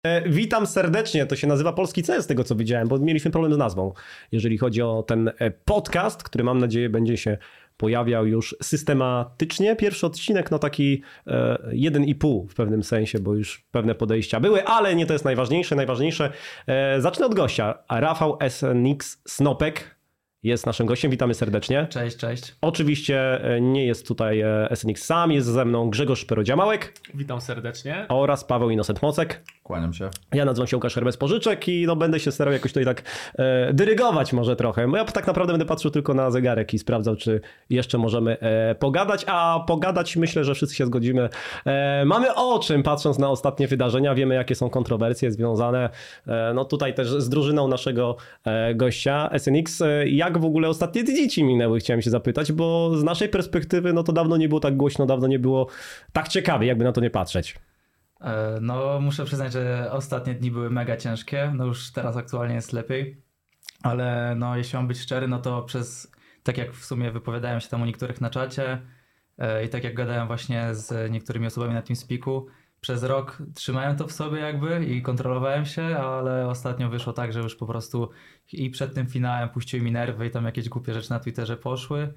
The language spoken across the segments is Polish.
Witam serdecznie, to się nazywa Polski CS z tego co widziałem, bo mieliśmy problem z nazwą, jeżeli chodzi o ten podcast, który mam nadzieję będzie się pojawiał już systematycznie. Pierwszy odcinek, no taki 1,5 w pewnym sensie, bo już pewne podejścia były, ale nie to jest najważniejsze. Najważniejsze, zacznę od gościa, Rafał SNX Snopek jest naszym gościem, witamy serdecznie. Cześć, cześć. Oczywiście nie jest tutaj SNX sam, jest ze mną Grzegorz Szpero-Działmałek. Witam serdecznie. Oraz Paweł Innocent-Mocek. Kłaniam się. Ja nazywam się Łukasz Herbes-Pożyczek i będę się starał jakoś tutaj tak dyrygować może trochę. Bo ja tak naprawdę będę patrzył tylko na zegarek i sprawdzał, czy jeszcze możemy pogadać. A pogadać myślę, że wszyscy się zgodzimy. Mamy o czym, patrząc na ostatnie wydarzenia. Wiemy, jakie są kontrowersje związane no tutaj też z drużyną naszego gościa SNX. Jak w ogóle ostatnie dni ci minęły, chciałem się zapytać, bo z naszej perspektywy no to dawno nie było tak głośno, dawno nie było tak ciekawie, jakby na to nie patrzeć. No muszę przyznać, że ostatnie dni były mega ciężkie, no już teraz aktualnie jest lepiej, ale no jeśli mam być szczery, no to tak jak w sumie wypowiadałem się tam o niektórych na czacie i tak jak gadałem właśnie z niektórymi osobami na TeamSpeaku, przez rok trzymałem to w sobie jakby i kontrolowałem się, ale ostatnio wyszło tak, że już po prostu i przed tym finałem puściły mi nerwy i tam jakieś głupie rzeczy na Twitterze poszły.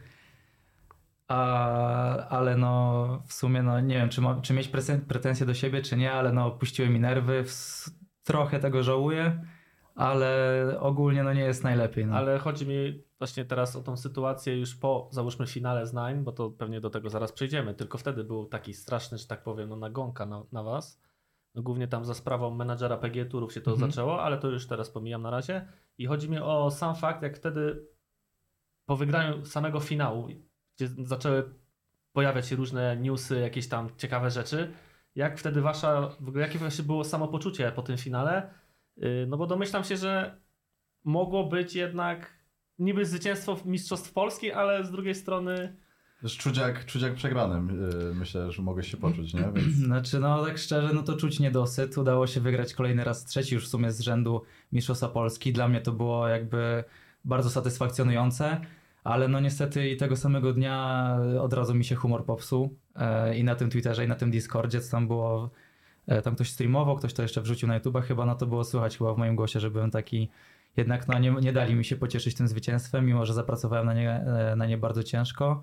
Ale no w sumie no nie wiem, czy mieć pretensje do siebie, czy nie, ale no puściły mi nerwy, trochę tego żałuję, ale ogólnie no nie jest najlepiej. No. Ale chodzi mi właśnie teraz o tą sytuację już po, załóżmy, finale z Nine, bo to pewnie do tego zaraz przejdziemy, tylko wtedy był taki straszny, że tak powiem, no nagonka na was. No głównie tam za sprawą menadżera PG Turów się to zaczęło, ale to już teraz pomijam na razie. I chodzi mi o sam fakt, jak wtedy po wygraniu samego finału, gdzie zaczęły pojawiać się różne newsy, jakieś tam ciekawe rzeczy. Jak wtedy jakie właśnie było samopoczucie po tym finale? No bo domyślam się, że mogło być jednak niby zwycięstwo Mistrzostw Polski, ale z drugiej strony... Już czuć jak przegranym, myślę, że mogę się poczuć, nie? Więc... Znaczy no tak szczerze, no to czuć niedosyt. Udało się wygrać kolejny raz, trzeci już w sumie z rzędu Mistrzostwa Polski. Dla mnie to było jakby bardzo satysfakcjonujące. Ale no niestety i tego samego dnia od razu mi się humor popsuł i na tym Twitterze i na tym Discordzie, co tam było, tam ktoś streamował, ktoś to jeszcze wrzucił na YouTube'a chyba, no to było słychać chyba w moim głosie, że byłem taki, jednak no nie dali mi się pocieszyć tym zwycięstwem, mimo że zapracowałem na nie bardzo ciężko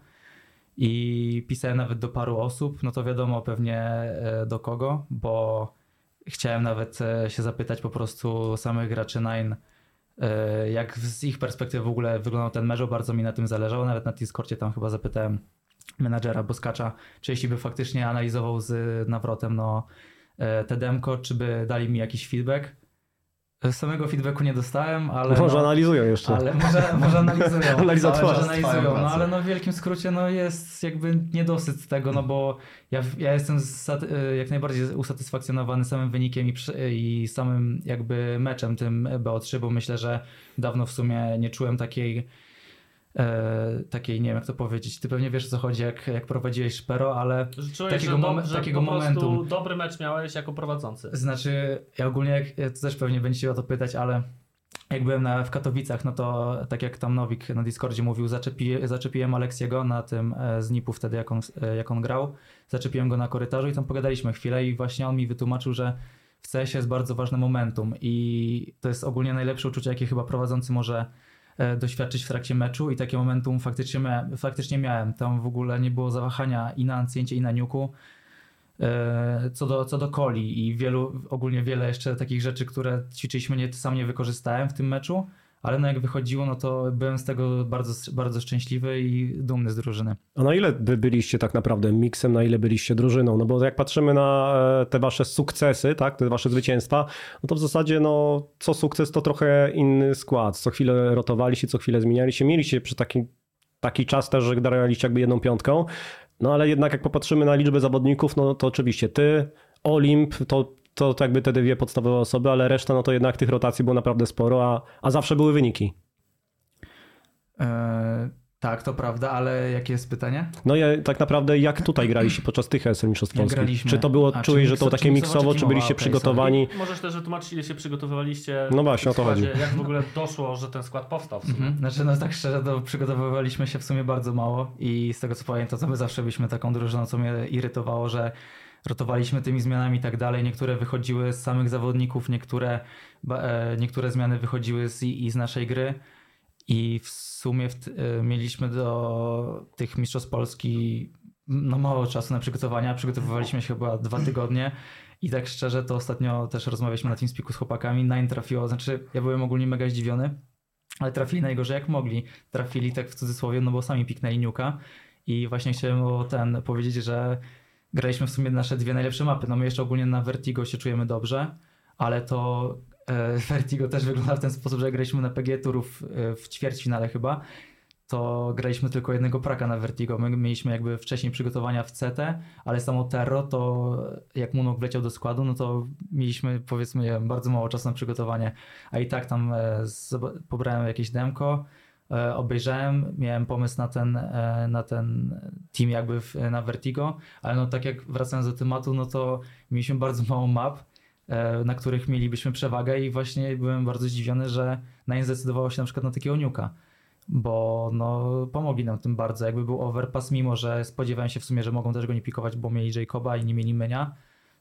i pisałem nawet do paru osób, no to wiadomo pewnie do kogo, bo chciałem nawet się zapytać po prostu samych graczy Nine, jak z ich perspektywy w ogóle wyglądał ten mecz, bardzo mi na tym zależało. Nawet na Discordzie tam chyba zapytałem menadżera Boskacza, czy jeśli by faktycznie analizował z nawrotem te demko, czy by dali mi jakiś feedback. Samego feedbacku nie dostałem, ale... Może analizują jeszcze. Ale może analizują. analizują, no ale no w wielkim skrócie no jest jakby niedosyt tego, no bo ja jestem jak najbardziej usatysfakcjonowany samym wynikiem i samym jakby meczem tym BO3, bo myślę, że dawno w sumie nie czułem takiej, nie wiem jak to powiedzieć, ty pewnie wiesz o co chodzi, jak prowadziłeś Szpero, ale czułeś, takiego po prostu momentum. dobry mecz miałeś jako prowadzący. Znaczy, ja ogólnie, to też pewnie będziecie o to pytać, ale jak byłem w Katowicach, no to tak jak tam Nowik na Discordzie mówił, zaczepiłem Aleksiego na tym z NIP-u wtedy, jak on grał, zaczepiłem go na korytarzu i tam pogadaliśmy chwilę i właśnie on mi wytłumaczył, że w CS jest bardzo ważne momentum i to jest ogólnie najlepsze uczucie, jakie chyba prowadzący może doświadczyć w trakcie meczu i takie momentum faktycznie miałem. Tam w ogóle nie było zawahania i na Anciencie i na Niuku co do coli i ogólnie wiele jeszcze takich rzeczy, które ćwiczyliśmy, sam nie wykorzystałem w tym meczu, ale no jak wychodziło, no to byłem z tego bardzo, bardzo szczęśliwy i dumny z drużyny. A na ile wy byliście tak naprawdę miksem, na ile byliście drużyną? No bo jak patrzymy na te wasze sukcesy, tak, te wasze zwycięstwa, no to w zasadzie no co sukces to trochę inny skład. Co chwilę rotowaliście, co chwilę zmienialiście. Mieliście przy taki czas też, że graliście jakby jedną piątką, no ale jednak jak popatrzymy na liczbę zawodników, no to oczywiście ty, Olimp, to jakby te dwie podstawowe osoby, ale reszta no to jednak tych rotacji było naprawdę sporo, a zawsze były wyniki. Tak, to prawda, ale jakie jest pytanie? No tak naprawdę jak tutaj graliście podczas tych mistrzostw polskich? Czy to było, czułeś, że to takie miksowo, czy byliście przygotowani? Możesz też wytłumaczyć, ile się przygotowywaliście. No właśnie, o to chodzi. Jak w ogóle doszło, że ten skład powstał w sumie? Znaczy, no tak szczerze, to przygotowywaliśmy się w sumie bardzo mało i z tego co pamiętam, to my zawsze byliśmy taką drużyną, co mnie irytowało, że rotowaliśmy tymi zmianami i tak dalej. Niektóre wychodziły z samych zawodników, niektóre zmiany wychodziły z naszej gry i w sumie mieliśmy do tych mistrzostw Polski mało czasu na przygotowania. Przygotowywaliśmy się chyba 2 tygodnie i tak szczerze to ostatnio też rozmawialiśmy na TeamSpeaku z chłopakami. Nine trafiło, znaczy ja byłem ogólnie mega zdziwiony, ale trafili najgorzej jak mogli. Trafili tak w cudzysłowie, no bo sami piknęli Nuka i właśnie chciałem powiedzieć, że graliśmy w sumie nasze 2 najlepsze mapy. No my jeszcze ogólnie na Vertigo się czujemy dobrze, ale to Vertigo też wygląda w ten sposób, że graliśmy na PG Turów w ćwierćfinale chyba, to graliśmy tylko jednego praka na Vertigo. My mieliśmy jakby wcześniej przygotowania w CT, ale samo Terro to jak Munok wleciał do składu, no to mieliśmy powiedzmy nie wiem, bardzo mało czasu na przygotowanie, a i tak tam pobrałem jakieś demko, obejrzałem, miałem pomysł na ten team jakby na Vertigo, ale no tak jak wracając do tematu, no to mieliśmy bardzo mało map, na których mielibyśmy przewagę i właśnie byłem bardzo zdziwiony, że Nine zdecydowało się na przykład na takiego Nuka, bo no pomogli nam tym bardzo. Jakby był overpass, mimo że spodziewałem się w sumie, że mogą też go nie pikować, bo mieli Jacoba i nie mieli Mynia,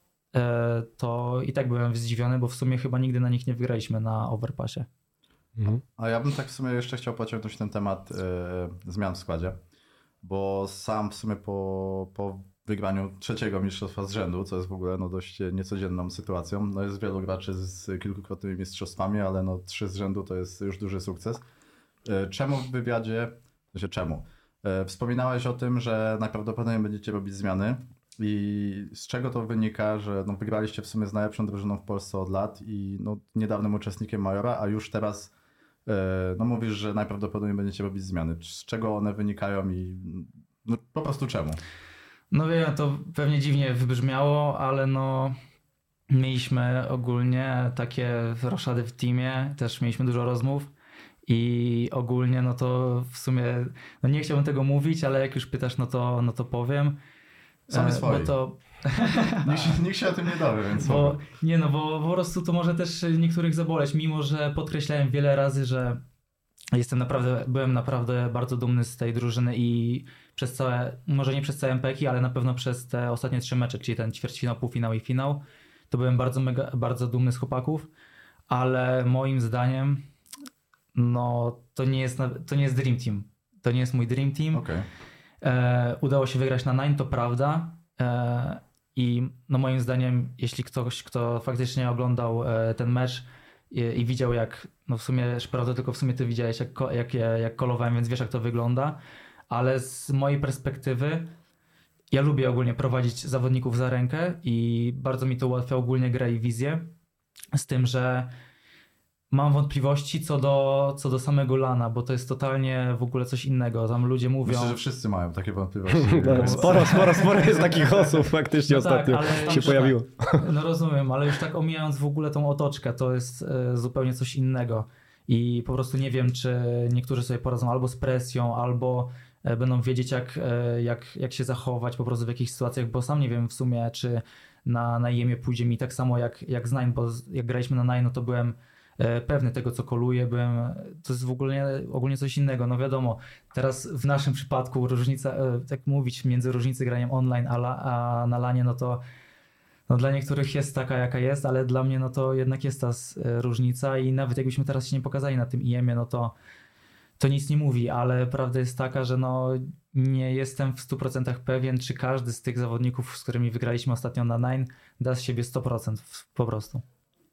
to i tak byłem zdziwiony, bo w sumie chyba nigdy na nich nie wygraliśmy na overpassie. A ja bym tak w sumie jeszcze chciał pociągnąć ten temat zmian w składzie, bo sam w sumie po wygraniu 3. mistrzostwa z rzędu, co jest w ogóle no dość niecodzienną sytuacją, no jest wielu graczy z kilkukrotnymi mistrzostwami, ale no 3 z rzędu to jest już duży sukces. Czemu w wywiadzie, czemu? Wspominałeś o tym, że najprawdopodobniej będziecie robić zmiany i z czego to wynika, że no wygraliście w sumie z najlepszą drużyną w Polsce od lat i no niedawnym uczestnikiem Majora, a już teraz no mówisz, że najprawdopodobniej będziecie robić zmiany. Z czego one wynikają i no po prostu czemu? No wiem, to pewnie dziwnie wybrzmiało, ale no mieliśmy ogólnie takie roszady w teamie, też mieliśmy dużo rozmów. I ogólnie no to w sumie, no nie chciałbym tego mówić, ale jak już pytasz, no to powiem. Sami swoi. Bo to... nikt się o tym nie dowie, więc bo po prostu to może też niektórych zaboleć, mimo że podkreślałem wiele razy, że byłem naprawdę bardzo dumny z tej drużyny i przez może nie przez całe MPK, ale na pewno przez te ostatnie 3 mecze, czyli ten ćwierćfinał, półfinał i finał, to byłem bardzo dumny z chłopaków, ale moim zdaniem no to nie jest Dream Team. To nie jest mój Dream Team. Okay. Udało się wygrać na Nine, to prawda. I no moim zdaniem, jeśli ktoś, kto faktycznie oglądał ten mecz i widział jak, no w sumie, prawda, tylko w sumie ty widziałeś jak kolowałem, więc wiesz jak to wygląda. Ale z mojej perspektywy ja lubię ogólnie prowadzić zawodników za rękę i bardzo mi to ułatwia ogólnie grę i wizję. Z tym, że mam wątpliwości co do samego lana, bo to jest totalnie w ogóle coś innego. Tam ludzie mówią... Myślę, że wszyscy mają takie wątpliwości. Sporo jest takich osób faktycznie ostatnio się pojawiło. No rozumiem, ale już tak omijając w ogóle tą otoczkę, to jest zupełnie coś innego. I po prostu nie wiem, czy niektórzy sobie poradzą albo z presją, albo będą wiedzieć jak się zachować po prostu w jakichś sytuacjach, bo sam nie wiem w sumie, czy na IEM-ie pójdzie mi tak samo jak z Nine, bo jak graliśmy na Nine, no to byłem pewny tego, co koluje, to jest w ogólnie coś innego. No wiadomo, teraz w naszym przypadku różnica, tak mówić, między różnicy graniem online a na lanie, no to no dla niektórych jest taka, jaka jest, ale dla mnie no to jednak jest ta różnica i nawet jakbyśmy teraz się nie pokazali na tym IEM-ie, no to nic nie mówi, ale prawda jest taka, że no nie jestem w 100% pewien, czy każdy z tych zawodników, z którymi wygraliśmy ostatnio na Nine, da z siebie 100% po prostu.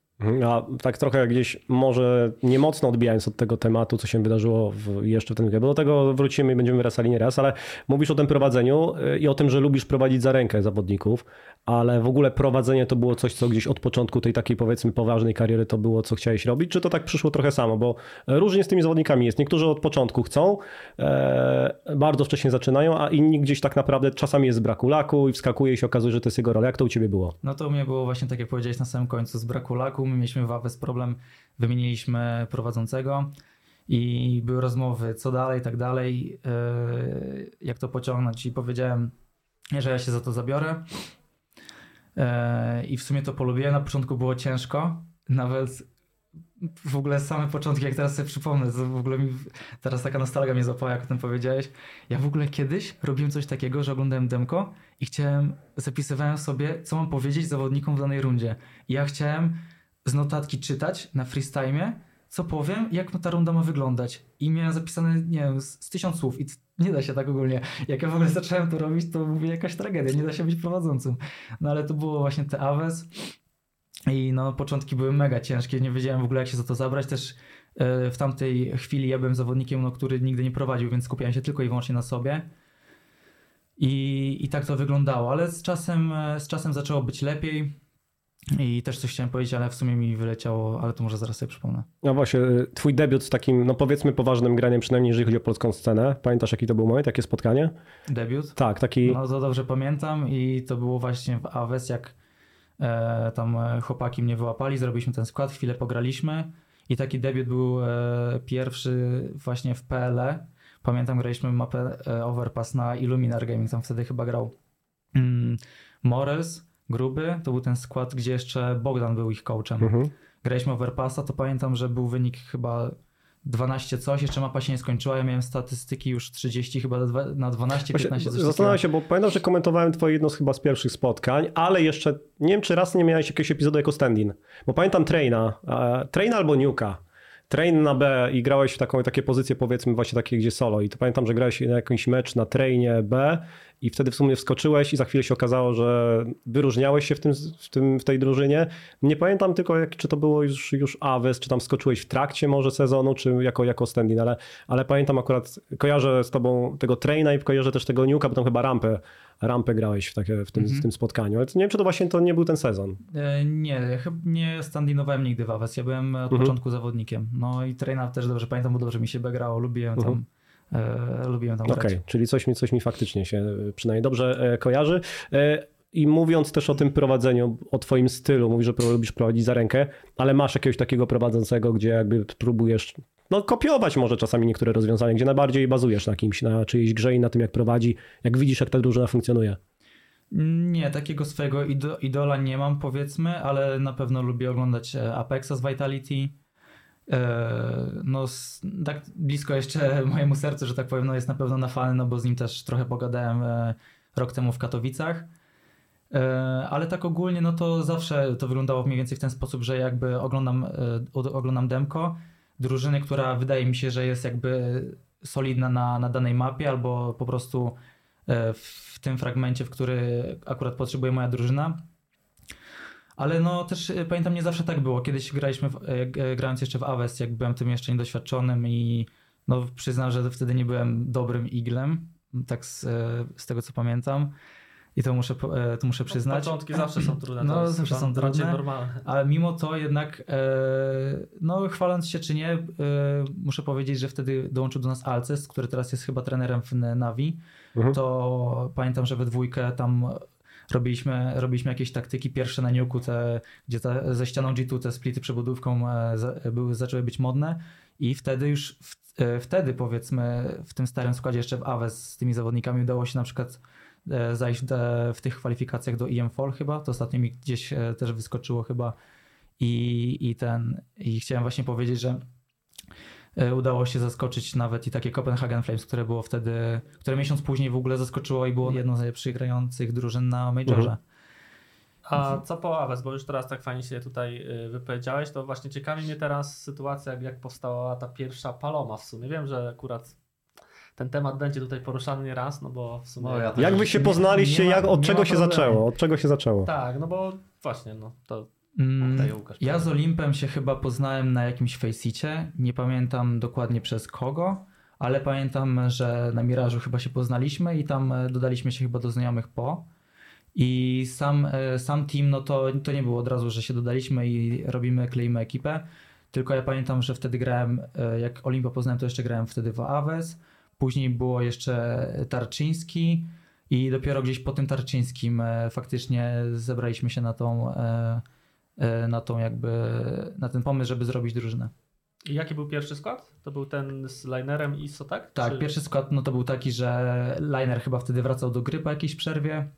A tak trochę gdzieś może nie mocno odbijając od tego tematu, co się wydarzyło jeszcze w tym tygodniu, bo do tego wrócimy i będziemy wracali nieraz, ale mówisz o tym prowadzeniu i o tym, że lubisz prowadzić za rękę zawodników, ale w ogóle prowadzenie to było coś, co gdzieś od początku tej takiej powiedzmy poważnej kariery to było, co chciałeś robić, czy to tak przyszło trochę samo, bo różnie z tymi zawodnikami jest. Niektórzy od początku chcą, bardzo wcześnie zaczynają, a inni gdzieś tak naprawdę czasami jest z braku laku i wskakuje i się okazuje, że to jest jego rola. Jak to u ciebie było? No to u mnie było właśnie tak, jak powiedziałeś na samym końcu, z braku laku. My mieliśmy w AWS problem, wymieniliśmy prowadzącego i były rozmowy, co dalej, tak dalej, jak to pociągnąć i powiedziałem, że ja się za to zabiorę i w sumie to polubiłem. Na początku było ciężko, nawet w ogóle same początki, jak teraz sobie przypomnę, to w ogóle teraz taka nostalgia mnie złapała, jak o tym powiedziałeś. Ja w ogóle kiedyś robiłem coś takiego, że oglądałem demko i zapisywałem sobie, co mam powiedzieć zawodnikom w danej rundzie. I ja chciałem z notatki czytać na freestyle, co powiem i jak ta runda ma wyglądać. I miałem zapisane, nie wiem, z 1000 słów i nie da się tak ogólnie. Jak ja w ogóle zacząłem to robić, to mówię, jakaś tragedia, nie da się być prowadzącym. No ale to było właśnie te Aves. I no, początki były mega ciężkie, nie wiedziałem w ogóle jak się za to zabrać. Też w tamtej chwili ja byłem zawodnikiem, no, który nigdy nie prowadził, więc skupiałem się tylko i wyłącznie na sobie. I tak to wyglądało, ale z czasem zaczęło być lepiej. I też coś chciałem powiedzieć, ale w sumie mi wyleciało, ale to może zaraz sobie przypomnę. No właśnie, twój debiut z takim, no powiedzmy poważnym graniem, przynajmniej jeżeli chodzi o polską scenę. Pamiętasz jaki to był moment, jakie spotkanie? Debiut? Tak, taki... No to dobrze pamiętam i to było właśnie w Aves, jak tam chłopaki mnie wyłapali, zrobiliśmy ten skład, chwilę pograliśmy i taki debiut był pierwszy właśnie w PLE. Pamiętam, graliśmy mapę Overpass na Illuminar Gaming, tam wtedy chyba grał Morels, Gruby, to był ten skład, gdzie jeszcze Bogdan był ich coachem. Graliśmy Overpassa, to pamiętam, że był wynik chyba 12 coś, jeszcze mapa się nie skończyła, ja miałem statystyki już 30 chyba na 12, 15 coś. Zastanawiam się, bo pamiętam, że komentowałem twoje jedno chyba z pierwszych spotkań, ale jeszcze nie wiem, czy raz nie miałeś jakiegoś epizodu jako stand-in. Bo pamiętam Traina albo Nuka. Train na B i grałeś w takie pozycje, powiedzmy właśnie takie gdzie solo i to pamiętam, że grałeś na jakiś mecz na Trainie B i wtedy w sumie wskoczyłeś i za chwilę się okazało, że wyróżniałeś się w tej drużynie. Nie pamiętam tylko czy to było już Aves, czy tam wskoczyłeś w trakcie może sezonu, czy jako stand-in, ale pamiętam akurat, kojarzę z tobą tego Traina i kojarzę też tego Nuka, bo tam chyba rampę grałeś w tym spotkaniu, ale nie wiem, czy to właśnie to nie był ten sezon. Nie, ja chyba nie standinowałem nigdy w Aves, ja byłem od początku zawodnikiem. No i Traina też dobrze pamiętam, bo dobrze mi się grało, lubiłem tam grać. Okej, czyli coś mi faktycznie się przynajmniej dobrze kojarzy. I mówiąc też o tym prowadzeniu, o twoim stylu, mówisz, że lubisz prowadzić za rękę, ale masz jakiegoś takiego prowadzącego, gdzie jakby próbujesz kopiować może czasami niektóre rozwiązania, gdzie najbardziej bazujesz na kimś, na czyjejś grze i na tym, jak prowadzi, jak widzisz, jak ta drużyna funkcjonuje. Nie, takiego swojego idola nie mam, powiedzmy, ale na pewno lubię oglądać Apexa z Vitality. No tak blisko jeszcze mojemu sercu, że tak powiem, no jest na pewno na fan, no bo z nim też trochę pogadałem rok temu w Katowicach. Ale tak ogólnie, no to zawsze to wyglądało mniej więcej w ten sposób, że jakby oglądam demko drużyny, która wydaje mi się, że jest jakby solidna na danej mapie albo po prostu w tym fragmencie, w który akurat potrzebuje moja drużyna. Ale no też pamiętam, nie zawsze tak było. Kiedyś grając jeszcze w Aves, jak byłem tym jeszcze niedoświadczonym i no przyznam, że wtedy nie byłem dobrym iglem, tak z tego co pamiętam. I to muszę przyznać. Początki zawsze są trudne. No zawsze są trudne, normalne. ale mimo to jednak, no chwaląc się czy nie, muszę powiedzieć, że wtedy dołączył do nas Alces, który teraz jest chyba trenerem w Navi. To pamiętam, że we dwójkę tam robiliśmy jakieś taktyki pierwsze na Nuku, gdzie ze ścianą G2 te splity przebudówką zaczęły być modne i wtedy już wtedy powiedzmy w tym starym składzie jeszcze w Aves z tymi zawodnikami udało się na przykład zajść w tych kwalifikacjach do EM4 chyba, to ostatnio mi gdzieś też wyskoczyło chyba i chciałem właśnie powiedzieć, że udało się zaskoczyć nawet i takie Copenhagen Flames, które miesiąc później w ogóle zaskoczyło i było jedną z najlepszych grających drużyn na Majorze. A co po Aves, bo już teraz tak fajnie się tutaj wypowiedziałeś, to właśnie ciekawi mnie teraz sytuacja, jak powstała ta pierwsza Paloma w sumie. Wiem, że akurat ten temat będzie tutaj poruszany nie raz, no bo w sumie... No, jak wy się poznaliście, od czego się zaczęło? Od czego się zaczęło? Tak, no bo właśnie, no to... Ja z Olimpem się chyba poznałem na jakimś Faceicie, nie pamiętam dokładnie przez kogo, ale pamiętam, że na Mirażu chyba się poznaliśmy i tam dodaliśmy się chyba do znajomych i sam team, no to nie było od razu, że się dodaliśmy i kleimy ekipę, tylko ja pamiętam, że wtedy grałem, jak Olimpa poznałem, to jeszcze grałem wtedy w Aves, później było jeszcze Tarczyński i dopiero gdzieś po tym Tarczyńskim faktycznie zebraliśmy się na ten pomysł, żeby zrobić drużynę. I jaki był pierwszy skład? To był ten z Linerem i ISO, tak? Tak, pierwszy skład no to był taki, że Liner chyba wtedy wracał do gry po jakiejś przerwie.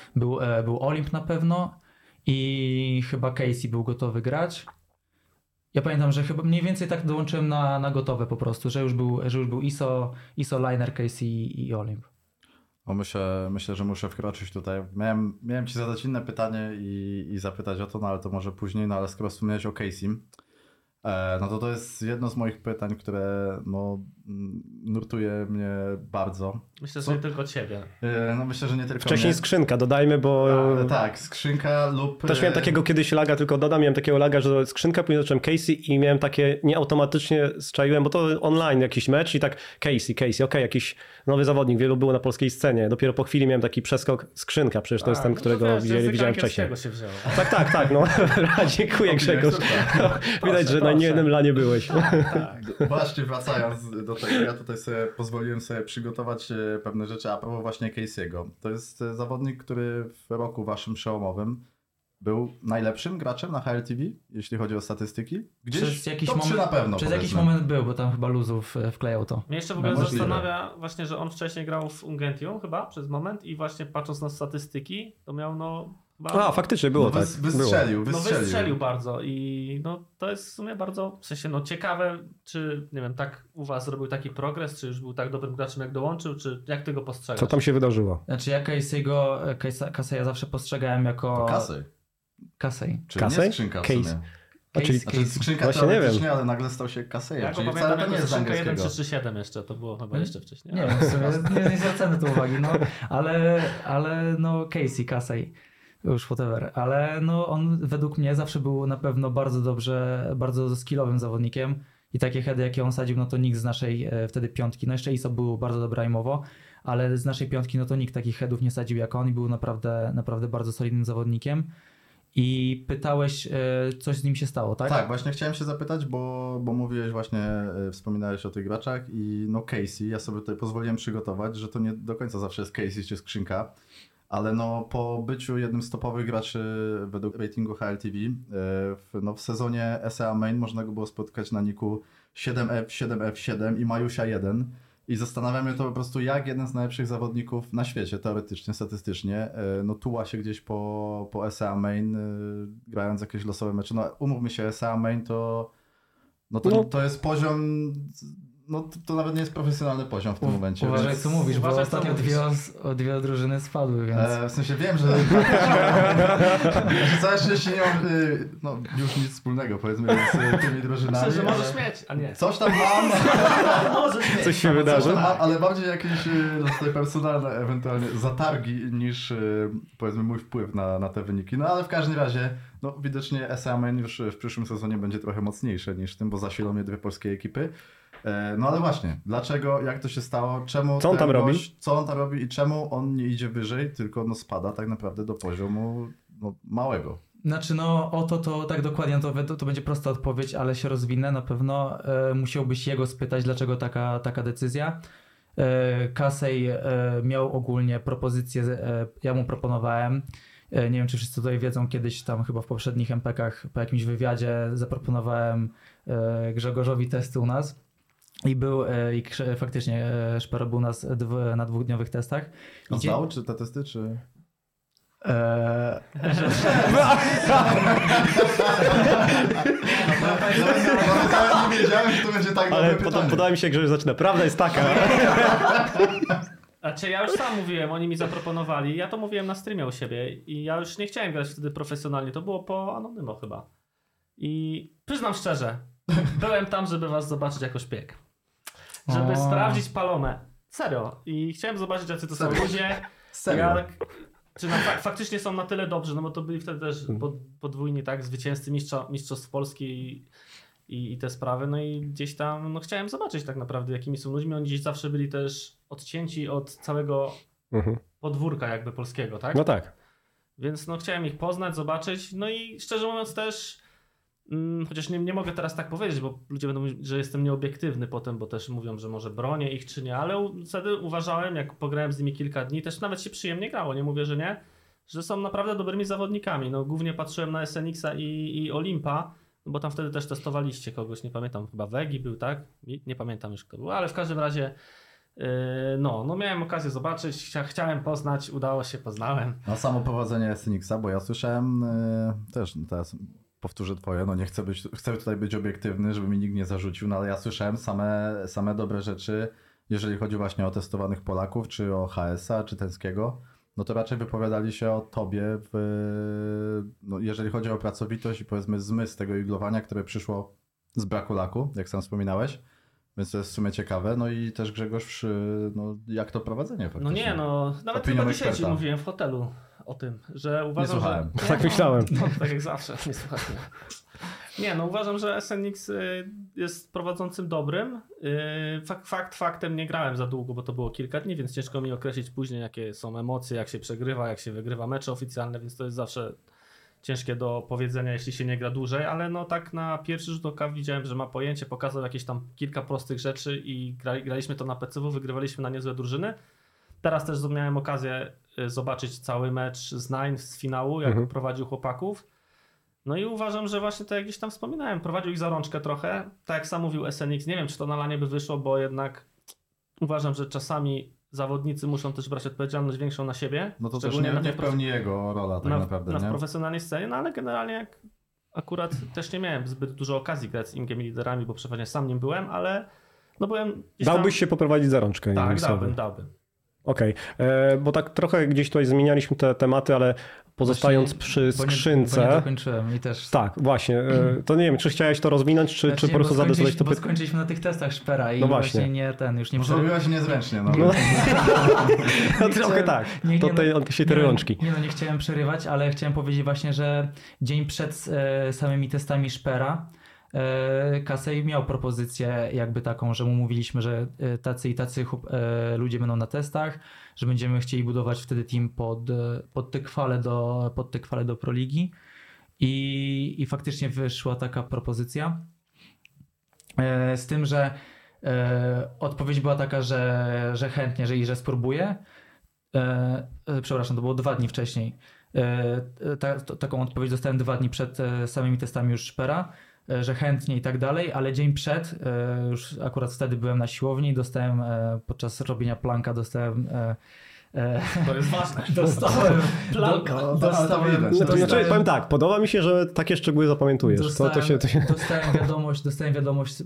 Był Olimp na pewno i chyba Casey był gotowy grać. Ja pamiętam, że chyba mniej więcej tak dołączyłem na gotowe po prostu, że już był ISO Liner, Casey i Olimp. No myślę, że muszę wkroczyć tutaj. Miałem ci zadać inne pytanie i zapytać o to, no ale to może później, no ale skoro wspomniałeś o Casey, no to jest jedno z moich pytań, które no, nurtuje mnie bardzo. Myślę, że nie tylko ciebie. No myślę, że nie tylko Wcześniej mnie. skrzynka, dodajmy, bo... Tak, skrzynka lub... Też miałem takiego kiedyś laga, tylko dodam, miałem takiego laga, że skrzynka, później zacząłem Casey i miałem takie, nieautomatycznie zczaiłem, bo to online jakiś mecz i tak Casey, okej, jakiś nowy zawodnik, wielu było na polskiej scenie. Dopiero po chwili miałem taki przeskok skrzynka, przecież to jest ten, którego widziałem wcześniej. Z się wzięło. Tak, no. Dziękuję Grzegorz. Widać, że na niejednym lanie byłeś. Właśnie wracając do tego, ja tutaj pozwoliłem sobie przygotować pewne rzeczy a propos właśnie Casey'ego. To jest zawodnik, który w roku waszym przełomowym był najlepszym graczem na HLTV, jeśli chodzi o statystyki. Gdzieś Przez jakiś top 3 na pewno. Przez powiedzmy. jakiś moment był, bo tam chyba luzów wklejał to. Mnie jeszcze w ogóle Możliwe. zastanawia właśnie, że on wcześniej grał w Ungentium chyba przez moment i właśnie patrząc na statystyki, to miał no chyba... A, faktycznie było tak. Wystrzelił. No wystrzelił bardzo i no to jest w sumie bardzo, w sensie no ciekawe, czy nie wiem, tak u was zrobił taki progres, czy już był tak dobrym graczem jak dołączył, czy jak ty go postrzegasz? Co tam się wydarzyło? Znaczy ja Casey'a zawsze postrzegałem jako... To kasy. Casey. Czyli Kasej? nie skrzynka w Case. sumie. A, czyli Znaczy skrzynka Właśnie nie teoretycznie, ale nagle stał się Kasejem. Ja go Czyli pamiętam wcale to jako nie jest z skrzynkę angielskiego. 1337 jeszcze, to było chyba jeszcze wcześniej. Nie wiem, w sumie nie zwracamy tu uwagi, no. Ale no Casey, już whatever. Ale no on według mnie zawsze był na pewno bardzo skillowym zawodnikiem i takie heady, jakie on sadził, no to nikt z naszej wtedy piątki, no jeszcze ISO był bardzo dobry aimowo, ale z naszej piątki, no to nikt takich headów nie sadził jak on i był naprawdę bardzo solidnym zawodnikiem. I pytałeś, coś z nim się stało, tak? Tak, właśnie chciałem się zapytać, bo mówiłeś właśnie, wspominałeś o tych graczach i no Casey, ja sobie tutaj pozwoliłem przygotować, że to nie do końca zawsze jest Casey czy skrzynka, ale no po byciu jednym z topowych graczy według ratingu HLTV, w sezonie SEA Main można go było spotkać na niku 7F, 7F7 i Majusia 1. I zastanawia mnie to po prostu, jak jeden z najlepszych zawodników na świecie, teoretycznie, statystycznie, no tuła się gdzieś po SEA Main, grając jakieś losowe mecze. No umówmy się, SEA Main to jest poziom, no to nawet nie jest profesjonalny poziom w tym momencie. Uważaj więc... co mówisz, bo Uważaj, ostatnio co mówisz. dwie drużyny spadły, więc... W sensie wiem, że całe szczęście nie mam już nic wspólnego powiedzmy z tymi drużynami. Myślę, że ale możesz mieć, a nie. coś tam mam. Możesz mieć. Coś się wydarzy? Ale bardziej jakieś tutaj personalne ewentualnie zatargi niż powiedzmy mój wpływ na te wyniki. No ale w każdym razie no, widocznie SEA Main już w przyszłym sezonie będzie trochę mocniejsze niż w tym, bo zasilą mnie dwie polskie ekipy. No ale właśnie, dlaczego, jak to się stało, czemu Co on tam robi? Co on tam robi i czemu on nie idzie wyżej, tylko no spada tak naprawdę do poziomu małego. Znaczy no o to tak dokładnie, to będzie prosta odpowiedź, ale się rozwinę na pewno. Musiałbyś jego spytać, dlaczego taka decyzja. Casey miał ogólnie propozycję, ja mu proponowałem, nie wiem czy wszyscy tutaj wiedzą, kiedyś tam chyba w poprzednich MPK-ach po jakimś wywiadzie zaproponowałem Grzegorzowi testy u nas. I faktycznie Szpero był nas na dwudniowych testach. On zdał, czy te testy, czy... Nie wiedziałem, że to będzie tak Ale dobre pytanie. podoba mi się, że zaczyna. Prawda jest taka. Znaczy ja już sam mówiłem, oni mi zaproponowali, ja to mówiłem na streamie u siebie i ja już nie chciałem grać wtedy profesjonalnie, to było po Anonymo chyba. I przyznam szczerze, byłem tam, żeby was zobaczyć jako szpieg. Żeby sprawdzić Palomę. Serio. I chciałem zobaczyć, jacy to są ludzie. Serio? Czy faktycznie są na tyle dobrzy, no bo to byli wtedy też podwójni, tak, zwycięzcy mistrzostw Polski i te sprawy, no i gdzieś tam, no chciałem zobaczyć tak naprawdę, jakimi są ludźmi, oni gdzieś zawsze byli też odcięci od całego podwórka jakby polskiego, tak? No tak. Więc no chciałem ich poznać, zobaczyć, no i szczerze mówiąc też, chociaż nie mogę teraz tak powiedzieć, bo ludzie będą mówić, że jestem nieobiektywny potem, bo też mówią, że może bronię ich czy nie, ale wtedy uważałem, jak pograłem z nimi kilka dni, też nawet się przyjemnie grało, nie mówię, że nie, że są naprawdę dobrymi zawodnikami. No głównie patrzyłem na SNX-a i Olimpa, no bo tam wtedy też testowaliście kogoś, nie pamiętam, chyba Wegi był, tak? Nie pamiętam już kto był, ale w każdym razie no miałem okazję zobaczyć, chciałem poznać, udało się, poznałem. No samo prowadzenie SNX-a, bo ja słyszałem też teraz powtórzę twoje, no nie chcę tutaj być obiektywny, żeby mi nikt nie zarzucił, no ale ja słyszałem same dobre rzeczy, jeżeli chodzi właśnie o testowanych Polaków, czy o HS-a, czy Tenskiego, no to raczej wypowiadali się o tobie, no jeżeli chodzi o pracowitość i powiedzmy zmysł tego iglowania, które przyszło z braku laku, jak sam wspominałeś. Więc to jest w sumie ciekawe. No i też Grzegorz, no jak to prowadzenie faktycznie? Nawet Opinią chyba dzisiaj ci eksperta. mówiłem w hotelu o tym, że uważam, Nie słuchałem. że... Tak myślałem. No, tak jak zawsze, nie słuchajcie. Nie, no uważam, że SNX jest prowadzącym dobrym. Faktem nie grałem za długo, bo to było kilka dni, więc ciężko mi określić później, jakie są emocje, jak się przegrywa, jak się wygrywa mecze oficjalne, więc to jest zawsze ciężkie do powiedzenia, jeśli się nie gra dłużej, ale no tak na pierwszy rzut oka widziałem, że ma pojęcie, pokazał jakieś tam kilka prostych rzeczy i graliśmy to na PCW, wygrywaliśmy na niezłe drużyny. Teraz też miałem okazję zobaczyć cały mecz z Nine z finału, jak prowadził chłopaków. No i uważam, że właśnie tak jak gdzieś tam wspominałem, prowadził ich za rączkę trochę. Tak jak sam mówił SNX, nie wiem czy to na lanie by wyszło, bo jednak uważam, że czasami zawodnicy muszą też brać odpowiedzialność większą na siebie. No to też szczególnie nie w pełni jego rola tak naprawdę, na nie? profesjonalnej scenie, no ale generalnie jak akurat też nie miałem zbyt dużo okazji grać z ingame liderami, bo przeważnie sam nim byłem, ale no byłem gdzieś tam... Dałbyś się poprowadzić za rączkę? Tak, dałbym. Okej, bo tak trochę gdzieś tutaj zmienialiśmy te tematy, ale pozostając przy skrzynce... Bo nie dokończyłem i też... Tak, właśnie. To nie wiem, czy chciałeś to rozwinąć, czy po prostu zadać to pytanie? Bo skończyliśmy na tych testach Szpera i No właśnie właśnie. już nie... No zrobiłaś niezręcznie, no. No trochę tak. To te rączki. Nie chciałem przerywać, ale chciałem powiedzieć właśnie, że dzień przed samymi testami Szpera Kasej miał propozycję jakby taką, że mu mówiliśmy, że tacy i tacy ludzie będą na testach, że będziemy chcieli budować wtedy team pod te kwale do Pro Ligi i faktycznie wyszła taka propozycja. Z tym, że odpowiedź była taka, że chętnie, że spróbuję. Przepraszam, to było 2 dni wcześniej. Taką odpowiedź dostałem 2 dni przed samymi testami już Szpera, że chętnie i tak dalej, ale dzień przed, już akurat wtedy byłem na siłowni, dostałem podczas robienia planka, To jest ważne. Dostałem Powiem tak, podoba mi się, że takie szczegóły zapamiętujesz. Dostałem wiadomość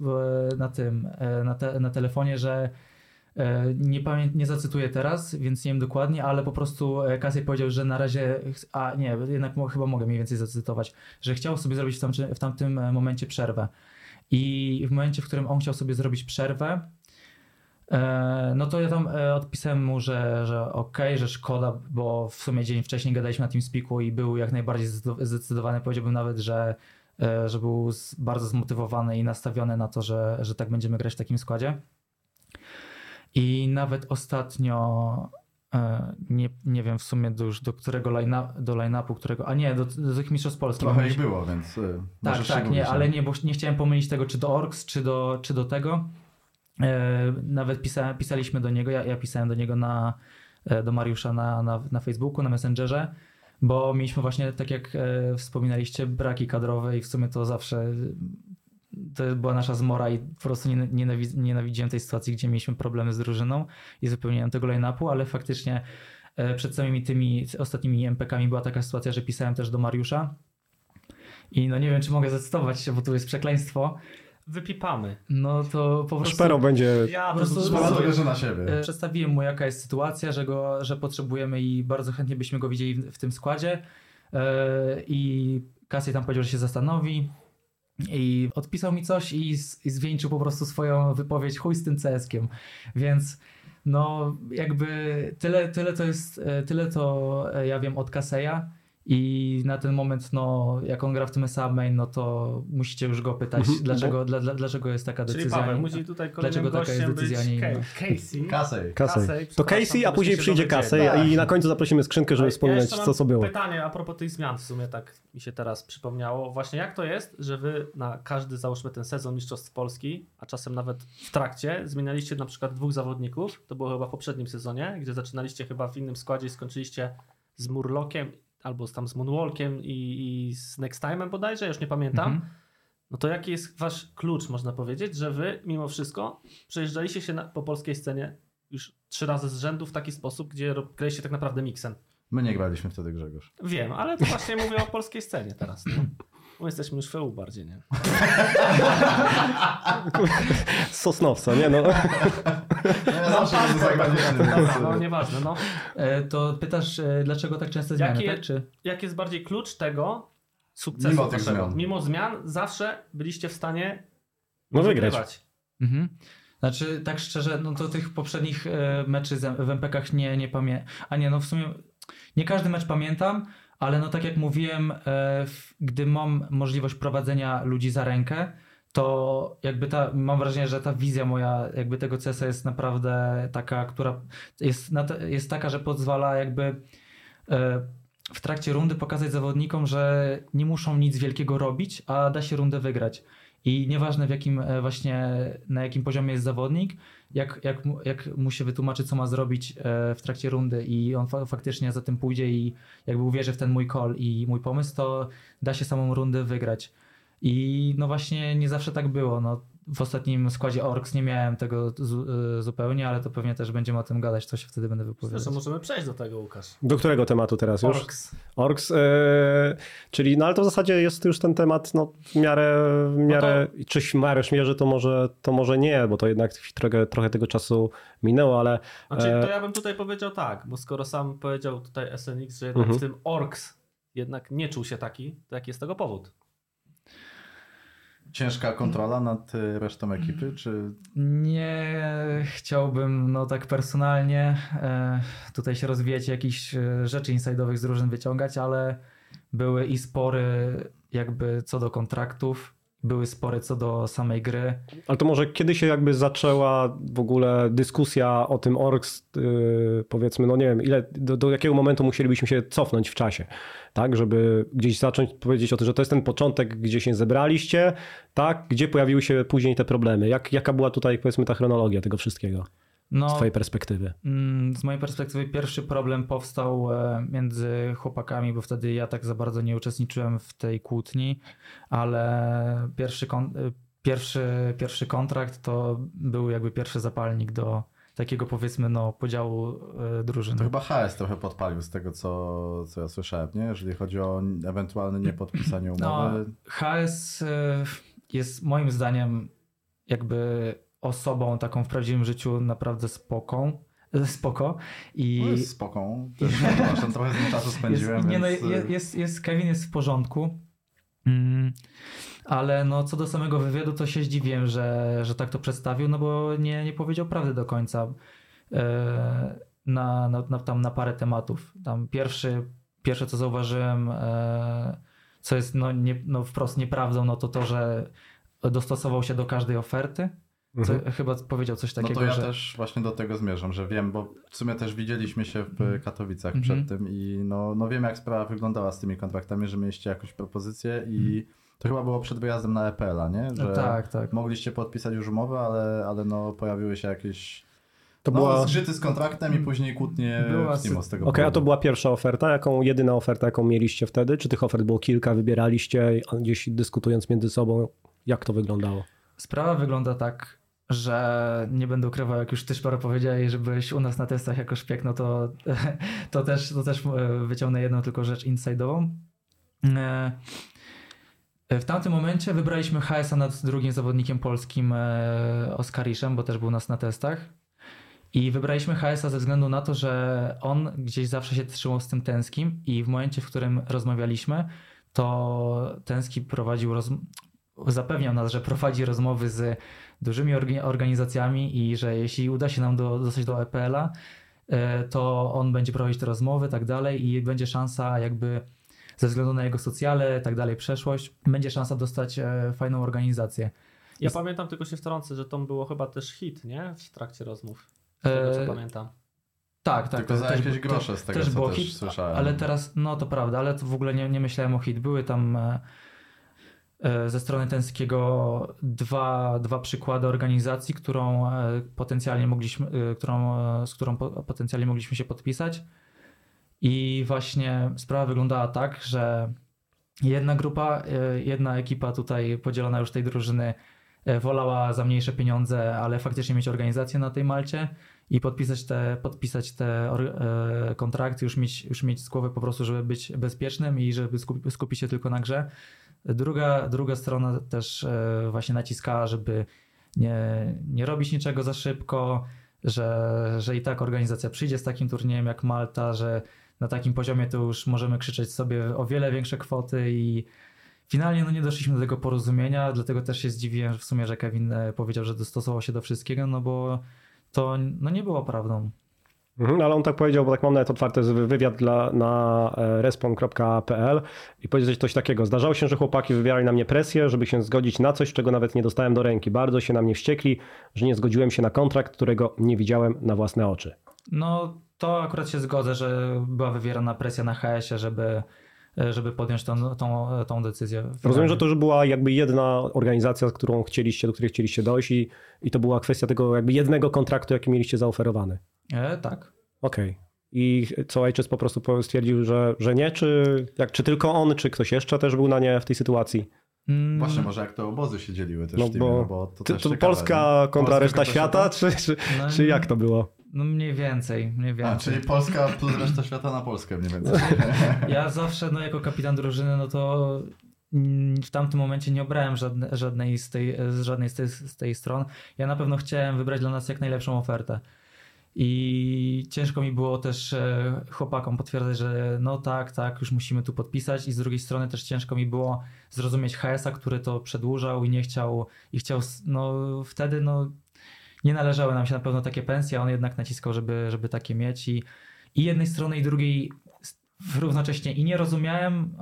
na telefonie, że nie zacytuję teraz, więc nie wiem dokładnie, ale po prostu Kasej powiedział, że na razie, jednak chyba mogę mniej więcej zacytować, że chciał sobie zrobić w tamtym momencie przerwę. I w momencie, w którym on chciał sobie zrobić przerwę, no to ja tam odpisałem mu, że okej, że szkoda, bo w sumie dzień wcześniej gadaliśmy na TeamSpeaku i był jak najbardziej zdecydowany. Powiedziałbym nawet, że był bardzo zmotywowany i nastawiony na to, że tak będziemy grać w takim składzie. I nawet ostatnio, nie wiem w sumie do którego line-upu, do tych mistrzostw Polski. Trochę ich było, więc ale bo nie chciałem pomylić tego, czy do Orks, czy do tego. Nawet pisaliśmy do niego, ja pisałem do niego do Mariusza na Facebooku, na Messengerze, bo mieliśmy właśnie, tak jak wspominaliście, braki kadrowe i w sumie to zawsze to była nasza zmora i po prostu nienawidziłem tej sytuacji, gdzie mieliśmy problemy z drużyną i z wypełnieniem tego line-upu, ale faktycznie przed samymi tymi ostatnimi MPK-ami była taka sytuacja, że pisałem też do Mariusza i no nie wiem, czy mogę zacytować, bo tu jest przekleństwo. Wypipamy. No to po prostu... Szpero będzie... Ja po prostu to bierze na siebie. Przedstawiłem mu, jaka jest sytuacja, że potrzebujemy i bardzo chętnie byśmy go widzieli w tym składzie. I Kasej tam powiedział, że się zastanowi. I odpisał mi coś i zwieńczył po prostu swoją wypowiedź chuj z tym CS-kiem. Więc no jakby tyle to ja wiem od Kaseja. I na ten moment, no, jak on gra w tym SA main, no to musicie już go pytać, dlaczego jest taka decyzja. Czyli Paweł, musi tutaj kolejnym gościem być Kasej. To Casey, a później przyjdzie Kasej i na końcu zaprosimy skrzynkę, żeby wspomnieć, co było. Pytanie a propos tych zmian, w sumie tak mi się teraz przypomniało. Właśnie jak to jest, że wy na każdy, załóżmy ten sezon Mistrzostw Polski, a czasem nawet w trakcie, zmienialiście na przykład 2 zawodników, to było chyba w poprzednim sezonie, gdzie zaczynaliście chyba w innym składzie i skończyliście z Murlockiem albo tam z Moonwalkiem i z Next Time'em bodajże, już nie pamiętam. No to jaki jest wasz klucz, można powiedzieć, że wy mimo wszystko przejeżdżaliście się po polskiej scenie już 3 razy z rzędu w taki sposób, gdzie graliście tak naprawdę miksem. My nie graliśmy wtedy, Grzegorz. Wiem, ale to właśnie mówię o polskiej scenie teraz. Nie? My jesteśmy już FEU bardziej, nie? Z Sosnowca, nie no. Ja zawsze będę zagraniczny. Dobra, no nieważne, no. To pytasz, dlaczego tak często zmiany, tak? Czy... Jaki jest bardziej klucz tego sukcesu Mimo tych waszego? zmian. Mimo zmian zawsze byliście w stanie Wygrać. wygrywać. Mhm. Znaczy, tak szczerze, no to tych poprzednich meczy w MPK-ach nie pamiętam. A nie, no w sumie nie każdy mecz pamiętam, ale no tak jak mówiłem, gdy mam możliwość prowadzenia ludzi za rękę, to jakby mam wrażenie, że ta wizja moja jakby tego CS-a jest naprawdę taka, która jest taka, że pozwala jakby w trakcie rundy pokazać zawodnikom, że nie muszą nic wielkiego robić, a da się rundę wygrać. I nieważne w jakim na jakim poziomie jest zawodnik, jak mu się wytłumaczy, co ma zrobić w trakcie rundy i on faktycznie za tym pójdzie i jakby uwierzy w ten mój call i mój pomysł, to da się samą rundę wygrać. I no właśnie nie zawsze tak było. No, w ostatnim składzie Orks nie miałem tego zupełnie, ale to pewnie też będziemy o tym gadać, to się wtedy będę wypowiadać. Myślę, że możemy przejść do tego, Łukasz. Do którego tematu teraz już? Orks. Czyli, no ale to w zasadzie jest już ten temat, no w miarę czy Mariusz mierzy, to może nie, bo to jednak trochę tego czasu minęło, ale... Znaczy, to ja bym tutaj powiedział tak, bo skoro sam powiedział tutaj SNX, że jednak w tym Orks jednak nie czuł się taki, to jaki jest tego powód? Ciężka kontrola nad resztą ekipy, czy... Nie chciałbym, no tak personalnie, tutaj się rozwijać i jakichś rzeczy inside'owych z drużyn wyciągać, ale były i spory jakby co do kontraktów, były spory co do samej gry. Ale to może kiedy się jakby zaczęła w ogóle dyskusja o tym Orks, powiedzmy, no nie wiem, do jakiego momentu musielibyśmy się cofnąć w czasie, tak, żeby gdzieś zacząć powiedzieć o tym, że to jest ten początek, gdzie się zebraliście, tak, gdzie pojawiły się później te problemy. Jaka była tutaj, powiedzmy, ta chronologia tego wszystkiego z twojej perspektywy? Z mojej perspektywy pierwszy problem powstał między chłopakami, bo wtedy ja tak za bardzo nie uczestniczyłem w tej kłótni, ale pierwszy kontrakt to był jakby pierwszy zapalnik do takiego, powiedzmy, no podziału drużyn. To chyba HS trochę podpalił z tego, co ja słyszałem, nie? Jeżeli chodzi o ewentualne niepodpisanie umowy. No, HS jest moim zdaniem jakby osobą taką w prawdziwym życiu naprawdę spoko. I No jest spoką. Też przepraszam, trochę z nim czasu spędziłem, Kevin jest w porządku. Ale no co do samego wywiadu, to się zdziwiłem, że tak to przedstawił, no bo nie powiedział prawdy do końca na parę tematów. Tam pierwsze co zauważyłem, co jest wprost nieprawdą, no to, że dostosował się do każdej oferty. Chyba powiedział coś takiego, no to ja też właśnie do tego zmierzam, że wiem, bo w sumie też widzieliśmy się w Katowicach przed tym i no wiem, jak sprawa wyglądała z tymi kontraktami, że mieliście jakąś propozycję i to chyba było przed wyjazdem na EPL-a, nie? Że tak. mogliście podpisać już umowę, ale no pojawiły się jakieś była... zgrzyty z kontraktem i później kłótnie w Timo z tego Okej, a to była pierwsza oferta? Jedyna oferta, jaką mieliście wtedy? Czy tych ofert było kilka, wybieraliście, gdzieś dyskutując między sobą? Jak to wyglądało? Sprawa wygląda tak, że nie będę ukrywał, jak już ty Szparo powiedziałeś, że byłeś u nas na testach jako szpieg, no to też wyciągnę jedną tylko rzecz inside'ową. W tamtym momencie wybraliśmy HS-a nad drugim zawodnikiem polskim Oskariszem, bo też był u nas na testach. I wybraliśmy HS-a ze względu na to, że on gdzieś zawsze się trzymał z tym Tęskim i w momencie, w którym rozmawialiśmy, to Tęski zapewniał nas, że prowadzi rozmowy z dużymi organizacjami i że jeśli uda się nam dostać do EPL-a, to on będzie prowadzić te rozmowy i tak dalej i będzie szansa jakby ze względu na jego socjale, tak dalej, przeszłość, będzie szansa dostać fajną organizację. Ja pamiętam, tylko się wtrącę, że to było chyba też hit, nie? W trakcie rozmów. Z tego co pamiętam. Tak. Tylko za jakieś grosze z tego, też co było też hit, słyszałem. ale teraz, no to prawda, ale to w ogóle nie myślałem o hit. Były tam ze strony Tęskiego dwa przykłady organizacji, z którą potencjalnie mogliśmy się podpisać. I właśnie sprawa wyglądała tak, że jedna ekipa tutaj podzielona już tej drużyny wolała za mniejsze pieniądze, ale faktycznie mieć organizację na tej Malcie i podpisać te kontrakty, już mieć z głowy po prostu, żeby być bezpiecznym i żeby skupić się tylko na grze. Druga strona też właśnie naciskała, żeby nie robić niczego za szybko, że i tak organizacja przyjdzie z takim turniejem jak Malta, że na takim poziomie to już możemy krzyczeć sobie o wiele większe kwoty i finalnie nie doszliśmy do tego porozumienia, dlatego też się zdziwiłem w sumie, że Kevin powiedział, że dostosował się do wszystkiego, no bo to nie było prawdą. Ale on tak powiedział, bo tak mam nawet otwarty wywiad na respon.pl i powiedział coś takiego. Zdarzało się, że chłopaki wywierali na mnie presję, żeby się zgodzić na coś, czego nawet nie dostałem do ręki. Bardzo się na mnie wściekli, że nie zgodziłem się na kontrakt, którego nie widziałem na własne oczy. No to akurat się zgodzę, że była wywierana presja na HS-ie, żeby podjąć tą decyzję. Rozumiem, że to już była jakby jedna organizacja, do której chcieliście dojść i to była kwestia tego jakby jednego kontraktu, jaki mieliście zaoferowany. Tak. Okej. I co, HS po prostu stwierdził, że nie? Czy tylko on, czy ktoś jeszcze też był na nie w tej sytuacji? Właśnie, może jak te obozy się dzieliły też w teamie, bo to też to ciekawe, Polska kontra Polska reszta kontra świata, czy jak to było? No mniej więcej. Czyli Polska plus reszta świata na Polskę mniej więcej. Ja zawsze jako kapitan drużyny, no to w tamtym momencie nie obrałem żadnej z tej stron. Ja na pewno chciałem wybrać dla nas jak najlepszą ofertę. I ciężko mi było też chłopakom potwierdzać, że no tak, już musimy tu podpisać i z drugiej strony też ciężko mi było zrozumieć HS-a, który to przedłużał i chciał, wtedy nie należały nam się na pewno takie pensje, a on jednak naciskał, żeby takie mieć i jednej strony i drugiej równocześnie i nie rozumiałem,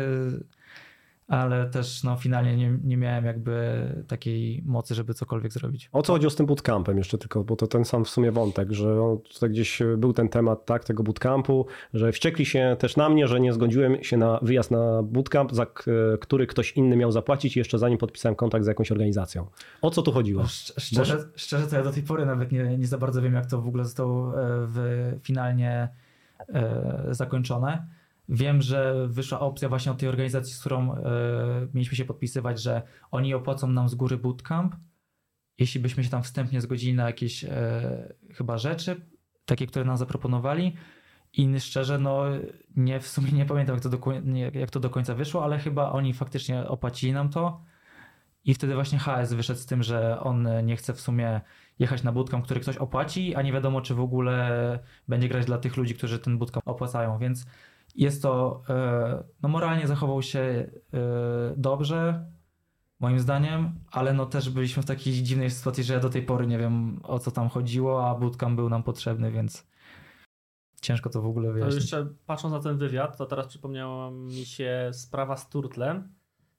ale też finalnie nie miałem jakby takiej mocy, żeby cokolwiek zrobić. O co chodziło z tym bootcampem jeszcze tylko, bo to ten sam w sumie wątek, że tutaj gdzieś był ten temat tego bootcampu, że wściekli się też na mnie, że nie zgodziłem się na wyjazd na bootcamp, za który ktoś inny miał zapłacić i jeszcze zanim podpisałem kontrakt z jakąś organizacją. O co tu chodziło? Szczerze to ja do tej pory nawet nie za bardzo wiem, jak to w ogóle zostało finalnie zakończone. Wiem, że wyszła opcja właśnie od tej organizacji, z którą mieliśmy się podpisywać, że oni opłacą nam z góry bootcamp, jeśli byśmy się tam wstępnie zgodzili na jakieś chyba rzeczy, takie, które nam zaproponowali. I szczerze, w sumie nie pamiętam, jak to do końca wyszło, ale chyba oni faktycznie opłacili nam to. I wtedy właśnie HS wyszedł z tym, że on nie chce w sumie jechać na bootcamp, który ktoś opłaci, a nie wiadomo, czy w ogóle będzie grać dla tych ludzi, którzy ten bootcamp opłacają, więc jest to, moralnie zachował się dobrze, moim zdaniem, ale też byliśmy w takiej dziwnej sytuacji, że ja do tej pory nie wiem, o co tam chodziło, a bootcamp był nam potrzebny, więc ciężko to w ogóle wyjaśnić. To jeszcze patrząc na ten wywiad, to teraz przypomniała mi się sprawa z Turtlem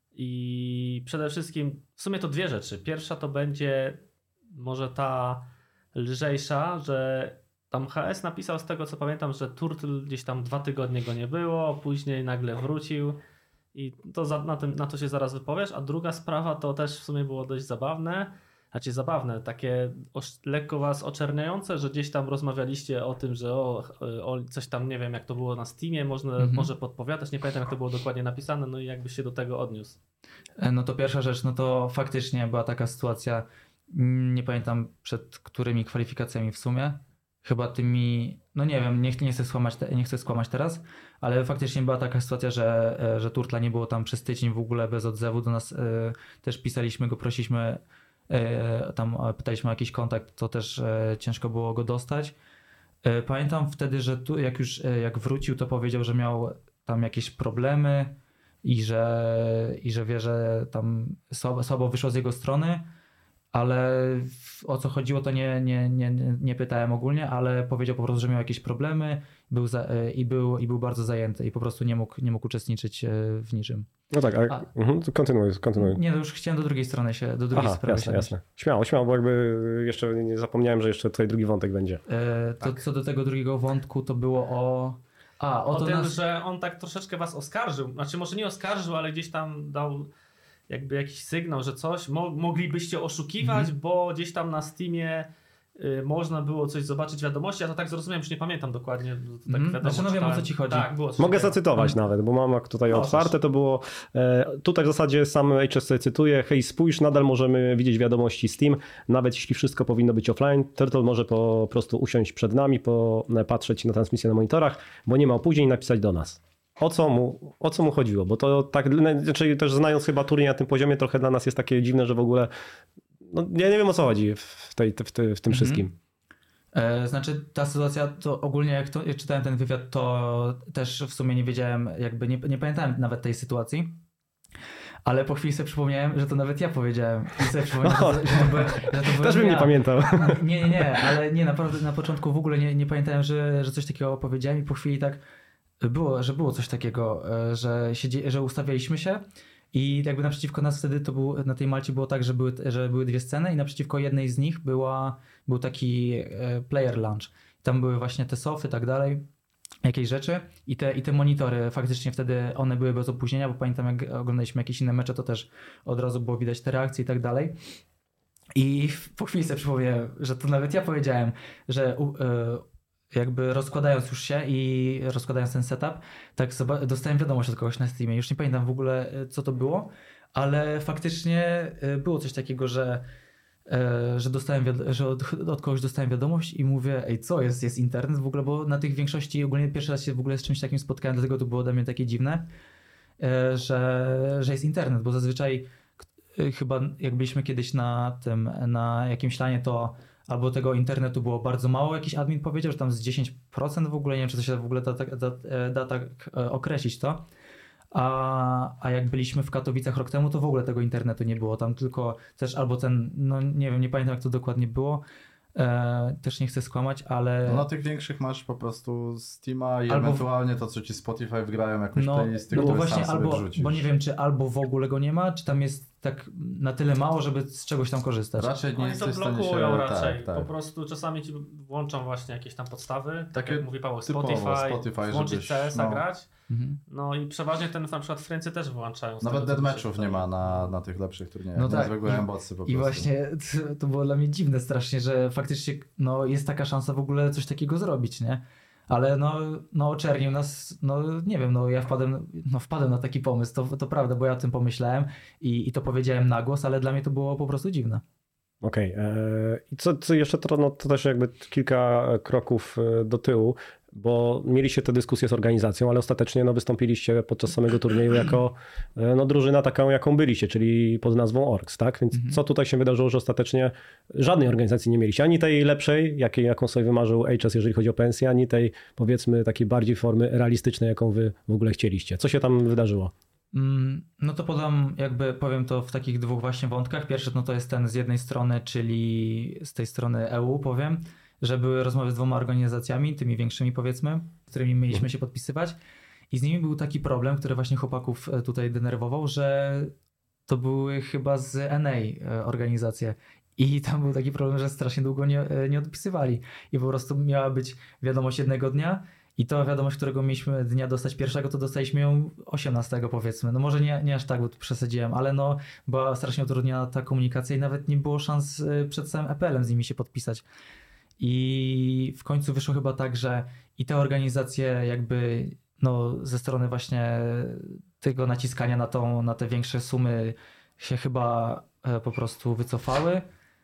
i przede wszystkim w sumie to dwie rzeczy. Pierwsza to będzie może ta lżejsza, że tam HS napisał, z tego co pamiętam, że Turtle gdzieś tam 2 tygodnie go nie było, później nagle wrócił i to na to się zaraz wypowiesz. A druga sprawa to też w sumie było dość zabawne, takie lekko was oczerniające, że gdzieś tam rozmawialiście o tym, że coś tam, nie wiem jak to było na Steamie, może podpowiadać, nie pamiętam jak to było dokładnie napisane, no i jakbyś się do tego odniósł. No to pierwsza rzecz, to faktycznie była taka sytuacja, nie pamiętam przed którymi kwalifikacjami w sumie, chyba tymi, nie wiem, nie chcę skłamać teraz, ale faktycznie była taka sytuacja, że Turtla nie było tam przez tydzień w ogóle bez odzewu. Do nas też pisaliśmy go, prosiliśmy, tam pytaliśmy o jakiś kontakt, to też ciężko było go dostać. Pamiętam wtedy, że jak wrócił, to powiedział, że miał tam jakieś problemy i że wie, że tam słabo wyszło z jego strony. Ale o co chodziło, to nie pytałem ogólnie, ale powiedział po prostu, że miał jakieś problemy i był bardzo zajęty i po prostu nie mógł uczestniczyć w niczym. No tak, kontynuuj. Nie, to już chciałem do drugiej strony sprawy. Jasne. Śmiało, bo jakby jeszcze nie zapomniałem, że jeszcze tutaj drugi wątek będzie. Co do tego drugiego wątku, to było o tym, że on tak troszeczkę was oskarżył. Znaczy może nie oskarżył, ale gdzieś tam dał jakby jakiś sygnał, że coś moglibyście oszukiwać, bo gdzieś tam na Steamie można było coś zobaczyć w wiadomości. Ja to tak zrozumiałem, już nie pamiętam dokładnie. Tak wiadomo, wiem o co ci chodzi. Tak, było Mogę zacytować nawet, bo mam tutaj otwarte, to było tutaj w zasadzie sam HS cytuje: hej, spójrz, nadal możemy widzieć wiadomości Steam, nawet jeśli wszystko powinno być offline, Turtle może po prostu usiąść przed nami, patrzeć na transmisję na monitorach, bo nie ma opóźnień, napisać do nas. o co mu chodziło, bo to tak, znaczy też znając chyba turniej na tym poziomie, trochę dla nas jest takie dziwne, że w ogóle, no ja nie wiem o co chodzi w tym wszystkim. Znaczy ta sytuacja, to ogólnie jak czytałem ten wywiad, to też w sumie nie wiedziałem, jakby nie pamiętałem nawet tej sytuacji. Ale po chwili sobie przypomniałem, że to nawet ja powiedziałem. I sobie przypomniałem, że to byłem też bym ja. nie pamiętał. Nie, ale nie, naprawdę na początku w ogóle nie pamiętałem, że coś takiego powiedziałem i po chwili tak było coś takiego, że ustawialiśmy się i jakby naprzeciwko nas wtedy na tej Malcie było tak, że były dwie sceny i naprzeciwko jednej z nich był taki player lunch. Tam były właśnie te sofy i tak dalej. Jakieś rzeczy i te monitory, faktycznie wtedy one były bez opóźnienia, bo pamiętam jak oglądaliśmy jakieś inne mecze, to też od razu było widać te reakcje i tak dalej. I po chwili sobie przypomniałem, że to nawet ja powiedziałem, że jakby rozkładając już się i rozkładając ten setup, tak dostałem wiadomość od kogoś na Steamie. Już nie pamiętam w ogóle co to było, ale faktycznie było coś takiego, że od kogoś dostałem wiadomość i mówię, ej, co jest internet w ogóle, bo na tych większości ogólnie pierwszy raz się w ogóle z czymś takim spotkałem, dlatego to było dla mnie takie dziwne, że jest internet, bo zazwyczaj chyba jak byliśmy kiedyś na jakimś lanie, to albo tego internetu było bardzo mało, jakiś admin powiedział, że tam z 10% w ogóle, nie wiem czy to się w ogóle da tak określić to. A jak byliśmy w Katowicach rok temu, to w ogóle tego internetu nie było. Tam tylko też albo no nie wiem, nie pamiętam jak to dokładnie było. Też nie chcę skłamać, ale... No na tych większych masz po prostu Steama i ewentualnie to, co ci Spotify wgrają, jakąś playlisty, no które właśnie, sam sobie wrzucisz. Bo nie wiem, czy albo w ogóle go nie ma, czy tam jest tak na tyle mało, żeby z czegoś tam korzystać. Raczej nie Oni jesteś to w stanie blokują się... raczej. Tak. Po prostu czasami ci włączą właśnie jakieś tam podstawy, tak Takie jak mówi Paweł, typowo Spotify włączyć CS-a grać. Mhm. No i przeważnie ten na przykład Francy też wyłączają. Nawet deathmatchów nie ma na tych lepszych turniejach. No tak. Zwykłe embotsy po prostu. I właśnie to było dla mnie dziwne strasznie, że faktycznie no, jest taka szansa w ogóle coś takiego zrobić, nie? Ale no oczernił nas, no nie wiem, no ja wpadłem na taki pomysł, to prawda, bo ja o tym pomyślałem i to powiedziałem na głos, ale dla mnie to było po prostu dziwne. Okej. I co jeszcze to też jakby kilka kroków do tyłu, bo mieliście tę dyskusję z organizacją, ale ostatecznie wystąpiliście podczas samego turnieju jako drużyna taką, jaką byliście, czyli pod nazwą Orks, tak? Więc co tutaj się wydarzyło, że ostatecznie żadnej organizacji nie mieliście, ani tej lepszej, jaką sobie wymarzył HS, jeżeli chodzi o pensję, ani tej powiedzmy takiej bardziej formy realistycznej, jaką wy w ogóle chcieliście. Co się tam wydarzyło? No to powiem to w takich dwóch właśnie wątkach. Pierwszy no to jest ten z jednej strony, czyli z tej strony EU powiem, że były rozmowy z dwoma organizacjami, tymi większymi powiedzmy, z którymi mieliśmy się podpisywać i z nimi był taki problem, który właśnie chłopaków tutaj denerwował, że to były chyba z NA organizacje i tam był taki problem, że strasznie długo nie odpisywali i po prostu miała być wiadomość jednego dnia i to wiadomość, którego mieliśmy dnia dostać pierwszego, to dostaliśmy ją 18 powiedzmy. No może nie aż tak, bo tu przesadziłem, ale no była strasznie utrudniona ta komunikacja i nawet nie było szans przed samym EPL-em z nimi się podpisać. I w końcu wyszło chyba tak, że i te organizacje jakby ze strony właśnie tego naciskania na te większe sumy się chyba po prostu wycofały.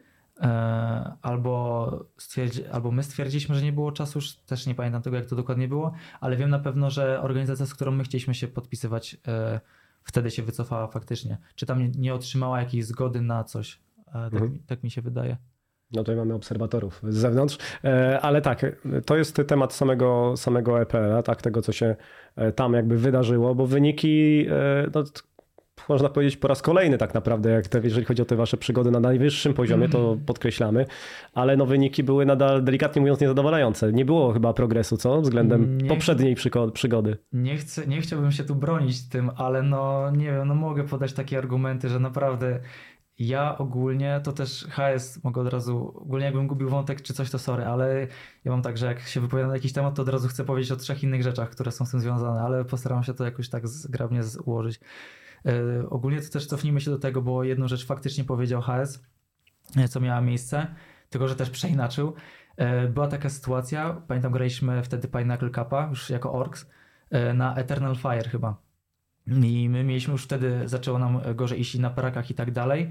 Albo my stwierdziliśmy, że nie było czasu, już też nie pamiętam tego jak to dokładnie było, ale wiem na pewno, że organizacja, z którą my chcieliśmy się podpisywać wtedy się wycofała faktycznie. Czy tam nie otrzymała jakiejś zgody na coś, tak mi się wydaje. No tutaj mamy obserwatorów z zewnątrz, ale tak, to jest temat samego EPL-a, tak, tego co się tam jakby wydarzyło, bo wyniki, można powiedzieć po raz kolejny tak naprawdę, jeżeli chodzi o te wasze przygody na najwyższym poziomie, to podkreślamy, ale wyniki były nadal delikatnie mówiąc niezadowalające. Nie było chyba progresu, co? Względem poprzedniej przygody. Nie chciałbym się tu bronić tym, ale nie wiem, mogę podać takie argumenty, że naprawdę ja ogólnie, to też HS mogę od razu, ogólnie jakbym gubił wątek czy coś, to sorry, ale ja mam tak, że jak się wypowiadam na jakiś temat, to od razu chcę powiedzieć o 3 innych rzeczach, które są z tym związane, ale postaram się to jakoś tak zgrabnie ułożyć. Ogólnie to też cofnijmy się do tego, bo jedną rzecz faktycznie powiedział HS, co miała miejsce, tylko że też przeinaczył. Była taka sytuacja, pamiętam graliśmy wtedy Pinnacle Cupa, już jako Orks, na Eternal Fire chyba. I my mieliśmy już wtedy, zaczęło nam gorzej iść i na parakach i tak dalej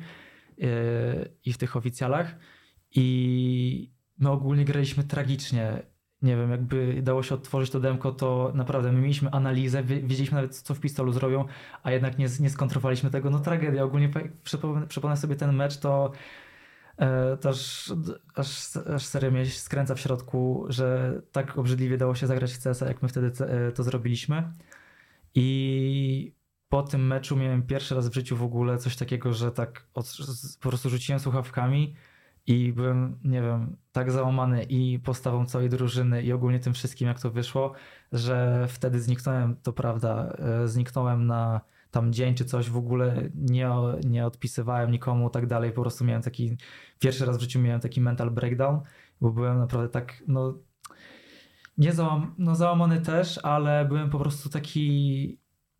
i w tych oficjalach i my ogólnie graliśmy tragicznie. nie wiem, jakby dało się odtworzyć to demko, to naprawdę my mieliśmy analizę, wiedzieliśmy nawet co w pistolu zrobią, a jednak nie skontrolowaliśmy tego, no tragedia. Ogólnie przypomnę sobie ten mecz, to aż serio mnie skręca w środku, że tak obrzydliwie dało się zagrać w CS-a, jak my wtedy to zrobiliśmy. I po tym meczu miałem pierwszy raz w życiu w ogóle coś takiego, że tak po prostu rzuciłem słuchawkami i byłem, nie wiem, tak załamany i postawą całej drużyny i ogólnie tym wszystkim, jak to wyszło, że wtedy zniknąłem, to prawda, zniknąłem na tam dzień czy coś, w ogóle nie odpisywałem nikomu, tak dalej, po prostu miałem taki, pierwszy raz w życiu miałem taki mental breakdown, bo byłem naprawdę tak, załamany też, ale byłem po prostu taki,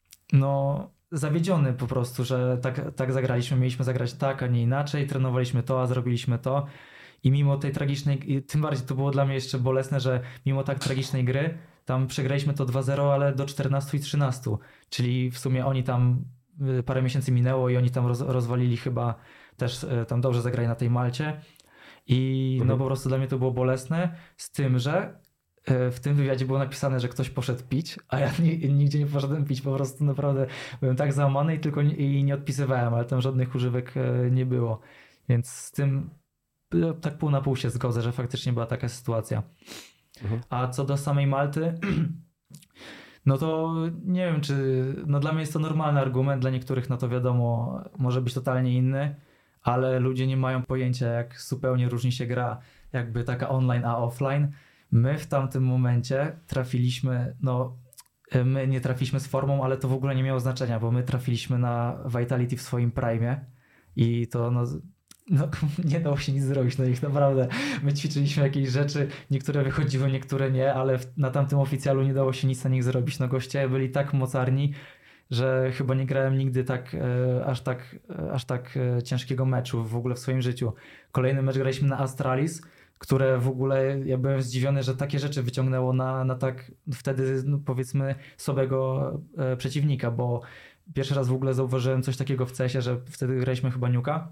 zawiedziony po prostu, że tak zagraliśmy, mieliśmy zagrać tak, a nie inaczej, trenowaliśmy to, a zrobiliśmy to i mimo tej tragicznej, tym bardziej to było dla mnie jeszcze bolesne, że mimo tak tragicznej gry, tam przegraliśmy to 2-0, ale do 14 i 13, czyli w sumie oni tam parę miesięcy minęło i oni tam rozwalili chyba też, tam dobrze zagrali na tej Malcie i po prostu dla mnie to było bolesne, z tym, że w tym wywiadzie było napisane, że ktoś poszedł pić, a ja nigdzie nie poszedłem pić, po prostu naprawdę byłem tak załamany i nie odpisywałem, ale tam żadnych używek nie było, więc z tym tak pół na pół się zgodzę, że faktycznie była taka sytuacja. A co do samej Malty, no to nie wiem, czy dla mnie jest to normalny argument, dla niektórych to wiadomo, może być totalnie inny, ale ludzie nie mają pojęcia, jak zupełnie różni się gra, jakby taka online a offline. My w tamtym momencie trafiliśmy, my nie trafiliśmy z formą, ale to w ogóle nie miało znaczenia, bo my trafiliśmy na Vitality w swoim prime i to nie dało się nic zrobić na nich, naprawdę. My ćwiczyliśmy jakieś rzeczy, niektóre wychodziły, niektóre nie, ale na tamtym oficjalu nie dało się nic na nich zrobić. Goście byli tak mocarni, że chyba nie grałem nigdy aż tak ciężkiego meczu w ogóle w swoim życiu. Kolejny mecz graliśmy na Astralis, które w ogóle, ja byłem zdziwiony, że takie rzeczy wyciągnęło na tak wtedy powiedzmy słabego przeciwnika, bo pierwszy raz w ogóle zauważyłem coś takiego w CS-ie, że wtedy graliśmy chyba Nuka.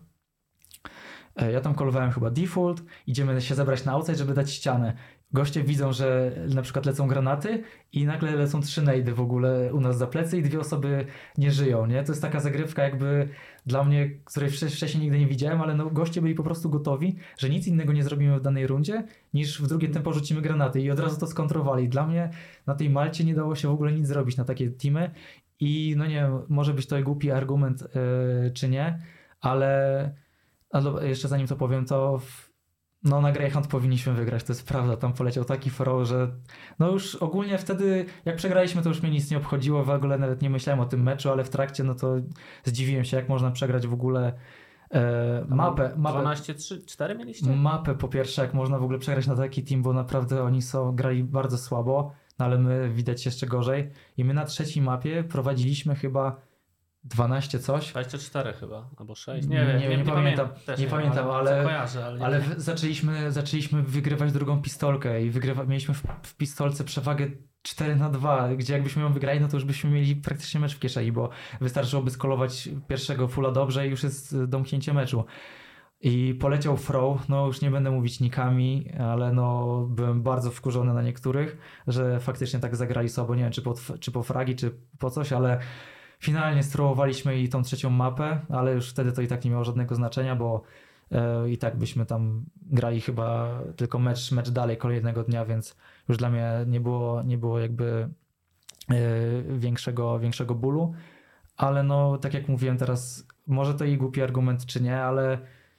Ja tam kolowałem chyba default, idziemy się zebrać na outside, żeby dać ścianę. Goście widzą, że na przykład lecą granaty i nagle lecą 3 nejdy w ogóle u nas za plecy i 2 osoby nie żyją, nie? To jest taka zagrywka jakby dla mnie, której wcześniej nigdy nie widziałem, ale goście byli po prostu gotowi, że nic innego nie zrobimy w danej rundzie, niż w drugie tempo rzucimy granaty i od razu to skontrowali. Dla mnie na tej Malcie nie dało się w ogóle nic zrobić na takie teamy i nie wiem, może być to głupi argument czy nie, ale jeszcze zanim to powiem, to na Greyhound powinniśmy wygrać, to jest prawda, tam poleciał taki throw, że już ogólnie wtedy jak przegraliśmy, to już mnie nic nie obchodziło, w ogóle nawet nie myślałem o tym meczu, ale w trakcie to zdziwiłem się, jak można przegrać w ogóle mapę. 12-3-4 mieliście? Mapę po pierwsze, jak można w ogóle przegrać na taki team, bo naprawdę oni grali bardzo słabo, ale my widać jeszcze gorzej i my na trzeciej mapie prowadziliśmy chyba 12 coś. 24 chyba, albo 6. Nie pamiętam. Też nie pamiętam, ale nie. zaczęliśmy wygrywać drugą pistolkę i mieliśmy w pistolce przewagę 4-2, gdzie jakbyśmy ją wygrali, to już byśmy mieli praktycznie mecz w kieszeni, bo wystarczyłoby skolować pierwszego fulla dobrze i już jest domknięcie meczu. I poleciał throw, już nie będę mówić nikami, ale byłem bardzo wkurzony na niektórych, że faktycznie tak zagrali słabo, nie wiem czy po fragi, czy po coś, ale finalnie strowowaliśmy i tą trzecią mapę, ale już wtedy to i tak nie miało żadnego znaczenia, bo i tak byśmy tam grali chyba tylko mecz dalej kolejnego dnia, więc już dla mnie nie było jakby większego bólu, ale tak jak mówiłem teraz, może to i głupi argument czy nie, ale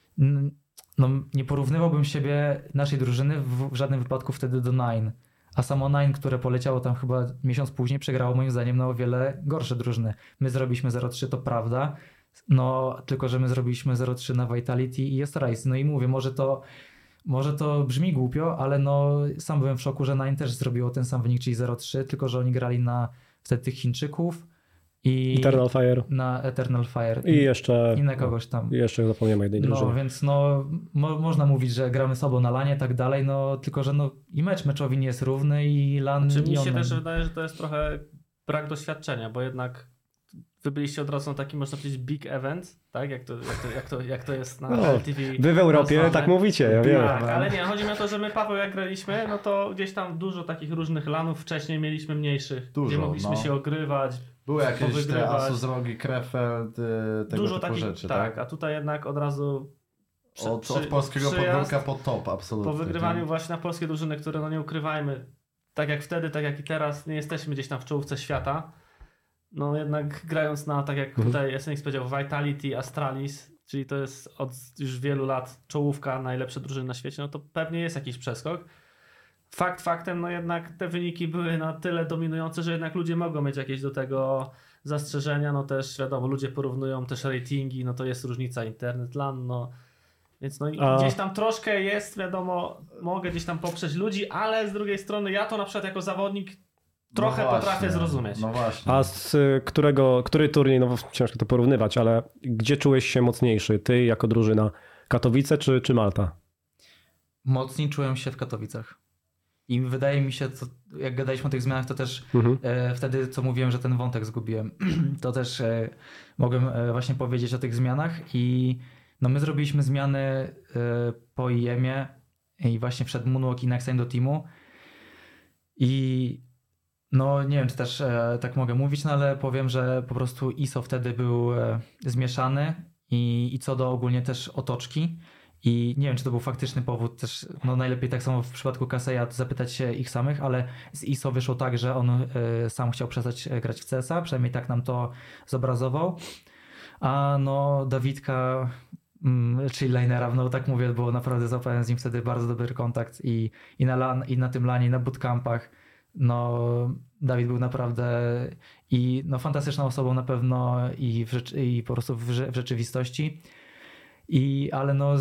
nie porównywałbym naszej drużyny w żadnym wypadku wtedy do Nine. A samo Nine, które poleciało tam chyba miesiąc później, przegrało moim zdaniem na o wiele gorsze drużyny. My zrobiliśmy 0-3, to prawda, tylko że my zrobiliśmy 0-3 na Vitality i Astralis. I mówię, może to brzmi głupio, ale sam byłem w szoku, że Nine też zrobiło ten sam wynik, czyli 0-3, tylko że oni grali na wtedy tych Chińczyków i Eternal Fire. Na Eternal Fire. I jeszcze... I na kogoś tam. I jeszcze zapomniałem o jednej drużynie. Więc można mówić, że gramy sobą na lanie i tak dalej, tylko że i meczowi nie jest równy i lan... Mi się też wydaje, że to jest trochę brak doświadczenia, bo jednak wy byliście od razu na taki, można powiedzieć, big event, tak? Jak to jest na No, LTV. wy w Europie nazwane. tak mówicie, ja wiem. Tak, ale nie, chodzi mi o to, że my, Paweł, jak graliśmy, no to gdzieś tam dużo takich różnych lanów wcześniej mieliśmy mniejszych, Dużo, gdzie mogliśmy się ogrywać, Były jakieś te powygrywać. Asus Rogi, Krefeld, tego Dużo typu takich, rzeczy, tak, tak? a tutaj jednak od razu Od polskiego przyjazd, podwórka po top, absolutnie. po wygrywaniu właśnie na polskie drużyny, które, no nie ukrywajmy, tak jak wtedy, tak jak i teraz, nie jesteśmy gdzieś tam w czołówce świata. No jednak grając na, tak jak tutaj SNX powiedział, Vitality, Astralis, czyli to jest od już wielu lat czołówka, najlepsze drużyny na świecie, no to pewnie jest jakiś przeskok. Fakt faktem, no jednak te wyniki były na tyle dominujące, że jednak ludzie mogą mieć jakieś do tego zastrzeżenia, no też wiadomo, ludzie porównują też ratingi, no to jest różnica internet, LAN, no więc no i gdzieś tam troszkę jest, wiadomo, mogę gdzieś tam poprzeć ludzi, ale z drugiej strony ja to na przykład jako zawodnik trochę No właśnie, potrafię zrozumieć. No właśnie. A z który turniej, no ciężko to porównywać, ale gdzie czułeś się mocniejszy? Ty jako drużyna Katowice czy Malta? Mocniej czułem się w Katowicach. I wydaje mi się, jak gadaliśmy o tych zmianach, to też wtedy, co mówiłem, że ten wątek zgubiłem, to też mogłem właśnie powiedzieć o tych zmianach. I no my zrobiliśmy zmiany po IEM-ie i właśnie wszedł Moonwalk i Nextime do teamu. I no nie wiem, czy też tak mogę mówić, no ale powiem, że po prostu ISO wtedy był zmieszany i co do ogólnie też otoczki. I nie wiem, czy to był faktyczny powód też, no najlepiej tak samo w przypadku Kaseya zapytać się ich samych, ale z ISO wyszło tak, że on sam chciał przestać grać w CS-a, przynajmniej tak nam to zobrazował. A no Dawidka, czyli lanera, no tak mówię, bo naprawdę złapałem z nim wtedy bardzo dobry kontakt i na tym lanie, na bootcampach. No Dawid był naprawdę i no fantastyczną osobą na pewno i po prostu w rzeczywistości. Ale no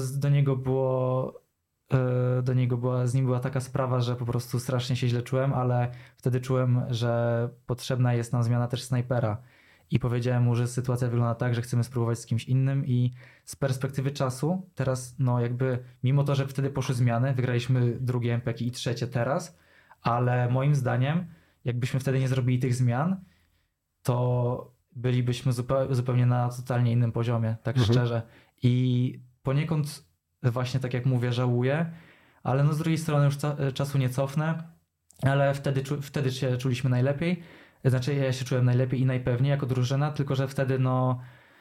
z nim była taka sprawa, że po prostu strasznie się źle czułem, ale wtedy czułem, że potrzebna jest nam zmiana też snajpera. I powiedziałem mu, że sytuacja wygląda tak, że chcemy spróbować z kimś innym i z perspektywy czasu teraz, no jakby mimo to, że wtedy poszły zmiany, wygraliśmy drugie MPK i trzecie teraz, ale moim zdaniem, jakbyśmy wtedy nie zrobili tych zmian, to bylibyśmy zupełnie na totalnie innym poziomie, tak szczerze. I poniekąd właśnie tak jak mówię, żałuję, ale no z drugiej strony już czasu nie cofnę, ale wtedy się czuliśmy najlepiej. Znaczy ja się czułem najlepiej i najpewniej jako drużyna, tylko że wtedy no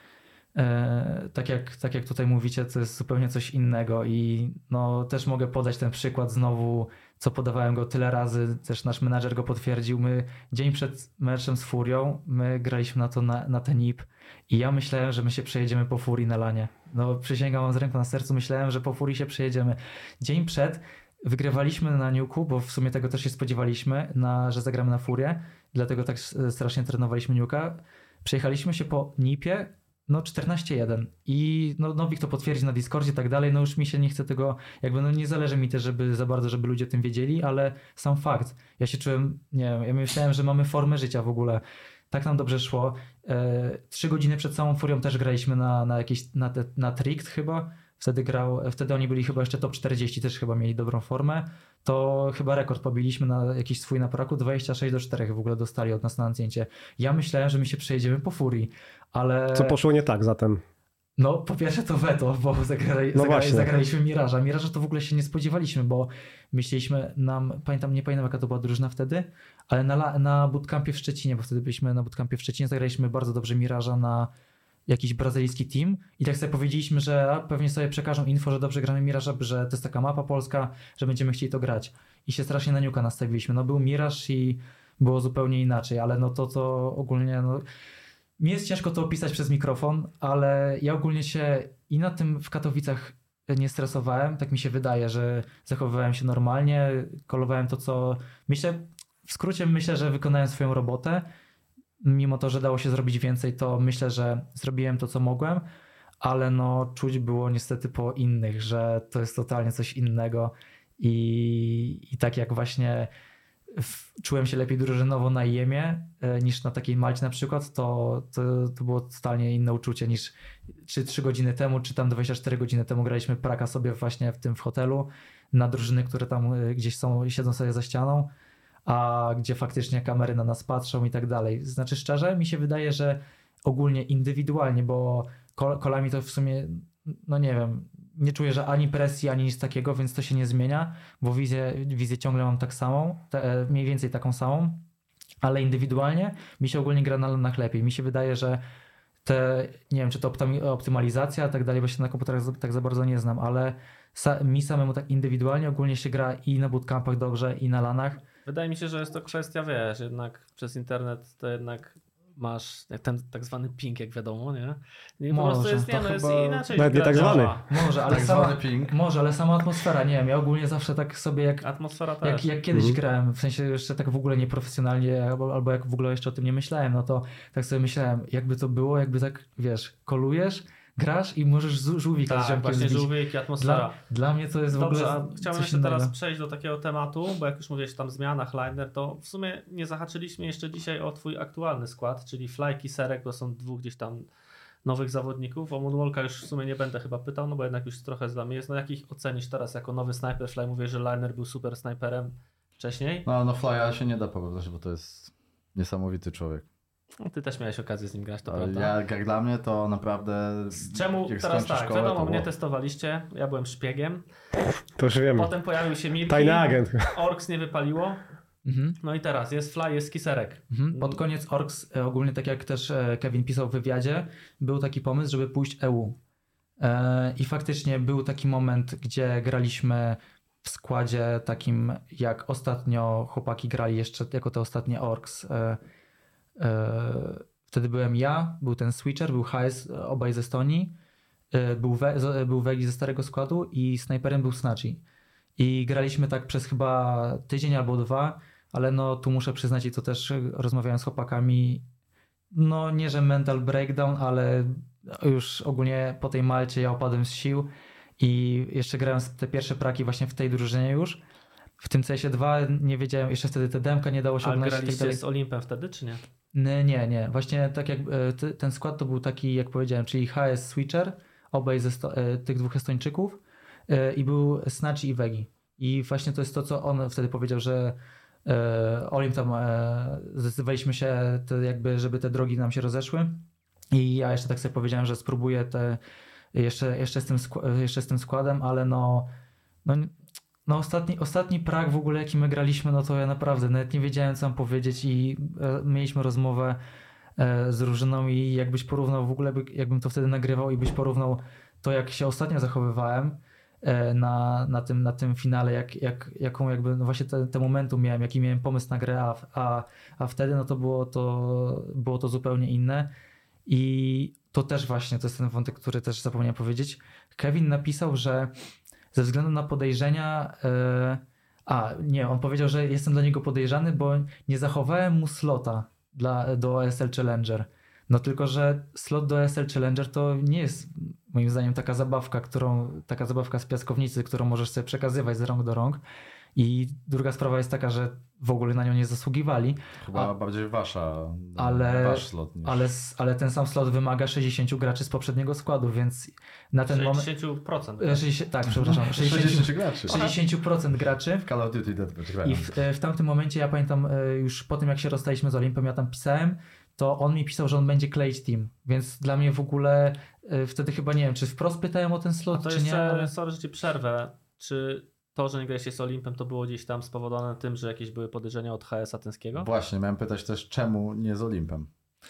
tak jak tutaj mówicie, to jest zupełnie coś innego i no też mogę podać ten przykład znowu, co podawałem go tyle razy, też nasz menadżer go potwierdził. My dzień przed meczem z Furią, my graliśmy na ten NIP i ja myślałem, że my się przejedziemy po Furii na lanie. No przysięgam wam z ręką na sercu, myślałem, że po Furii się przejedziemy. Dzień przed wygrywaliśmy na Nuke'u, bo w sumie tego też się spodziewaliśmy, że zagramy na Furię, dlatego tak strasznie trenowaliśmy Nuke'a. Przejechaliśmy się po NIP-ie, no 14-1 i no Nowik to potwierdzi na Discordzie i tak dalej, no już mi się nie chce tego, jakby no nie zależy mi też, żeby ludzie o tym wiedzieli, ale sam fakt, ja się czułem, nie wiem, ja myślałem, że mamy formę życia w ogóle, tak nam dobrze szło, 3 godziny przed samą Furią też graliśmy na Tricked chyba, wtedy oni byli chyba jeszcze top 40, też chyba mieli dobrą formę, to chyba rekord pobiliśmy na jakiś swój na Praku, 26-4 w ogóle dostali od nas na Anciencie. Ja myślałem, że my się przejedziemy po Furii, ale... Co poszło nie tak zatem? No po pierwsze to weto, bo zagraliśmy Miraża. Miraża to w ogóle się nie spodziewaliśmy, bo myśleliśmy nie pamiętam jaka to była drużyna wtedy, ale na bootcampie w Szczecinie, bo wtedy byliśmy na bootcampie w Szczecinie, zagraliśmy bardzo dobrze Miraża na jakiś brazylijski team i tak sobie powiedzieliśmy, że pewnie sobie przekażą info, że dobrze gramy Miraża, że to jest taka mapa polska, że będziemy chcieli to grać. I się strasznie na Nuke'a nastawiliśmy. No był Miraż i było zupełnie inaczej, ale no to ogólnie no... Mi jest ciężko to opisać przez mikrofon, ale ja ogólnie się i na tym w Katowicach nie stresowałem, tak mi się wydaje, że zachowywałem się normalnie, kolowałem to, co w skrócie myślę, że wykonałem swoją robotę. Mimo to, że dało się zrobić więcej, to myślę, że zrobiłem to, co mogłem, ale no czuć było niestety po innych, że to jest totalnie coś innego i tak jak właśnie czułem się lepiej drużynowo na IEM-ie niż na takiej Malcie na przykład, to było totalnie inne uczucie niż 3 godziny temu, czy tam 24 godziny temu graliśmy praka sobie właśnie w hotelu na drużyny, które tam gdzieś siedzą sobie za ścianą, a gdzie faktycznie kamery na nas patrzą i tak dalej. Znaczy szczerze, mi się wydaje, że ogólnie indywidualnie, bo kolami to w sumie, no nie wiem, nie czuję, że ani presji, ani nic takiego, więc to się nie zmienia, bo wizję ciągle mam tak samą, mniej więcej taką samą, ale indywidualnie mi się ogólnie gra na lanach lepiej. Mi się wydaje, że nie wiem, czy to optymalizacja i tak dalej, bo się na komputerach tak za bardzo nie znam, ale mi samemu tak indywidualnie ogólnie się gra i na bootcampach dobrze, i na lanach. Wydaje mi się, że jest to kwestia, wiesz, jednak przez internet to jednak masz ten tak zwany ping, jak wiadomo, nie? I po prostu jest, to jest chyba inaczej. nawet nie gra tak działa. zwany. Może, ale Tak sama, zwany ping. może, ale sama atmosfera, nie wiem, ja ogólnie zawsze tak sobie Atmosfera też. jak kiedyś grałem, w sensie jeszcze tak w ogóle nieprofesjonalnie, albo jak w ogóle jeszcze o tym nie myślałem, no to tak sobie myślałem, jakby to było, jakby tak, wiesz, kolujesz, grasz i możesz żółwika z Tak, ziomkiem właśnie zbić. żółwik i atmosfera. Dla mnie to jest w Dobrze, ogóle a chciałbym coś jeszcze innego. teraz przejść do takiego tematu, bo jak już mówiłeś tam zmianach liner, to w sumie nie zahaczyliśmy jeszcze dzisiaj o twój aktualny skład, czyli Flyki, Serek, to są dwóch gdzieś tam nowych zawodników. O Moonwalka już w sumie nie będę chyba pytał, no bo jednak już trochę z wami jest. No jakich ocenisz teraz jako nowy snajper? Fly mówię, że liner był super snajperem wcześniej. No Fly'a się nie da porównać, bo to jest niesamowity człowiek. No, ty też miałeś okazję z nim grać, to Ale prawda? jak dla mnie to naprawdę... Czemu jak teraz skończy tak, szkołę, wiadomo, to mnie wow. testowaliście, ja byłem szpiegiem, To już wiemy. potem pojawił się Milki, Tajny agent. Orks nie wypaliło, Mhm. no i teraz jest Fly, jest Kiserek. Pod koniec Orks, ogólnie tak jak też Kevin pisał w wywiadzie, był taki pomysł, żeby pójść EU. I faktycznie był taki moment, gdzie graliśmy w składzie takim, jak ostatnio chłopaki grali jeszcze jako te ostatnie Orks. Wtedy byłem ja, był ten Switcher, był HS, obaj z Estonii, był Wegi ze starego składu i snajperem był Snatchy. I graliśmy tak przez chyba tydzień albo 2, ale no tu muszę przyznać i to też rozmawiałem z chłopakami, no nie, że mental breakdown, ale już ogólnie po tej Malcie ja opadłem z sił i jeszcze grałem te pierwsze praki właśnie w tej drużynie już. W tym CS2 nie wiedziałem, jeszcze wtedy te demka nie dało się A odnaleźć i tak graliście dalej. z Olimpem wtedy, czy nie? Nie. Właśnie tak jak ten skład to był taki, jak powiedziałem, czyli HS Switcher, obaj tych dwóch Estończyków i był Snatchy i Wegi. I właśnie to jest to, co on wtedy powiedział, że Olimp tam zdecydowaliśmy się jakby, żeby te drogi nam się rozeszły. I ja jeszcze tak sobie powiedziałem, że spróbuję jeszcze z tym składem, ale no ostatni prak w ogóle, jaki my graliśmy, no to ja naprawdę nawet nie wiedziałem, co mam powiedzieć i mieliśmy rozmowę z drużyną i jakbyś porównał w ogóle, jakbym to wtedy nagrywał i byś porównał to, jak się ostatnio zachowywałem na tym finale, jaką jakby no właśnie te momentum miałem, jaki miałem pomysł na grę, a wtedy no to było to zupełnie inne. I to też właśnie, to jest ten wątek, który też zapomniałem powiedzieć. Kevin napisał, że ze względu na podejrzenia, on powiedział, że jestem dla niego podejrzany, bo nie zachowałem mu slota do ESL Challenger. No tylko, że slot do ESL Challenger to nie jest moim zdaniem taka zabawka z piaskownicy, którą możesz sobie przekazywać z rąk do rąk. I druga sprawa jest taka, że w ogóle na nią nie zasługiwali. Chyba bardziej wasz slot niż... Ale ten sam slot wymaga 60 graczy z poprzedniego składu, więc na ten 60%. tak, przepraszam. 60 graczy. 60% graczy. W Call of Duty Deathmatch grają. I w tamtym momencie ja pamiętam już po tym, jak się rozstaliśmy z Olimpem, ja tam pisałem, to on mi pisał, że on będzie kleić team. Więc dla mnie w ogóle wtedy chyba nie wiem, czy wprost pytałem o ten slot, To czy jeszcze, nie. Ale... sorry, że ci przerwę. Czy to, że nie graliście z Olimpem, to było gdzieś tam spowodowane tym, że jakieś były podejrzenia od HS Ateńskiego? Właśnie, miałem pytać też, czemu nie z Olimpem?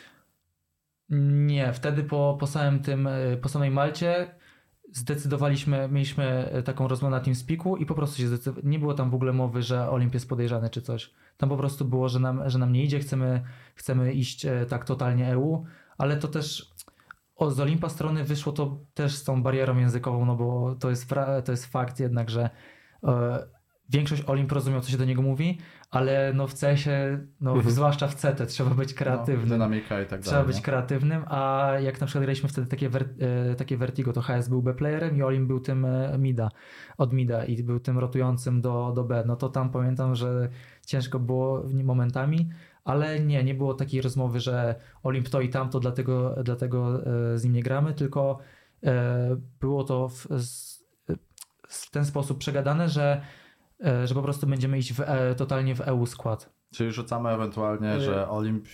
Nie, wtedy po samej Malcie mieliśmy taką rozmowę na TeamSpeaku i po prostu nie było tam w ogóle mowy, że Olimp jest podejrzany czy coś. Tam po prostu było, że nam nie idzie, chcemy iść tak totalnie EU, ale to też z Olimpa strony wyszło to też z tą barierą językową, no bo to jest fakt jednak, że większość Olimp rozumiał, co się do niego mówi, ale no w CS-ie, zwłaszcza w CT, trzeba być kreatywnym. Dynamika i tak dalej. Trzeba być kreatywnym, a jak na przykład graliśmy wtedy takie Vertigo, to HS był B-playerem i Olimp był tym od mida i był tym rotującym do B. No to tam pamiętam, że ciężko było momentami, ale nie było takiej rozmowy, że Olimp to i tamto, dlatego z nim nie gramy, tylko było to w ten sposób przegadane, że po prostu będziemy iść totalnie w EU skład. Czyli rzucamy ewentualnie, że Olimp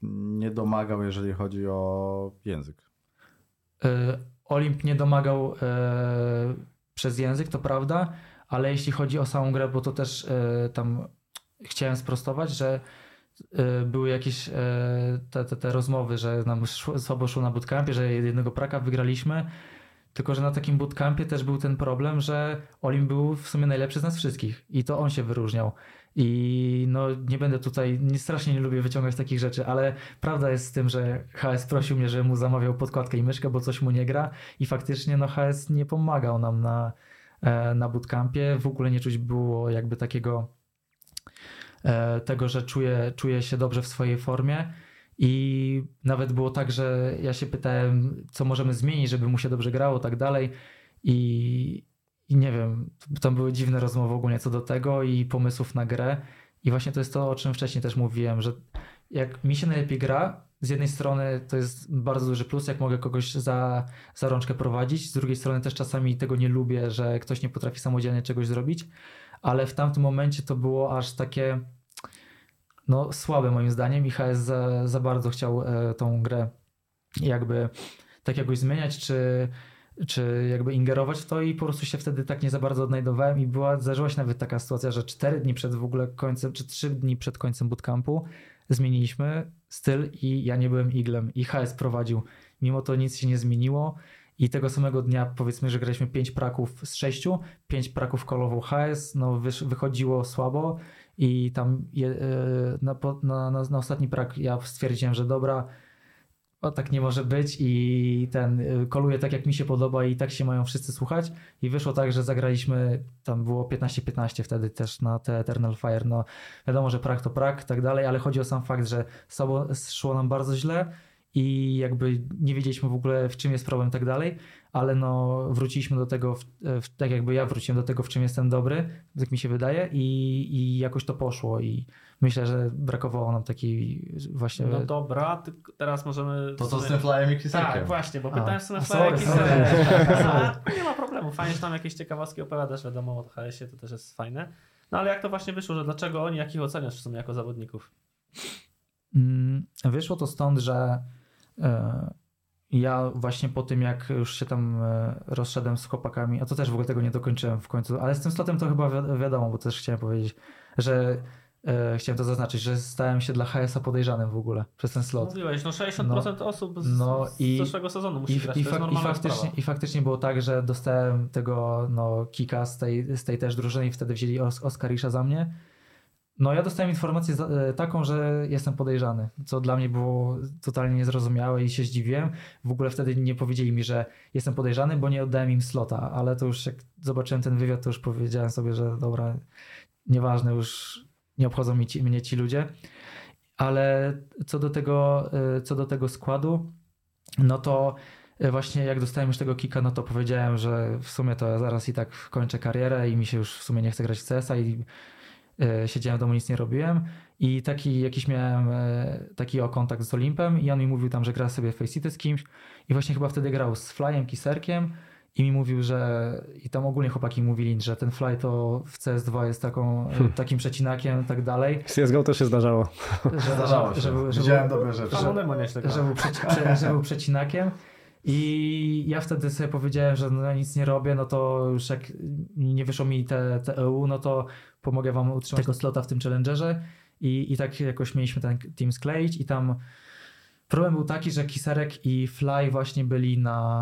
nie domagał, jeżeli chodzi o język. Olimp nie domagał przez język, to prawda, ale jeśli chodzi o samą grę, bo to też tam chciałem sprostować, że były jakieś te rozmowy, że nam słabo szło na bootcampie, że jednego praka wygraliśmy, tylko że na takim bootcampie też był ten problem, że Olimp był w sumie najlepszy z nas wszystkich i to on się wyróżniał. I no nie będę tutaj, strasznie nie lubię wyciągać takich rzeczy, ale prawda jest z tym, że HS prosił mnie, żebym mu zamawiał podkładkę i myszkę, bo coś mu nie gra i faktycznie no HS nie pomagał nam na bootcampie. W ogóle nie czuć było jakby takiego tego, że czuję się dobrze w swojej formie i nawet było tak, że ja się pytałem, co możemy zmienić, żeby mu się dobrze grało, tak dalej i nie wiem, tam były dziwne rozmowy ogólnie co do tego i pomysłów na grę i właśnie to jest to, o czym wcześniej też mówiłem, że jak mi się najlepiej gra, z jednej strony to jest bardzo duży plus, jak mogę kogoś za rączkę prowadzić, z drugiej strony też czasami tego nie lubię, że ktoś nie potrafi samodzielnie czegoś zrobić, ale w tamtym momencie to było aż takie no słabe moim zdaniem i HS za bardzo chciał tą grę jakby tak jakoś zmieniać, czy jakby ingerować w to i po prostu się wtedy tak nie za bardzo odnajdowałem i zdarzyła się nawet taka sytuacja, że 4 dni przed w ogóle końcem, czy 3 dni przed końcem bootcampu zmieniliśmy styl i ja nie byłem iglem i HS prowadził. Mimo to nic się nie zmieniło i tego samego dnia powiedzmy, że graliśmy 5 praków z 6, 5 praków kolował HS, no wychodziło słabo i tam na ostatni prak ja stwierdziłem, że dobra, o tak nie może być i koluje tak jak mi się podoba i tak się mają wszyscy słuchać i wyszło tak, że zagraliśmy, tam było 15-15 wtedy też na te Eternal Fire, no wiadomo, że prak to prak tak dalej, ale chodzi o sam fakt, że szło nam bardzo źle i jakby nie wiedzieliśmy w ogóle w czym jest problem tak dalej, ale no wróciliśmy do tego, tak jakby ja wróciłem do tego, w czym jestem dobry, tak mi się wydaje i jakoś to poszło i myślę, że brakowało nam takiej właśnie... No dobra, teraz możemy... To co z tym flyem i kiserkiem? Tak, właśnie, bo pytałem w sumie sorry. Nie ma problemu, fajnie, że tam jakieś ciekawostki opowiadasz, wiadomo, o HS-ie to też jest fajne. No ale jak to właśnie wyszło, że dlaczego oni, jakich oceniasz w sumie jako zawodników? Wyszło to stąd, że ja właśnie po tym, jak już się tam rozszedłem z chłopakami, a to też w ogóle tego nie dokończyłem w końcu, ale z tym slotem to chyba wiadomo, bo też chciałem powiedzieć, że chciałem to zaznaczyć, że stałem się dla HS-a podejrzanym w ogóle przez ten slot. Mówiłeś, no 60% osób z zeszłego sezonu musi grać, to jest normalna sprawa. I faktycznie było tak, że dostałem tego kicka z tej też drużyny i wtedy wzięli Oskarisza za mnie. No ja dostałem informację taką, że jestem podejrzany, co dla mnie było totalnie niezrozumiałe i się zdziwiłem. W ogóle wtedy nie powiedzieli mi, że jestem podejrzany, bo nie oddałem im slota, ale to już jak zobaczyłem ten wywiad, to już powiedziałem sobie, że dobra, nieważne, już nie obchodzą mnie ci ludzie. Ale co do tego składu, no to właśnie jak dostałem już tego kicka, no to powiedziałem, że w sumie to ja zaraz i tak kończę karierę i mi się już w sumie nie chce grać w CS-a i siedziałem w domu, nic nie robiłem i miałem taki kontakt z Olimpem i on mi mówił tam, że gra sobie w Faceit z kimś i właśnie chyba wtedy grał z Flyem, Kiserkiem i mi mówił, że i tam ogólnie chłopaki mówili, że ten Fly to w CS2 jest takim przecinakiem i tak dalej. W CSGO też się zdarzało. Zdarzało się. Widziałem dobre rzeczy. Że był przecinakiem. I ja wtedy sobie powiedziałem, że no, nic nie robię, no to już jak nie wyszło mi te EU, no to pomogę wam utrzymać tego slota w tym challengerze i tak jakoś mieliśmy ten team skleić i tam problem był taki, że Kiserek i Fly właśnie byli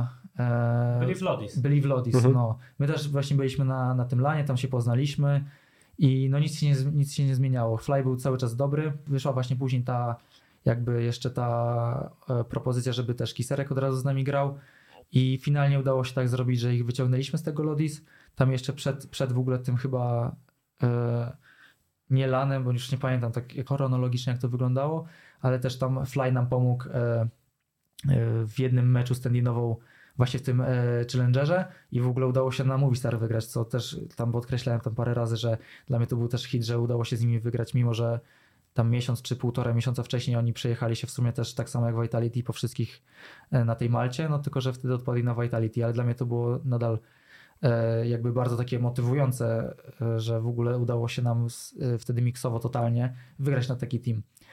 byli w Lodis, no. My też właśnie byliśmy na tym lanie, tam się poznaliśmy i no nic się nie zmieniało. Fly był cały czas dobry, wyszła właśnie później jeszcze ta propozycja, żeby też Kiserek od razu z nami grał i finalnie udało się tak zrobić, że ich wyciągnęliśmy z tego Lodis. Tam jeszcze przed w ogóle tym chyba nie lanem, bo już nie pamiętam tak chronologicznie jak to wyglądało, ale też tam Fly nam pomógł w jednym meczu stand-inował właśnie w tym challengerze i w ogóle udało się na Movistar wygrać, co też tam podkreślałem tam parę razy, że dla mnie to był też hit, że udało się z nimi wygrać, mimo że tam miesiąc czy półtora miesiąca wcześniej oni przejechali się w sumie też tak samo jak Vitality po wszystkich na tej Malcie, no tylko że wtedy odpadli na Vitality, ale dla mnie to było nadal jakby bardzo takie motywujące, że w ogóle udało się nam wtedy miksowo totalnie wygrać na taki team.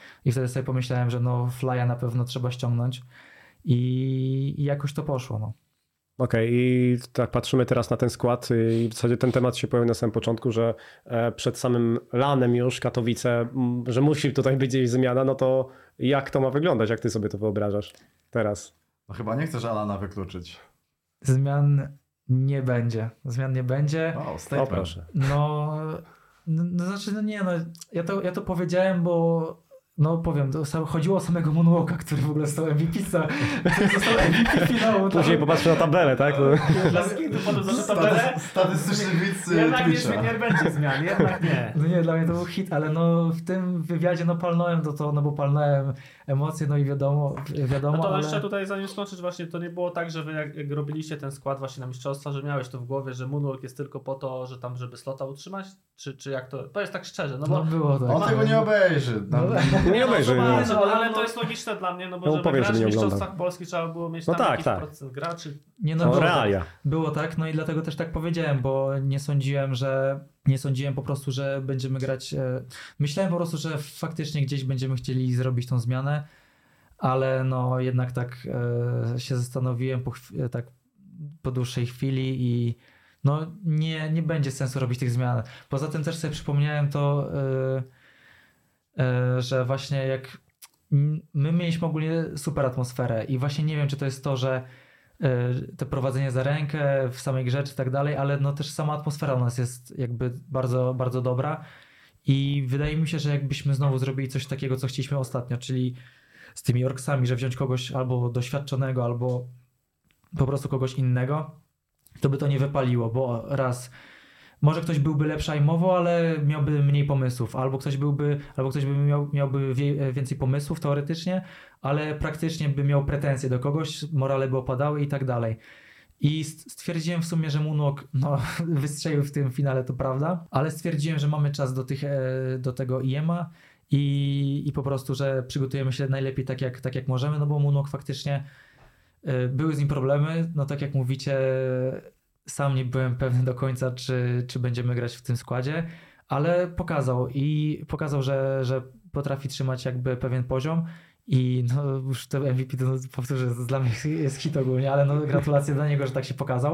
i wtedy sobie pomyślałem, że no Flya na pewno trzeba ściągnąć i jakoś to poszło. No. Okej, i tak patrzymy teraz na ten skład i w zasadzie ten temat się pojawił na samym początku, że przed samym lanem już Katowice, że musi tutaj być gdzieś zmiana, no to jak to ma wyglądać, jak ty sobie to wyobrażasz teraz? No chyba nie chcesz Alana wykluczyć. Zmian nie będzie. O, O statement. proszę. No znaczy, no nie, no ja to powiedziałem, bo no powiem, chodziło o samego Moonwalka, który w ogóle został MVP, który został MVP finału. Później popatrzę na tabelę, tak? Dla skitu potem za tabelę. Statystyczny widz Jednak Twitcha. nie będzie zmian, jednak nie. No nie, dla mnie to był hit, ale no w tym wywiadzie no palnąłem to, no bo palnąłem emocje, no i wiadomo, No to ale... jeszcze tutaj zanim skończysz, właśnie to nie było tak, że wy jak robiliście ten skład właśnie na mistrzostwa, że miałeś to w głowie, że Moonwalk jest tylko po to, że tam żeby slota utrzymać? Czy jak to? To jest tak szczerze, no bo... No było tak. On tego nie obejrzy. Nie obejrzy. No, nie. no, ale to jest logiczne dla mnie, no bo No, żeby powiem, grać że w nie oglądam. mistrzostwach Polski trzeba było mieć No tam tak, jakiś tak. procent graczy. Nie, no No było realia. tak. Było tak, no i dlatego też tak powiedziałem, bo nie sądziłem po prostu, że będziemy grać. Myślałem po prostu, że faktycznie gdzieś będziemy chcieli zrobić tą zmianę, ale no jednak tak się zastanowiłem tak po dłuższej chwili i no nie będzie sensu robić tych zmian. Poza tym też sobie przypomniałem to, że właśnie jak my mieliśmy ogólnie super atmosferę i właśnie nie wiem, czy to jest to, że te prowadzenie za rękę w samej grze czy tak dalej, ale no też sama atmosfera u nas jest jakby bardzo, bardzo dobra i wydaje mi się, że jakbyśmy znowu zrobili coś takiego, co chcieliśmy ostatnio, czyli z tymi Orksami, że wziąć kogoś albo doświadczonego, albo po prostu kogoś innego, to by to nie wypaliło, bo raz może ktoś byłby lepszy aimowo, ale miałby mniej pomysłów, albo ktoś miałby więcej pomysłów teoretycznie, ale praktycznie by miał pretensje do kogoś, morale by opadały i tak dalej. I stwierdziłem w sumie, że Moonwalk wystrzelił w tym finale, to prawda, ale stwierdziłem, że mamy czas do tego IEM-a i po prostu, że przygotujemy się najlepiej tak jak możemy, no bo Moonwalk faktycznie były z nim problemy, no tak jak mówicie, sam nie byłem pewny do końca, czy będziemy grać w tym składzie, ale pokazał, że potrafi trzymać jakby pewien poziom i no już to MVP, to powtórzę, dla mnie jest hit ogólnie, ale no gratulacje dla niego, że tak się pokazał.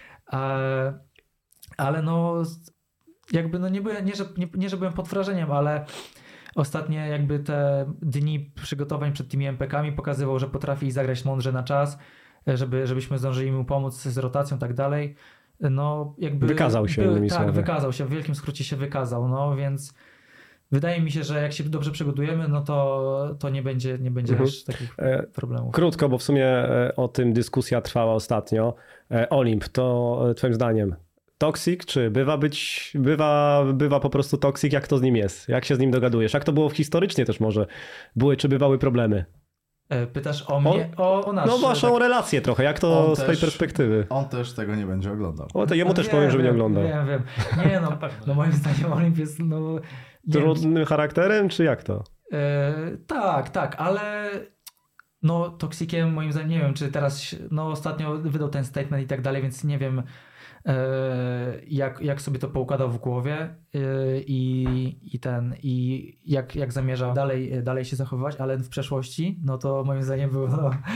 Ale no jakby no nie, że byłem pod wrażeniem, ale ostatnie jakby te dni przygotowań przed tymi MPK-ami pokazywał, że potrafi zagrać mądrze na czas, żebyśmy zdążyli mu pomóc z rotacją i tak dalej. No jakby Wykazał się innymi tak, słowy. wykazał się, w wielkim skrócie się wykazał, no więc wydaje mi się, że jak się dobrze przygotujemy, no to nie będzie aż takich problemów. Krótko, bo w sumie o tym dyskusja trwała ostatnio. Olimp, to twoim zdaniem toksik, czy bywa po prostu toksik? Jak to z nim jest? Jak się z nim dogadujesz? Jak to było historycznie też może? Czy bywały problemy? Pytasz o mnie, o nas. No waszą tak. relację trochę, jak to z tej perspektywy? On też tego nie będzie oglądał. O, to jemu też powiem, żeby nie oglądał. Wiem. Nie no moim zdaniem Olimp jest Trudnym charakterem, czy jak to? Tak, ale no toksikiem moim zdaniem, nie wiem, czy teraz, no ostatnio wydał ten statement i tak dalej, więc nie wiem jak sobie to poukładał w głowie i jak zamierza dalej się zachowywać, ale w przeszłości, no to moim zdaniem był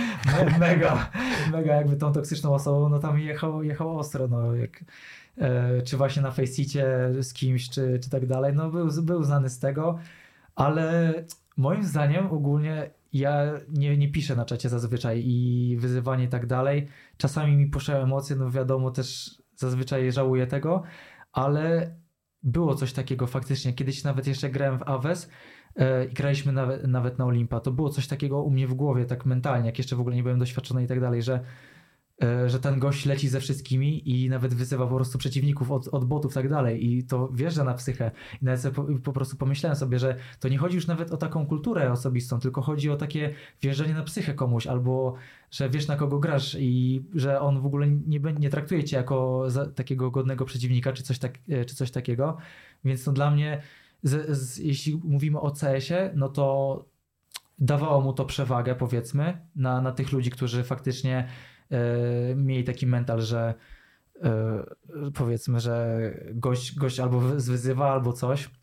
mega jakby tą toksyczną osobą, no tam jechał ostro, no czy właśnie na Faceicie z kimś, czy tak dalej, no był znany z tego, ale moim zdaniem ogólnie ja nie piszę na czacie zazwyczaj i wyzywanie i tak dalej. Czasami mi poszły emocje, no wiadomo, też zazwyczaj żałuję tego, ale było coś takiego faktycznie. Kiedyś nawet jeszcze grałem w Aves i graliśmy nawet na Olimpa. To było coś takiego u mnie w głowie, tak mentalnie, jak jeszcze w ogóle nie byłem doświadczony i tak dalej, że ten gość leci ze wszystkimi i nawet wyzywa po prostu przeciwników od botów i tak dalej i to wjeżdża na psychę i nawet sobie po prostu pomyślałem sobie, że to nie chodzi już nawet o taką kulturę osobistą, tylko chodzi o takie wjeżdżanie na psychę komuś albo, że wiesz na kogo grasz i że on w ogóle nie traktuje cię jako takiego godnego przeciwnika czy coś takiego, więc to dla mnie jeśli mówimy o CS-ie, no to dawało mu to przewagę powiedzmy na tych ludzi, którzy faktycznie mieli taki mental, że powiedzmy, że gość albo wyzywa albo coś,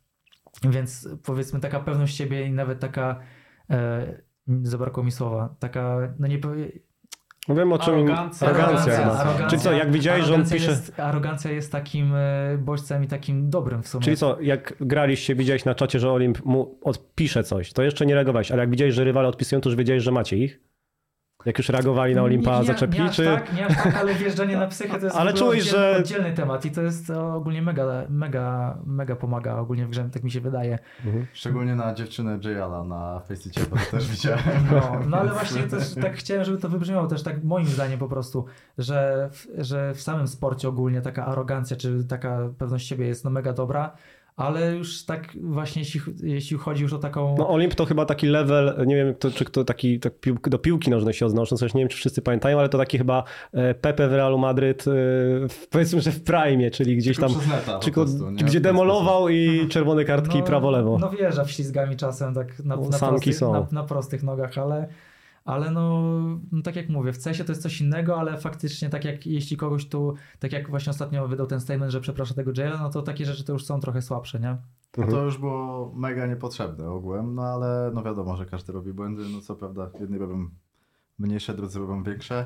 Więc powiedzmy taka pewność siebie i nawet taka, zabrakło mi słowa, taka, no nie powiem... Wiem o czym... Arogancja chyba. Czyli co, jak widziałeś, że on pisze... Arogancja jest takim bodźcem i takim dobrym w sumie. Czyli co, jak graliście, widziałeś na czacie, że Olimp mu odpisze coś, to jeszcze nie reagowałeś, ale jak widziałeś, że rywale odpisują, to już wiedziałeś, że macie ich? Jak już reagowali na Olimpa, zaczepili, nie czy... Nie aż tak, ale wjeżdżanie na psychę to jest ale czułeś, że... oddzielny temat i to jest ogólnie mega pomaga ogólnie w grze, tak mi się wydaje. Szczególnie na dziewczynę Jayala na Faceicie, bo to też widziałem. No ale właśnie też tak chciałem, żeby to wybrzmiało też tak moim zdaniem po prostu, że w samym sporcie ogólnie taka arogancja czy taka pewność siebie jest no mega dobra. Ale już tak właśnie jeśli chodzi już o taką... No Olimp to chyba taki level, nie wiem czy kto taki do piłki nożnej się odnoszą, coś nie wiem czy wszyscy pamiętają, ale to taki chyba Pepe w Realu Madryt, powiedzmy, że w prime, czyli gdzieś Tylko tam, przez neta po prostu, nie? gdzie demolował i czerwone kartki prawo-lewo. No wjeżdża wślizgami czasem tak na prostych nogach, ale no tak jak mówię, w CS-ie to jest coś innego, ale faktycznie tak jak jeśli kogoś tu, tak jak właśnie ostatnio wydał ten statement, że przeprasza tego Jayla, no to takie rzeczy to już są trochę słabsze, nie? No to już było mega niepotrzebne ogółem, no ale no wiadomo, że każdy robi błędy, no co prawda jedni robią mniejsze, drudzy robią większe.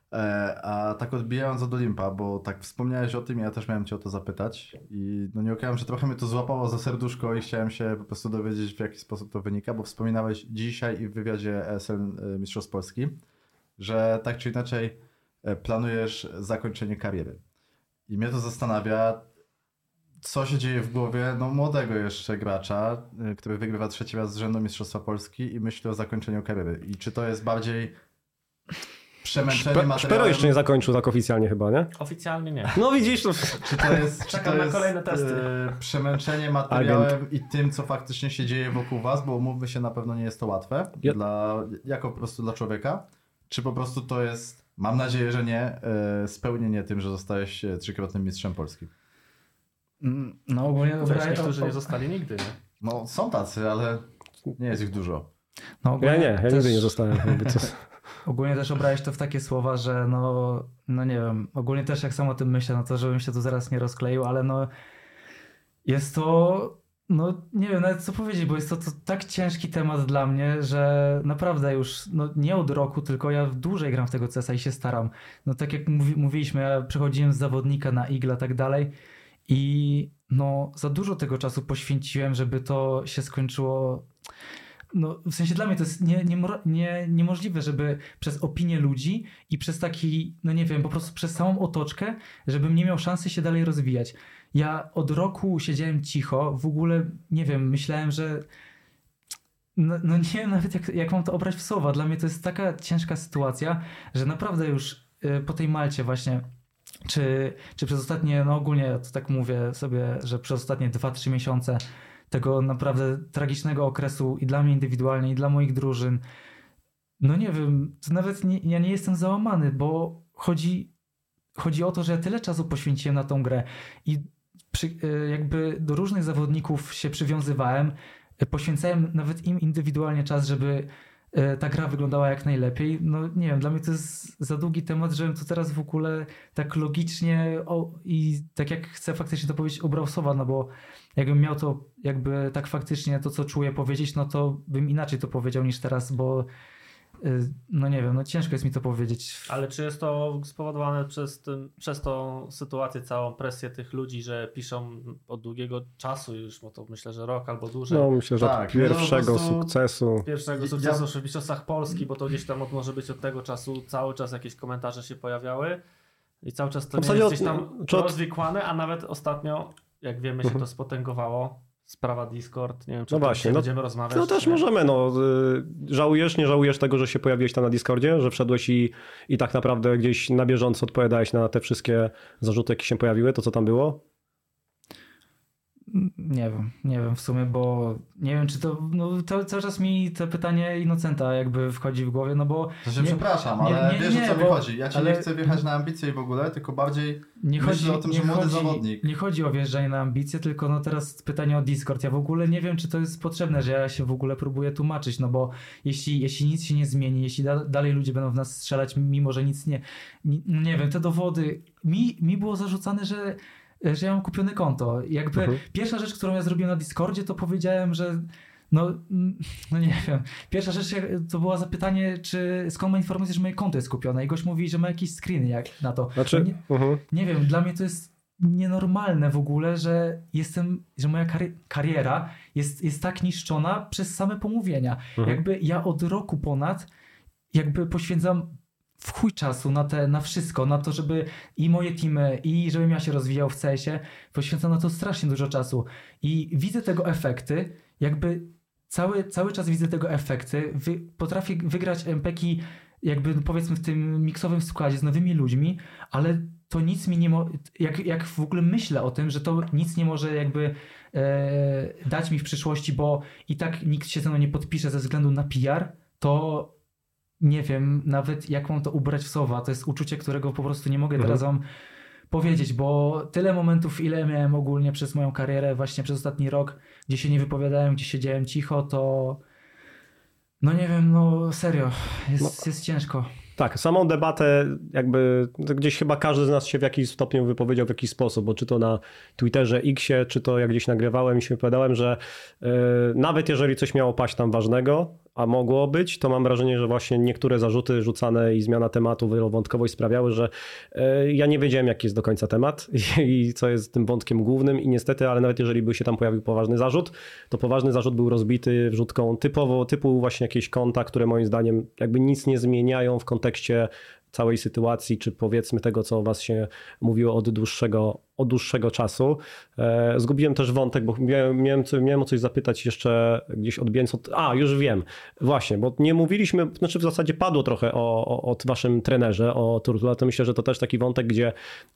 A tak odbijając od Olimpa, bo tak wspomniałeś o tym i ja też miałem cię o to zapytać i no nie ukrywam, że trochę mnie to złapało za serduszko i chciałem się po prostu dowiedzieć, w jaki sposób to wynika, bo wspominałeś dzisiaj i w wywiadzie ESL Mistrzostw Polski, że tak czy inaczej planujesz zakończenie kariery. I mnie to zastanawia, co się dzieje w głowie no, młodego jeszcze gracza, który wygrywa 3. raz z rzędu Mistrzostwa Polski i myśli o zakończeniu kariery. I czy to jest bardziej przemęczenie materiałem? Szpero jeszcze nie zakończył tak oficjalnie chyba, nie? Oficjalnie nie. No widzisz, to... Czekam na kolejne testy. Przemęczenie materiałem i tym, co faktycznie się dzieje wokół was, bo umówmy się, na pewno nie jest to łatwe, jako po prostu dla człowieka. Czy po prostu to jest, mam nadzieję, że nie, spełnienie tym, że zostałeś 3-krotnym mistrzem Polski? No ogólnie... Niektórzy nie zostali nigdy, nie? No są tacy, ale nie jest ich dużo. No, Ja nigdy nie zostałem. Ogólnie też obrałeś to w takie słowa, że no nie wiem, ogólnie też jak sam o tym myślę, no to żebym się tu zaraz nie rozkleił, ale no jest to, no nie wiem nawet co powiedzieć, bo jest to tak ciężki temat dla mnie, że naprawdę już no nie od roku, tylko ja dłużej gram w tego CS-a i się staram. No tak jak mówiliśmy, ja przechodziłem z zawodnika na igla tak dalej i no za dużo tego czasu poświęciłem, żeby to się skończyło. No, w sensie dla mnie to jest niemożliwe, żeby przez opinię ludzi i przez taki, no nie wiem, po prostu przez całą otoczkę, żebym nie miał szansy się dalej rozwijać. Ja od roku siedziałem cicho, w ogóle, nie wiem, myślałem, że no nie wiem nawet jak mam to obrać w słowa. Dla mnie to jest taka ciężka sytuacja, że naprawdę już po tej Malcie właśnie, czy przez ostatnie, no ogólnie to tak mówię sobie, że przez ostatnie 2-3 miesiące tego naprawdę tragicznego okresu i dla mnie indywidualnie, i dla moich drużyn. No nie wiem, to nawet ja nie jestem załamany, bo chodzi o to, że ja tyle czasu poświęciłem na tą grę i jakby do różnych zawodników się przywiązywałem, poświęcałem nawet im indywidualnie czas, żeby ta gra wyglądała jak najlepiej. No nie wiem, dla mnie to jest za długi temat, żebym to teraz w ogóle tak logicznie i tak jak chcę faktycznie to powiedzieć, ubrał słowa, no bo jakbym miał to jakby tak faktycznie to, co czuję powiedzieć, no to bym inaczej to powiedział niż teraz, bo no nie wiem, no ciężko jest mi to powiedzieć. Ale czy jest to spowodowane przez tą sytuację, całą presję tych ludzi, że piszą od długiego czasu już, bo to myślę, że rok albo dłużej. No myślę, że tak, pierwszego sukcesu. Pierwszego sukcesu w Mistrzostwach Polski, bo to gdzieś tam może być od tego czasu cały czas jakieś komentarze się pojawiały i cały czas to nie jest gdzieś tam rozwikłane, a nawet ostatnio, jak wiemy, się to spotęgowało. Sprawa Discord, nie wiem, czy będziemy rozmawiać. No też możemy, no. Żałujesz, nie żałujesz tego, że się pojawiłeś tam na Discordzie, że wszedłeś i tak naprawdę gdzieś na bieżąco odpowiadałeś na te wszystkie zarzuty, jakie się pojawiły, to co tam było? Nie wiem w sumie, bo nie wiem, czy to cały czas mi to pytanie Innocenta jakby wchodzi w głowie, no bo... Przepraszam, ale wiesz o co mi chodzi. Ja ci nie chcę wjechać na ambicje i w ogóle, tylko bardziej myślę o tym, że młody zawodnik. Nie chodzi o wjeżdżanie na ambicje, tylko no teraz pytanie o Discord. Ja w ogóle nie wiem, czy to jest potrzebne, że ja się w ogóle próbuję tłumaczyć, no bo jeśli nic się nie zmieni, jeśli dalej ludzie będą w nas strzelać, mimo że nic nie wiem, te dowody... Mi było zarzucane, że ja mam kupione konto. Jakby pierwsza rzecz, którą ja zrobiłem na Discordzie, to powiedziałem, że no nie wiem. Pierwsza rzecz to było zapytanie, skąd ma informację, że moje konto jest kupione i gość mówi, że ma jakieś screeny jak na to. Znaczy, nie wiem, dla mnie to jest nienormalne w ogóle, że moja kariera jest tak niszczona przez same pomówienia. Jakby ja od roku ponad jakby poświęcam w chuj czasu na wszystko, na to, żeby i moje teamy, i żebym ja się rozwijał w CS-ie, poświęcam na to strasznie dużo czasu i widzę tego efekty, jakby cały czas widzę tego efekty, potrafię wygrać MPki jakby powiedzmy w tym miksowym składzie z nowymi ludźmi, ale to nic mi nie może, jak w ogóle myślę o tym, że to nic nie może jakby dać mi w przyszłości, bo i tak nikt się ze mną nie podpisze ze względu na PR, to nie wiem nawet jak mam to ubrać w słowa. To jest uczucie, którego po prostu nie mogę teraz wam powiedzieć, bo tyle momentów, ile miałem ogólnie przez moją karierę, właśnie przez ostatni rok, gdzie się nie wypowiadałem, gdzie siedziałem cicho, to no nie wiem, no serio, jest ciężko. Tak, samą debatę jakby gdzieś chyba każdy z nas się w jakiś stopniu wypowiedział w jakiś sposób, bo czy to na Twitterze, Xie, czy to jak gdzieś nagrywałem i się wypowiadałem, że nawet jeżeli coś miało paść tam ważnego, a mogło być, to mam wrażenie, że właśnie niektóre zarzuty rzucane i zmiana tematu, wielowątkowość sprawiały, że ja nie wiedziałem jaki jest do końca temat i co jest tym wątkiem głównym i niestety, ale nawet jeżeli by się tam pojawił poważny zarzut, to poważny zarzut był rozbity wrzutką typu właśnie jakieś konta, które moim zdaniem jakby nic nie zmieniają w kontekście całej sytuacji, czy powiedzmy tego, co o was się mówiło od dłuższego czasu. Zgubiłem też wątek, bo miałem o coś zapytać jeszcze gdzieś odbijając od... już wiem. Właśnie, bo nie mówiliśmy, znaczy w zasadzie padło trochę o waszym trenerze, o Turtle, to myślę, że to też taki wątek, gdzie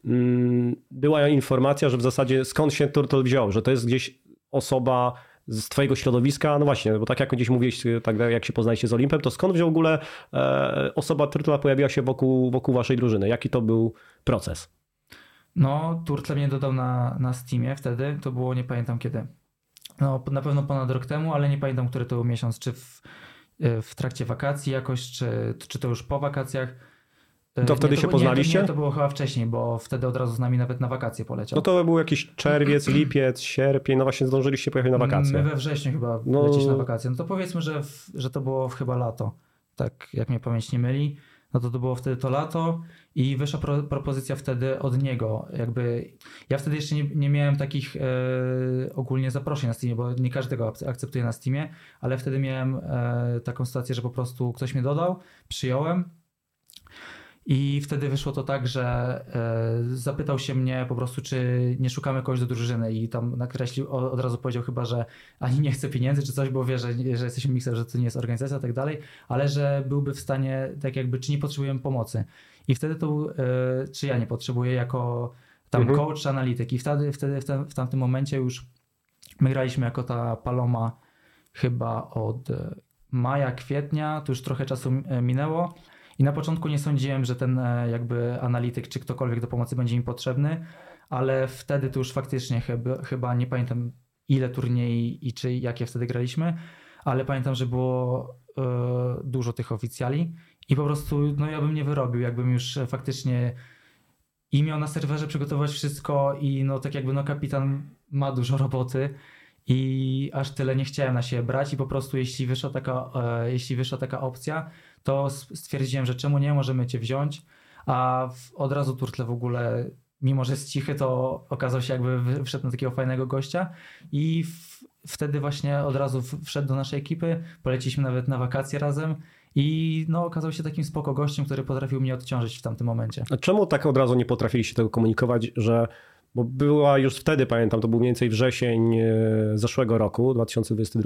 była informacja, że w zasadzie skąd się Turtle wziął, że to jest gdzieś osoba z twojego środowiska, no właśnie, bo tak jak gdzieś mówiłeś, tak jak się poznaliście z Olimpem, to skąd w ogóle osoba Turtla pojawiła się wokół waszej drużyny? Jaki to był proces? No, Turtle mnie dodał na Steamie wtedy, to było nie pamiętam kiedy. No, na pewno ponad rok temu, ale nie pamiętam, który to był miesiąc, czy w trakcie wakacji jakoś, czy to już po wakacjach. To wtedy się poznaliście? Nie, to było chyba wcześniej, bo wtedy od razu z nami nawet na wakacje poleciał. No to był jakiś czerwiec, lipiec, sierpień, no właśnie zdążyliście pojechać na wakacje. My we wrześniu chyba lecieć na wakacje. No to powiedzmy, że to było chyba lato, tak jak mnie pamięć nie myli. No to było wtedy to lato i wyszła propozycja wtedy od niego. Jakby ja wtedy jeszcze nie miałem takich ogólnie zaproszeń na Steamie, bo nie każdy tego akceptuje na Steamie, ale wtedy miałem taką sytuację, że po prostu ktoś mnie dodał, przyjąłem. I wtedy wyszło to tak, że zapytał się mnie po prostu, czy nie szukamy kogoś do drużyny i tam nakreślił, od razu powiedział chyba, że ani nie chce pieniędzy czy coś, bo wie, że jesteśmy miksem, że to nie jest organizacja i tak dalej, ale że byłby w stanie, tak jakby, czy nie potrzebujemy pomocy. I wtedy to był, czy ja nie potrzebuję jako tam coach czy analityk. I wtedy w tamtym momencie już my graliśmy jako ta Paloma chyba od maja, kwietnia, to już trochę czasu minęło. I na początku nie sądziłem, że ten jakby analityk czy ktokolwiek do pomocy będzie mi potrzebny, ale wtedy to już faktycznie chyba nie pamiętam ile turniej i czy jakie wtedy graliśmy, ale pamiętam, że było dużo tych oficjali i po prostu no ja bym nie wyrobił, jakbym już faktycznie i miał na serwerze przygotować wszystko i no tak jakby no kapitan ma dużo roboty i aż tyle nie chciałem na siebie brać i po prostu jeśli wyszła taka opcja, to stwierdziłem, że czemu nie, możemy cię wziąć, a od razu Turtle w ogóle, mimo że jest cichy, to okazał się jakby wszedł na takiego fajnego gościa i wtedy właśnie od razu wszedł do naszej ekipy, poleciliśmy nawet na wakacje razem i no okazał się takim spoko gościem, który potrafił mnie odciążyć w tamtym momencie. A czemu tak od razu nie potrafiliście tego komunikować, że bo była już wtedy, pamiętam, to był mniej więcej wrzesień zeszłego roku, 2022,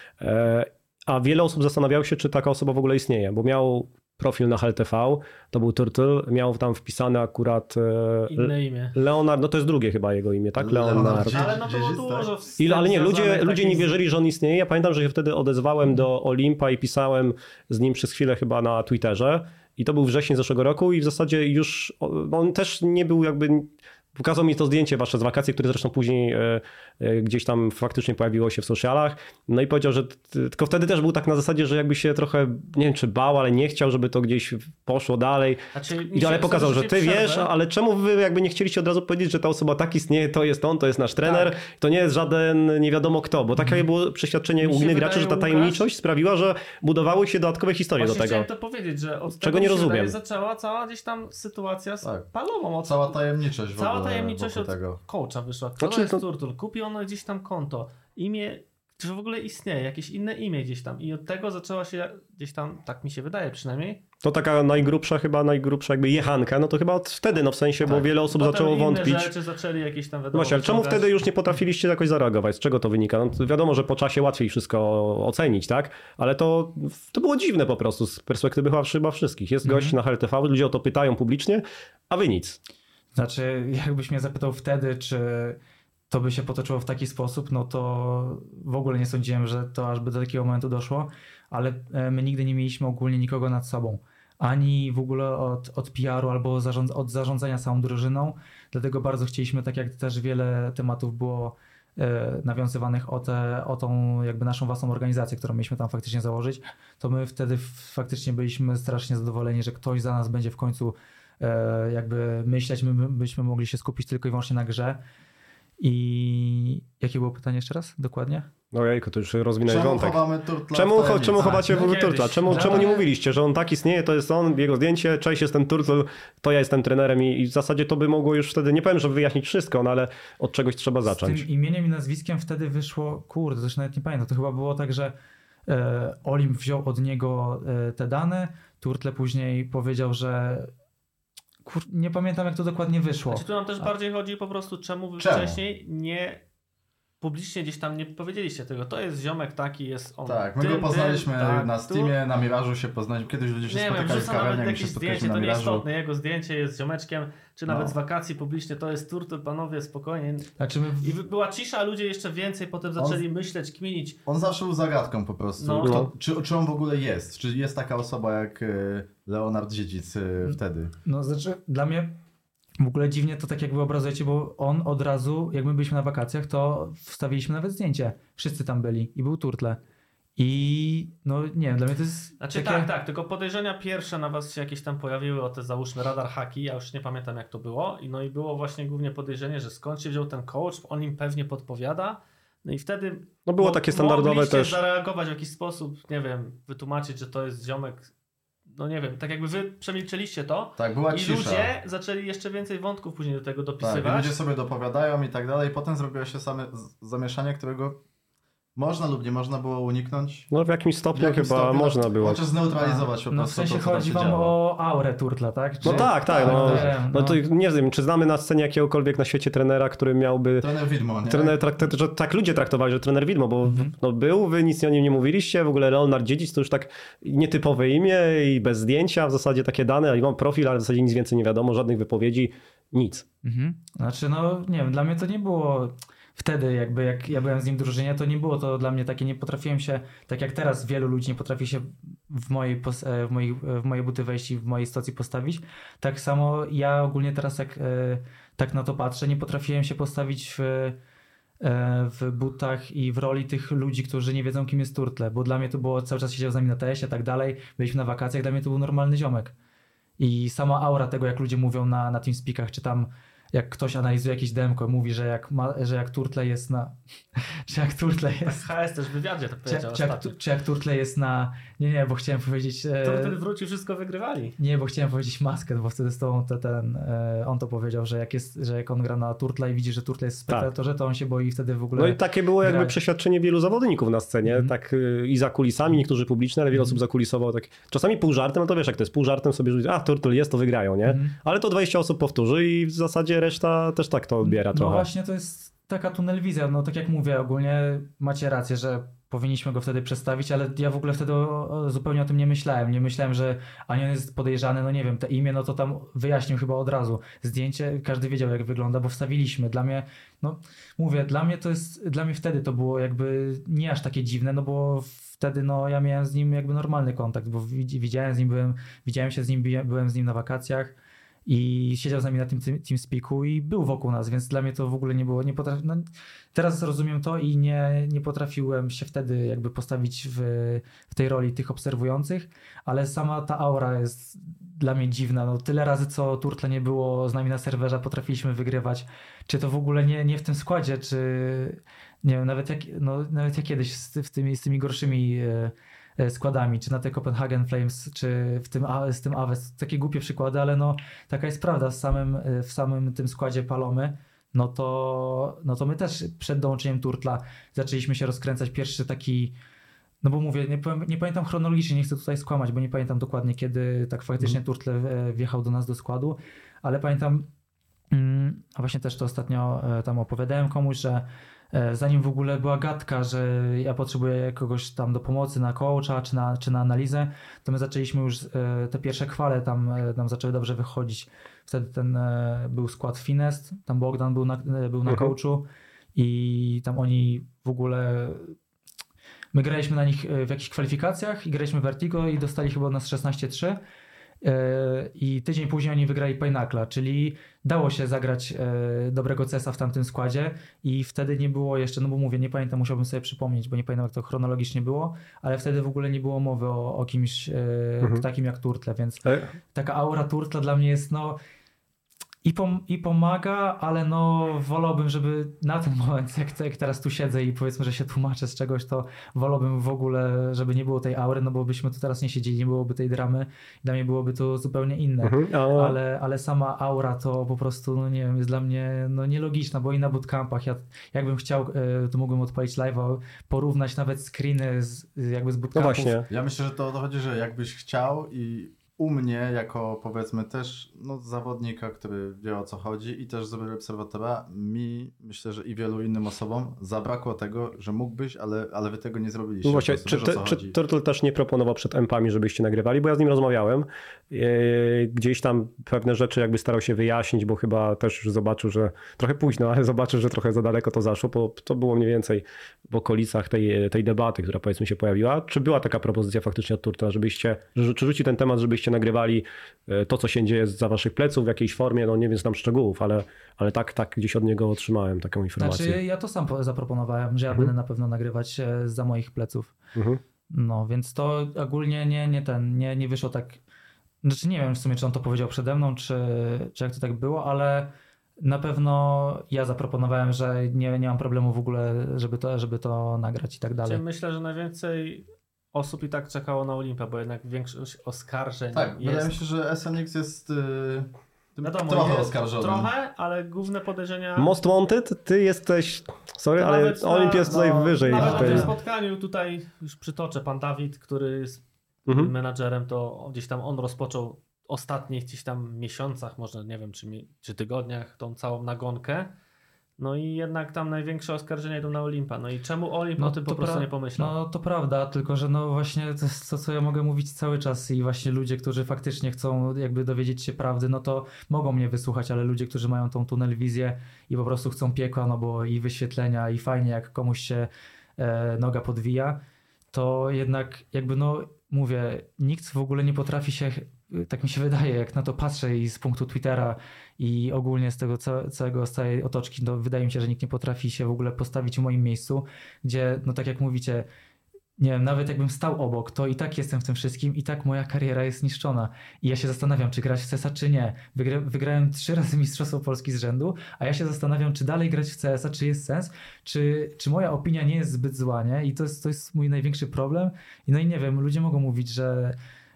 a wiele osób zastanawiało się, czy taka osoba w ogóle istnieje, bo miał profil na HLTV, to był Turtle, miał tam wpisane akurat inne imię. Leonard, no to jest drugie chyba jego imię, tak? Leonard. Ale no było dużo ale nie, ludzie nie wierzyli, że on istnieje. Ja pamiętam, że się wtedy odezwałem do Olimpa i pisałem z nim przez chwilę chyba na Twitterze i to był wrzesień zeszłego roku i w zasadzie już on też nie był jakby pokazał mi to zdjęcie wasze z wakacji, które zresztą później gdzieś tam faktycznie pojawiło się w socialach. No i powiedział, że tylko wtedy też był tak na zasadzie, że jakby się trochę, nie wiem czy bał, ale nie chciał, żeby to gdzieś poszło dalej. Ale pokazał, że ty wiesz, ale czemu wy jakby nie chcieliście od razu powiedzieć, że ta osoba tak istnieje, to jest on, to jest nasz trener, to nie jest żaden nie wiadomo kto, bo takie było przeświadczenie u innych graczy, że ta tajemniczość sprawiła, że budowały się dodatkowe historie do tego. Chciałem to powiedzieć, że od czego tego nie rozumiem. Zaczęła cała gdzieś tam sytuacja z Palomą. Cała tajemniczość w ogóle tajemniczość od tego. coacha wyszła. Kto to jest Turtul? Kupił ono gdzieś tam konto. Imię, czy w ogóle istnieje, jakieś inne imię gdzieś tam. I od tego zaczęła się gdzieś tam, tak mi się wydaje przynajmniej. To taka najgrubsza jakby jechanka, no to chyba od wtedy, no w sensie, bo wiele osób zaczęło wątpić. Rzeczy zaczęli jakieś tam Właśnie, ale czemu wtedy już nie potrafiliście jakoś zareagować? Z czego to wynika? No to wiadomo, że po czasie łatwiej wszystko ocenić, tak? Ale to było dziwne po prostu z perspektywy chyba wszystkich. Jest gość na HLTV, ludzie o to pytają publicznie, a wy nic. Znaczy, jakbyś mnie zapytał wtedy, czy to by się potoczyło w taki sposób, no to w ogóle nie sądziłem, że to aż by do takiego momentu doszło, ale my nigdy nie mieliśmy ogólnie nikogo nad sobą. Ani w ogóle od PR-u albo od zarządzania całą drużyną, dlatego bardzo chcieliśmy, tak jak też wiele tematów było nawiązywanych o tą jakby naszą własną organizację, którą mieliśmy tam faktycznie założyć, to my wtedy faktycznie byliśmy strasznie zadowoleni, że ktoś za nas będzie w końcu jakby myśleć, my byśmy mogli się skupić tylko i wyłącznie na grze. I jakie było pytanie jeszcze raz dokładnie? No jejku, to już rozwinąłeś Czemu wątek. chowamy Turtla? Czemu chowacie no Turtla? Czemu nie mówiliście, że on tak istnieje, to jest on, jego zdjęcie, cześć, jestem Turtle, to ja jestem trenerem i w zasadzie to by mogło już wtedy, nie powiem, że wyjaśnić wszystko, no ale od czegoś trzeba zacząć. Z tym imieniem i nazwiskiem wtedy wyszło, kurde, też nawet nie pamiętam, to chyba było tak, że Olimp wziął od niego te dane, Turtle później powiedział, że nie pamiętam jak to dokładnie wyszło. Znaczy, tu nam też bardziej chodzi po prostu, czemu wy wcześniej nie publicznie gdzieś tam nie powiedzieliście tego. To jest ziomek taki, jest on. Tak, my go poznaliśmy na Steamie, na Mirażu się poznaliśmy. Kiedyś ludzie się spotykali w kawiarniach, my się spotkaliśmy na to nie Mirażu. istotne, jego zdjęcie jest ziomeczkiem, czy nawet z wakacji publicznie, to jest Turtle, panowie, spokojnie. Znaczy I była cisza, a ludzie jeszcze więcej potem zaczęli myśleć, kminić. On zawsze był zagadką po prostu. No. Czy on w ogóle jest? Czy jest taka osoba jak Leonard Dziedzic wtedy? No znaczy dla mnie w ogóle dziwnie to tak jak wyobrazujecie, bo on od razu, jak my byliśmy na wakacjach, to wstawiliśmy nawet zdjęcie. Wszyscy tam byli i był Turtle. I no nie wiem, dla mnie to jest Znaczy takie... tak, tylko podejrzenia pierwsze na was się jakieś tam pojawiły o te załóżmy radar haki, ja już nie pamiętam jak to było. No i było właśnie głównie podejrzenie, że skąd się wziął ten coach, on im pewnie podpowiada. No i wtedy no było takie standardowe też. zareagować w jakiś sposób, nie wiem, wytłumaczyć, że to jest ziomek. No nie wiem, tak jakby wy przemilczeliście to tak, była i cisza. ludzie zaczęli jeszcze więcej wątków później do tego dopisywać. Tak, i ludzie sobie dopowiadają i tak dalej. Potem zrobiło się same zamieszanie, którego można lub nie można było uniknąć. No w jakimś stopniu chyba można było. Chociaż zneutralizować po prostu. No w sensie to, co tam chodzi się wam działo. o aurę Turtla, tak? No tak. No to no. nie wiem, czy znamy na scenie jakiegokolwiek na świecie trenera, który miałby... Trener widmo, nie? Że tak ludzie traktowali, że trener widmo, bo no był, wy nic o nim nie mówiliście, w ogóle Leonard Dziedzic to już tak nietypowe imię i bez zdjęcia, w zasadzie takie dane, i mam profil, ale w zasadzie nic więcej nie wiadomo, żadnych wypowiedzi, nic. Znaczy no nie wiem, dla mnie to nie było... Wtedy jakby jak ja byłem z nim w drużynie, to nie było to dla mnie takie, nie potrafiłem się, tak jak teraz wielu ludzi nie potrafi się w moje buty wejść i w mojej sytuacji postawić, tak samo ja ogólnie teraz jak tak na to patrzę, nie potrafiłem się postawić w butach i w roli tych ludzi, którzy nie wiedzą kim jest Turtle, bo dla mnie to było, cały czas siedział z nami na TS-ie i tak dalej, byliśmy na wakacjach, dla mnie to był normalny ziomek. I sama aura tego, jak ludzie mówią na TeamSpeakach, czy tam jak ktoś analizuje jakieś demko, mówi, że jak Turtle jest na... Czy jak Turtle jest... HS też w wywiadzie tak powiedział ostatnio. Czy jak Turtle jest na... Nie, bo chciałem powiedzieć... To wtedy wrócił, wszystko wygrywali. Nie, bo chciałem powiedzieć Masket, bo wtedy z tobą on to powiedział, że jak on gra na Turtle i widzi, że Turtle jest w spektatorze, to on się boi wtedy w ogóle... No i takie było jakby przeświadczenie wielu zawodników na scenie, tak i za kulisami, niektórzy publicznie, ale wiele osób zakulisowało tak. Czasami pół żartem, no to wiesz jak to jest, pół żartem sobie rzucić, Turtle jest, to wygrają, nie? Ale to 20 osób powtórzy i w zasadzie reszta też tak to odbiera trochę. No właśnie to jest taka tunelwizja, no tak jak mówię, ogólnie macie rację, że powinniśmy go wtedy przedstawić, ale ja w ogóle wtedy zupełnie o tym nie myślałem. Nie myślałem, że ani on jest podejrzany, no nie wiem, te imię, no to tam wyjaśnił chyba od razu. Zdjęcie, każdy wiedział jak wygląda, bo wstawiliśmy. Dla mnie, no mówię, dla mnie wtedy to było jakby nie aż takie dziwne, no bo wtedy no ja miałem z nim jakby normalny kontakt, bo widziałem się z nim, byłem z nim na wakacjach i siedział z nami na tym TeamSpeaku i był wokół nas, więc dla mnie to w ogóle nie było, teraz rozumiem to i nie potrafiłem się wtedy jakby postawić w tej roli tych obserwujących, ale sama ta aura jest dla mnie dziwna. No, tyle razy, co Turtle nie było z nami na serwerze, potrafiliśmy wygrywać. Czy to w ogóle nie w tym składzie, czy nie wiem, nawet jak kiedyś z tymi gorszymi składami, czy na te Copenhagen Flames, czy z tym Aves. Takie głupie przykłady, ale no taka jest prawda. W samym tym składzie Palomy, no to my też przed dołączeniem Turtla zaczęliśmy się rozkręcać. Pierwszy taki, no bo mówię, nie pamiętam chronologicznie, nie chcę tutaj skłamać, bo nie pamiętam dokładnie, kiedy tak faktycznie Turtle wjechał do nas do składu, ale pamiętam, a właśnie też to ostatnio tam opowiadałem komuś, że zanim w ogóle była gadka, że ja potrzebuję kogoś tam do pomocy na coacha czy na analizę, to my zaczęliśmy już te pierwsze chwale tam nam zaczęły dobrze wychodzić. Wtedy był skład Finest, tam Bogdan był na coachu i tam oni w ogóle... My graliśmy na nich w jakichś kwalifikacjach i graliśmy Vertigo i dostali chyba od nas 16-3 i tydzień później oni wygrali Pinnacle, czyli dało się zagrać dobrego CS-a w tamtym składzie i wtedy nie było jeszcze, no bo mówię, nie pamiętam, musiałbym sobie przypomnieć, bo nie pamiętam jak to chronologicznie było, ale wtedy w ogóle nie było mowy o kimś takim jak Turtle, więc taka aura Turtle dla mnie jest i pomaga, ale no wolałbym, żeby na ten moment, jak teraz tu siedzę i powiedzmy, że się tłumaczę z czegoś, to wolałbym w ogóle, żeby nie było tej aury, no bo byśmy tu teraz nie siedzieli, nie byłoby tej dramy, dla mnie byłoby to zupełnie inne, ale sama aura to po prostu, no nie wiem, jest dla mnie nielogiczna, bo i na bootcampach, jakbym chciał, to mógłbym odpalić live'a, porównać nawet screeny z bootcampów. No właśnie. Ja myślę, że to chodzi, że jakbyś chciał i u mnie, jako powiedzmy też zawodnika, który wie o co chodzi i też z obserwatora, myślę, że i wielu innym osobom zabrakło tego, że mógłbyś, ale wy tego nie zrobiliście. No właśnie, czy Turtle też nie proponował przed empami, żebyście nagrywali? Bo ja z nim rozmawiałem. Gdzieś tam pewne rzeczy jakby starał się wyjaśnić, bo chyba też już zobaczył, że trochę późno, ale zobaczył, że trochę za daleko to zaszło, bo to było mniej więcej w okolicach tej debaty, która powiedzmy się pojawiła. Czy była taka propozycja faktycznie od Turtla, czy rzuci ten temat, żebyście nagrywali to, co się dzieje za waszych pleców w jakiejś formie, no nie wiem znam szczegółów, ale tak gdzieś od niego otrzymałem taką informację. Znaczy ja to sam zaproponowałem, że ja będę na pewno nagrywać za moich pleców. No więc to ogólnie nie wyszło tak, znaczy nie wiem w sumie, czy on to powiedział przede mną, czy jak to tak było, ale na pewno ja zaproponowałem, że nie mam problemu w ogóle, żeby to nagrać i tak dalej. Myślę, że najwięcej osób i tak czekało na Olimpa, bo jednak większość oskarżeń tak, jest... wydaje mi się, że SNX jest wiadomo, trochę oskarżony. Trochę, ale główne podejrzenia... Most Wanted, ty jesteś... Sorry, ale nawet Olimp jest tutaj wyżej. Nawet w tym spotkaniu tutaj już przytoczę, pan Dawid, który jest menadżerem, to gdzieś tam on rozpoczął ostatnich gdzieś tam miesiącach, może nie wiem, czy tygodniach, tą całą nagonkę. No i jednak tam największe oskarżenia idą na Olimpa. No i czemu Olimp o tym po prostu nie pomyślał? No to prawda, tylko że no właśnie to jest to, co ja mogę mówić cały czas i właśnie ludzie, którzy faktycznie chcą jakby dowiedzieć się prawdy, no to mogą mnie wysłuchać, ale ludzie, którzy mają tą tunnel wizję i po prostu chcą piekła, no bo i wyświetlenia i fajnie jak komuś się noga podwija, to jednak jakby mówię, nikt w ogóle nie potrafi się, tak mi się wydaje, jak na to patrzę i z punktu Twittera i ogólnie z tego z całej otoczki, wydaje mi się, że nikt nie potrafi się w ogóle postawić w moim miejscu, gdzie, no tak jak mówicie, nie wiem, nawet jakbym stał obok, to i tak jestem w tym wszystkim i tak moja kariera jest zniszczona. I ja się zastanawiam, czy grać w CS-a, czy nie. Wygrałem 3 razy Mistrzostwo Polski z rzędu, a ja się zastanawiam, czy dalej grać w CS-a, czy jest sens, czy moja opinia nie jest zbyt zła, nie? I to jest mój największy problem. No i nie wiem, ludzie mogą mówić, że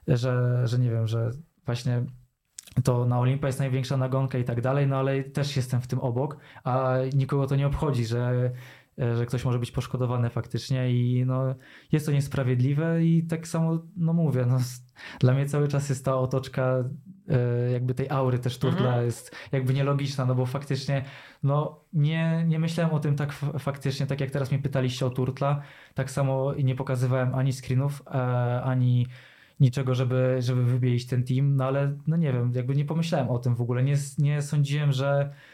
nie wiem, że właśnie to na Olimpa jest największa nagonka i tak dalej, no ale też jestem w tym obok, a nikogo to nie obchodzi, że ktoś może być poszkodowany faktycznie i no, jest to niesprawiedliwe i tak samo, no mówię, no, dla mnie cały czas jest ta otoczka jakby tej aury też Turtla jest jakby nielogiczna, no bo faktycznie no nie myślałem o tym tak faktycznie, tak jak teraz mnie pytaliście o Turtla, tak samo nie pokazywałem ani screenów, ani niczego, żeby wybielić ten team, no ale no nie wiem, jakby nie pomyślałem o tym w ogóle, nie sądziłem, że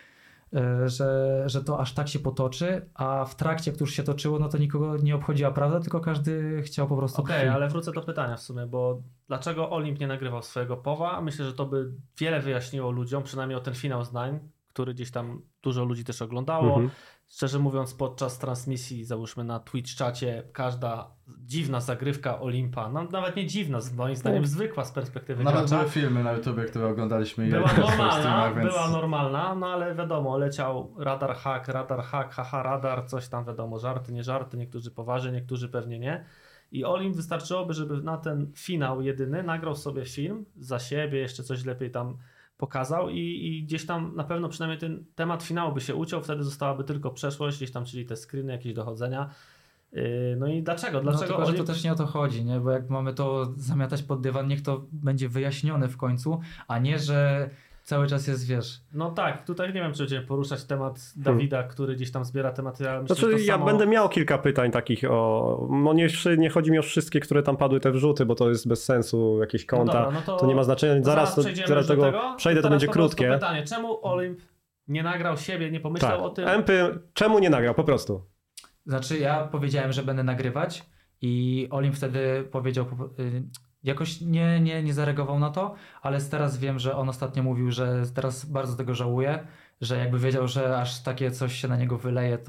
że to aż tak się potoczy, a w trakcie, jak to już się toczyło, no to nikogo nie obchodziła prawda, tylko każdy chciał po prostu Okej, krwi. ale wrócę do pytania w sumie, bo dlaczego Olimp nie nagrywał swojego POWA? Myślę, że to by wiele wyjaśniło ludziom, przynajmniej o ten finał z Nine, który gdzieś tam dużo ludzi też oglądało. Szczerze mówiąc, podczas transmisji, załóżmy na Twitch czacie, każda dziwna zagrywka Olimpa, no, nawet nie dziwna, moim zdaniem zwykła z perspektywy Nawet gracza, były filmy na YouTubie, które oglądaliśmy. była normalna, no ale wiadomo, leciał radar, haha, radar, coś tam wiadomo, żarty, nie żarty, niektórzy poważnie, niektórzy pewnie nie. I Olimp wystarczyłoby, żeby na ten finał jedyny nagrał sobie film za siebie, jeszcze coś lepiej tam pokazał i gdzieś tam na pewno przynajmniej ten temat finału by się uciął, wtedy zostałaby tylko przeszłość, gdzieś tam, czyli te screeny, jakieś dochodzenia. No i dlaczego? No tylko, że to też nie o to chodzi, nie? Bo jak mamy to zamiatać pod dywan, niech to będzie wyjaśnione w końcu, a nie, że cały czas jest, wiesz... No tak, tutaj nie wiem, czy będziemy poruszać temat Dawida, który gdzieś tam zbiera te materiały. Myślę, Znaczy, że to ja samo... będę miał kilka pytań takich o... No nie chodzi mi o wszystkie, które tam padły, te wrzuty, bo to jest bez sensu, jakieś konta, dobra, no to nie ma znaczenia. Zaraz przejdziemy do tego przejdę, to będzie krótkie. Pytanie, czemu Olimp nie nagrał siebie, nie pomyślał o tym? Empy, czemu nie nagrał, po prostu? Znaczy ja powiedziałem, że będę nagrywać i Olimp wtedy powiedział... Jakoś nie zareagował na to, ale teraz wiem, że on ostatnio mówił, że teraz bardzo tego żałuje, że jakby wiedział, że aż takie coś się na niego wyleje,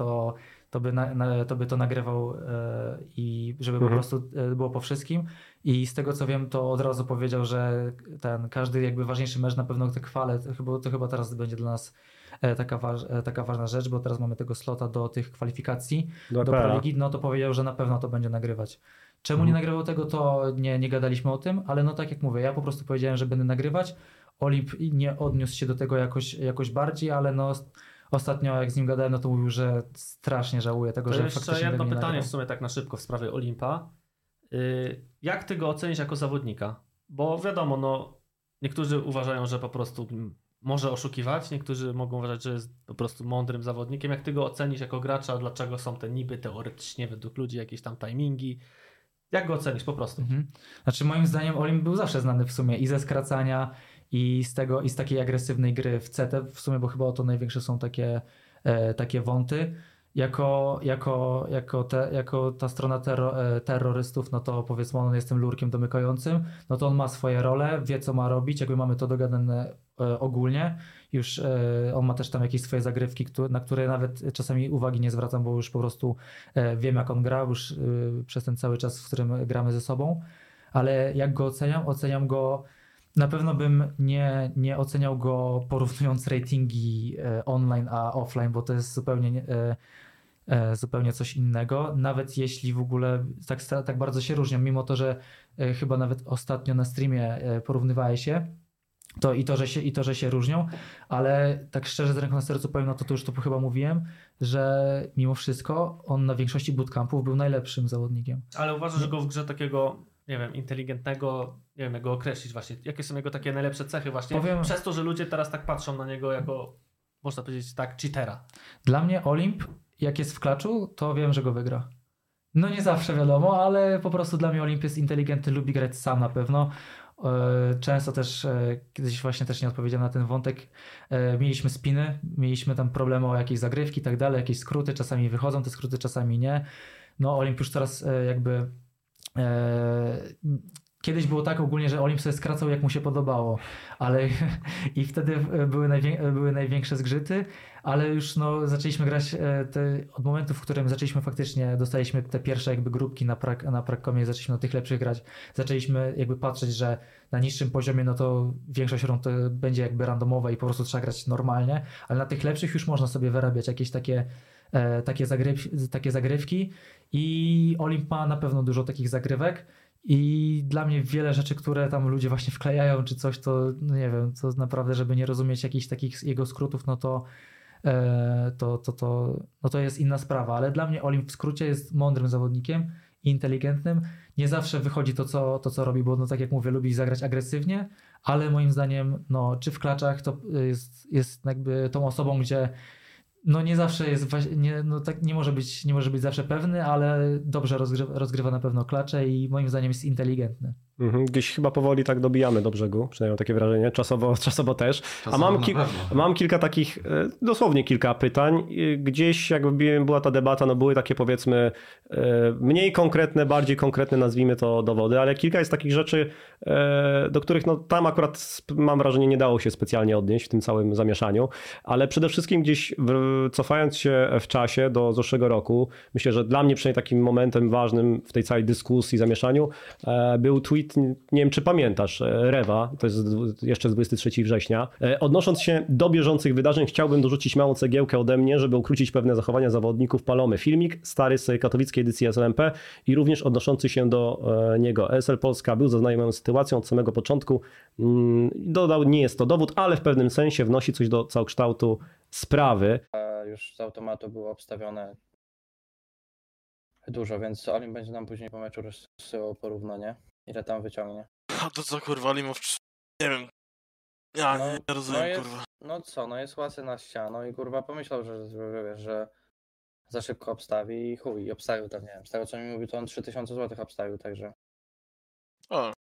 to by to nagrywał i żeby po prostu było po wszystkim. I z tego co wiem, to od razu powiedział, że każdy jakby ważniejszy mecz na pewno te kwale, to chyba teraz będzie dla nas taka ważna rzecz, bo teraz mamy tego slota do tych kwalifikacji do Pro Ligi, no to powiedział, że na pewno to będzie nagrywać. Czemu nie nagrywał tego, to nie gadaliśmy o tym, ale no tak jak mówię, ja po prostu powiedziałem, że będę nagrywać. Olimp nie odniósł się do tego jakoś bardziej, ale no ostatnio jak z nim gadałem, no to mówił, że strasznie żałuje tego, że faktycznie jeszcze jedno nie pytanie nagrał. w sumie tak na szybko w sprawie Olimpa. Jak ty go ocenisz jako zawodnika? Bo wiadomo, no niektórzy uważają, że po prostu może oszukiwać, niektórzy mogą uważać, że jest po prostu mądrym zawodnikiem. Jak ty go ocenisz jako gracza? Dlaczego są te niby teoretycznie według ludzi jakieś tam timingi? Jak go ocenisz po prostu? Znaczy moim zdaniem Olimp był zawsze znany w sumie i ze skracania i z takiej agresywnej gry w CT w sumie, bo chyba oto największe są takie wąty. Jako ta strona terrorystów, no to powiedzmy on jest tym lurkiem domykającym, no to on ma swoje role, wie co ma robić, jakby mamy to dogadane ogólnie. Już on ma też tam jakieś swoje zagrywki, na które nawet czasami uwagi nie zwracam, bo już po prostu wiem jak on gra już przez ten cały czas, w którym gramy ze sobą. Ale jak go oceniam? Oceniam go, na pewno bym nie oceniał go porównując ratingi online a offline, bo to jest zupełnie coś innego, nawet jeśli w ogóle tak bardzo się różnią, mimo to, że chyba nawet ostatnio na streamie porównywałeś się, że się różnią, ale tak szczerze z ręką na sercu powiem, no to już to chyba mówiłem, że mimo wszystko on na większości bootcampów był najlepszym zawodnikiem. Ale uważasz, że go w grze takiego, nie wiem, inteligentnego, nie wiem jak go określić właśnie, jakie są jego takie najlepsze cechy właśnie, przez to, że ludzie teraz tak patrzą na niego jako, można powiedzieć tak, cheatera. Dla mnie Olimp, jak jest w klaczu, to wiem, że go wygra. No nie zawsze wiadomo, ale po prostu dla mnie Olimp jest inteligentny, lubi grać sam na pewno. Często też, kiedyś właśnie też nie odpowiedziałem na ten wątek, mieliśmy spiny, mieliśmy tam problemy o jakieś zagrywki i tak dalej, jakieś skróty, czasami wychodzą te skróty, czasami nie. No Olimp już teraz jakby... Kiedyś było tak ogólnie, że Olimp sobie skracał jak mu się podobało, ale i wtedy były największe zgrzyty, ale już no, zaczęliśmy grać od momentu, w którym zaczęliśmy faktycznie, dostaliśmy te pierwsze jakby grupki na Pragcomie, zaczęliśmy na tych lepszych grać, zaczęliśmy jakby patrzeć, że na niższym poziomie no to większość rund to będzie jakby randomowa i po prostu trzeba grać normalnie, ale na tych lepszych już można sobie wyrabiać jakieś takie zagrywki i Olimp ma na pewno dużo takich zagrywek. I dla mnie wiele rzeczy, które tam ludzie właśnie wklejają czy coś, to no nie wiem, to naprawdę, żeby nie rozumieć jakichś takich jego skrótów, no to jest inna sprawa, ale dla mnie Olimp w skrócie jest mądrym zawodnikiem, inteligentnym, nie zawsze wychodzi to co robi, bo no tak jak mówię, lubi zagrać agresywnie, ale moim zdaniem no czy w klaczach to jest jakby tą osobą, gdzie no nie zawsze jest, nie może być zawsze pewny, ale dobrze rozgrywa na pewno klacze i moim zdaniem jest inteligentny. Gdzieś chyba powoli tak dobijamy do brzegu, przynajmniej mam takie wrażenie, czasowo też. A mam kilka takich, dosłownie kilka pytań. Gdzieś jakby była ta debata, no były takie powiedzmy mniej konkretne, bardziej konkretne, nazwijmy to dowody, ale kilka jest takich rzeczy, do których no tam akurat mam wrażenie nie dało się specjalnie odnieść w tym całym zamieszaniu, ale przede wszystkim gdzieś cofając się w czasie do zeszłego roku, myślę, że dla mnie przynajmniej takim momentem ważnym w tej całej dyskusji, zamieszaniu był tweet, nie wiem czy pamiętasz, Rewa, to jest jeszcze z 23 września. Odnosząc się do bieżących wydarzeń, chciałbym dorzucić małą cegiełkę ode mnie, żeby ukrócić pewne zachowania zawodników Palomy. Filmik stary z katowickiej edycji SLMP i również odnoszący się do niego. ESL Polska był zaznajomą sytuacją od samego początku. Dodał, nie jest to dowód, ale w pewnym sensie wnosi coś do całokształtu sprawy. Już z automatu było obstawione dużo, więc Olim będzie nam później po meczu rozsyłał porównanie. Ile tam wyciągnie? A to co kurwa, Limow? Nie wiem. Ja No, nie rozumiem, jest, kurwa. No co, no jest łasy na ścianą i kurwa pomyślał, że za szybko obstawi i chuj, i obstawił tam, nie wiem, z tego co mi mówił, to on 3000 zł obstawił, także... O.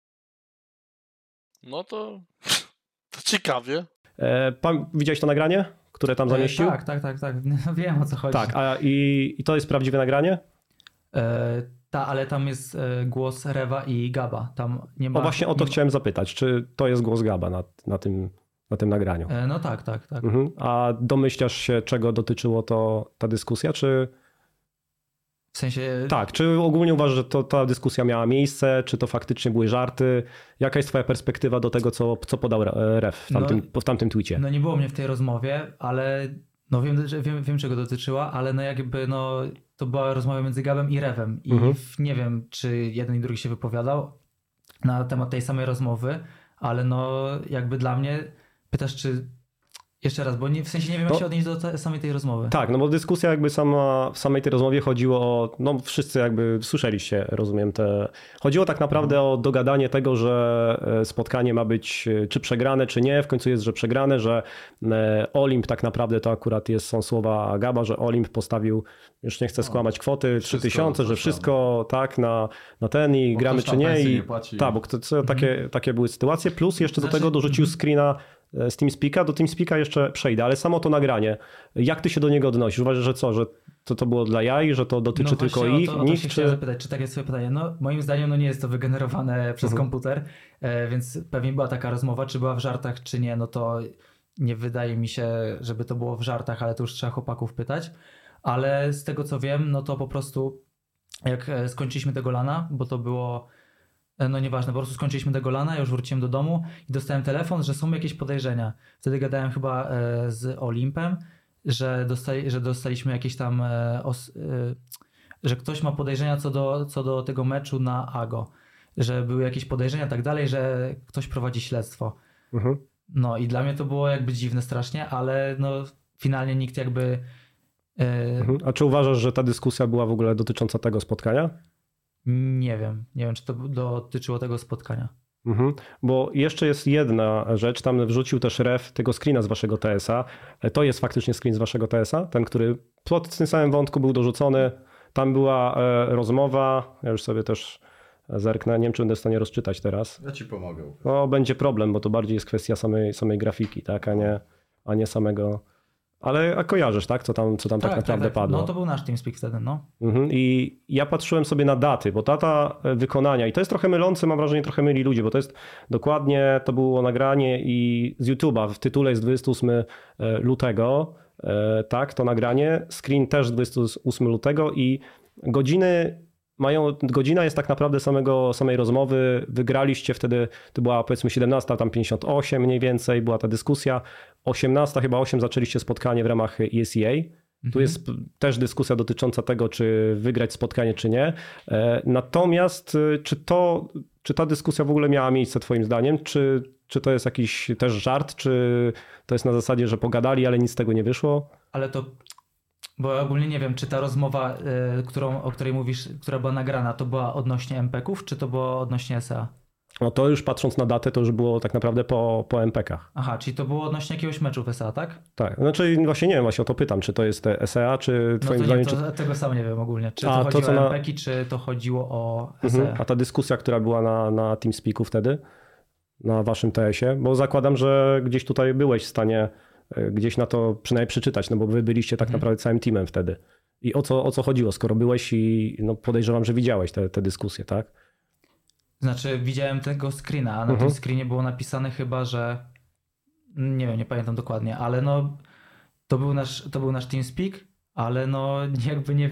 No to ciekawie. Widziałeś to nagranie, które tam zamieścił? Tak. No, wiem o co chodzi. Tak, i to jest prawdziwe nagranie? Ale tam jest głos Rewa i Gaba. Tam nie ma. O właśnie o to chciałem zapytać, czy to jest głos Gaba na tym nagraniu? No tak. A domyślasz się, czego dotyczyło ta dyskusja, czy... W sensie... Tak, czy ogólnie uważasz, że ta dyskusja miała miejsce, czy to faktycznie były żarty? Jaka jest twoja perspektywa do tego, co podał Ref w tamtym tweetie? No nie było mnie w tej rozmowie, ale no wiem czego dotyczyła, ale no jakby no to była rozmowa między Gabem i Rewem i nie wiem, czy jeden i drugi się wypowiadał na temat tej samej rozmowy, ale no jakby dla mnie pytasz, czy jeszcze raz, bo w sensie nie wiem, jak się odnieść do samej tej rozmowy. Tak, no bo dyskusja jakby w samej tej rozmowie chodziło o, no wszyscy jakby słyszeliście, rozumiem, chodziło tak naprawdę o dogadanie tego, że spotkanie ma być czy przegrane, czy nie. W końcu jest, że przegrane, że Olimp tak naprawdę to akurat są słowa Gaba, że Olimp postawił, już nie chcę skłamać kwoty, 3000, że wszystko tak na ten i bo gramy czy nie. I tak, bo takie były sytuacje, plus jeszcze do tego dorzucił screena z TeamSpeaka. Do TeamSpeaka jeszcze przejdę, ale samo to nagranie, jak ty się do niego odnosisz? Uważasz, że co, że to było dla jaj, że to dotyczy tylko ich? O to się chciałem zapytać, czy takie swoje pytanie? No moim zdaniem nie jest to wygenerowane przez komputer, więc pewnie była taka rozmowa, czy była w żartach, czy nie, no to nie wydaje mi się, żeby to było w żartach, ale to już trzeba chłopaków pytać. Ale z tego co wiem, no to po prostu jak skończyliśmy tego lana, bo to było... No nieważne, po prostu skończyliśmy tego lana, ja już wróciłem do domu i dostałem telefon, że są jakieś podejrzenia. Wtedy gadałem chyba z Olimpem, że dostaliśmy jakieś tam, że ktoś ma podejrzenia co do tego meczu na AGO. Że były jakieś podejrzenia i tak dalej, że ktoś prowadzi śledztwo. No i dla mnie to było jakby dziwne strasznie, ale no finalnie nikt jakby... A czy uważasz, że ta dyskusja była w ogóle dotycząca tego spotkania? Nie wiem, czy to dotyczyło tego spotkania. Bo jeszcze jest jedna rzecz, tam wrzucił też Ref tego screena z waszego TS-a. To jest faktycznie screen z waszego TS-a, ten, który pod tym samym wątku był dorzucony. Tam była rozmowa, ja już sobie też zerknę, nie wiem, czy będę w stanie rozczytać teraz. Ja ci pomogę. No, będzie problem, bo to bardziej jest kwestia samej grafiki, tak, a nie samego... Ale kojarzysz, tak? Co tam tak naprawdę padło? No to był nasz TeamSpeak wtedy, no. I ja patrzyłem sobie na daty, bo data wykonania, i to jest trochę mylące, mam wrażenie, trochę myli ludzi, bo to jest dokładnie, to było nagranie i z YouTube'a, w tytule jest 28 lutego, tak, to nagranie, screen też 28 lutego i godzina jest tak naprawdę samej rozmowy. Wygraliście wtedy, to była powiedzmy 17, tam 58 mniej więcej, była ta dyskusja. 18, chyba 8 zaczęliście spotkanie w ramach ESEA. Tu jest też dyskusja dotycząca tego, czy wygrać spotkanie, czy nie. Natomiast czy ta dyskusja w ogóle miała miejsce twoim zdaniem? Czy to jest jakiś też żart? Czy to jest na zasadzie, że pogadali, ale nic z tego nie wyszło? Ale to... Bo ogólnie nie wiem, czy ta rozmowa, o której mówisz, która była nagrana, to była odnośnie MPK-ów, czy to było odnośnie SA? No to już patrząc na datę, to już było tak naprawdę po MPK-ach. Aha, czyli to było odnośnie jakiegoś meczu w SA, tak? Tak, znaczy właśnie nie wiem, właśnie o to pytam, czy to jest te SEA, czy No twoim to zdaniem... nie, to, tego sam nie wiem ogólnie. Czy to A, to, chodziło co o na- MPK-i, czy to chodziło o SA? A ta dyskusja, która była na TeamSpeaku wtedy, na waszym TS-ie, bo zakładam, że gdzieś tutaj byłeś w stanie gdzieś na to przynajmniej przeczytać, no bo wy byliście tak naprawdę całym teamem wtedy. I o co chodziło, skoro byłeś i no podejrzewam, że widziałeś te dyskusje, tak? Znaczy widziałem tego screena, a na tym screenie było napisane chyba, że nie wiem, nie pamiętam dokładnie, ale no to był nasz TeamSpeak, ale no jakby nie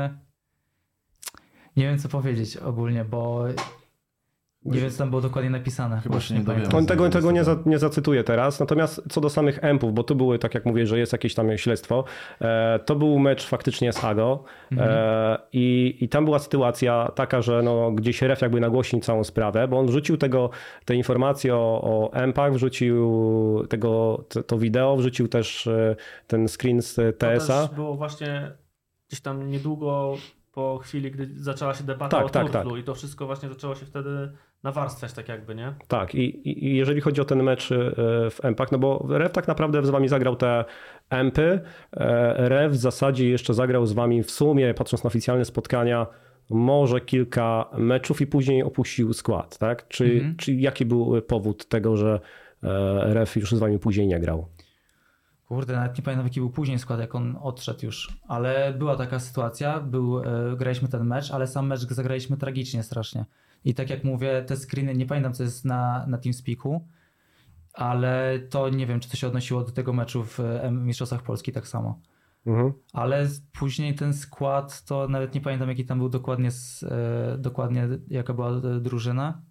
wiem co powiedzieć ogólnie, bo nie wiem co tam było dokładnie napisane. Chyba Już się nie pamiętam. dowiemy. Tego nie zacytuję teraz, natomiast co do samych empów, bo tu były, tak jak mówię, że jest jakieś tam śledztwo, to był mecz faktycznie z AGO i tam była sytuacja taka, że no, gdzieś ref jakby nagłośnił całą sprawę, bo on wrzucił te informacje o empach, wrzucił to wideo, wrzucił też ten screen z To TS-a. też było właśnie gdzieś tam niedługo po chwili, gdy zaczęła się debata Tak, o tak. Turtlu i to wszystko właśnie zaczęło się wtedy nawarstwiać tak jakby, nie? Tak, i jeżeli chodzi o ten mecz w empach, no bo Rev tak naprawdę z wami zagrał te empy, Rev w zasadzie jeszcze zagrał z wami w sumie, patrząc na oficjalne spotkania, może kilka meczów i później opuścił skład, tak? Czy jaki był powód tego, że Rev już z wami później nie grał? Kurde, nawet nie pamiętam jaki był później skład, jak on odszedł już, ale była taka sytuacja, graliśmy ten mecz, ale sam mecz zagraliśmy tragicznie strasznie. I tak jak mówię, te screeny, nie pamiętam co jest na TeamSpeaku, ale to nie wiem, czy to się odnosiło do tego meczu w Mistrzostwach Polski tak samo. Ale później ten skład, to nawet nie pamiętam jaki tam był dokładnie jaka była drużyna.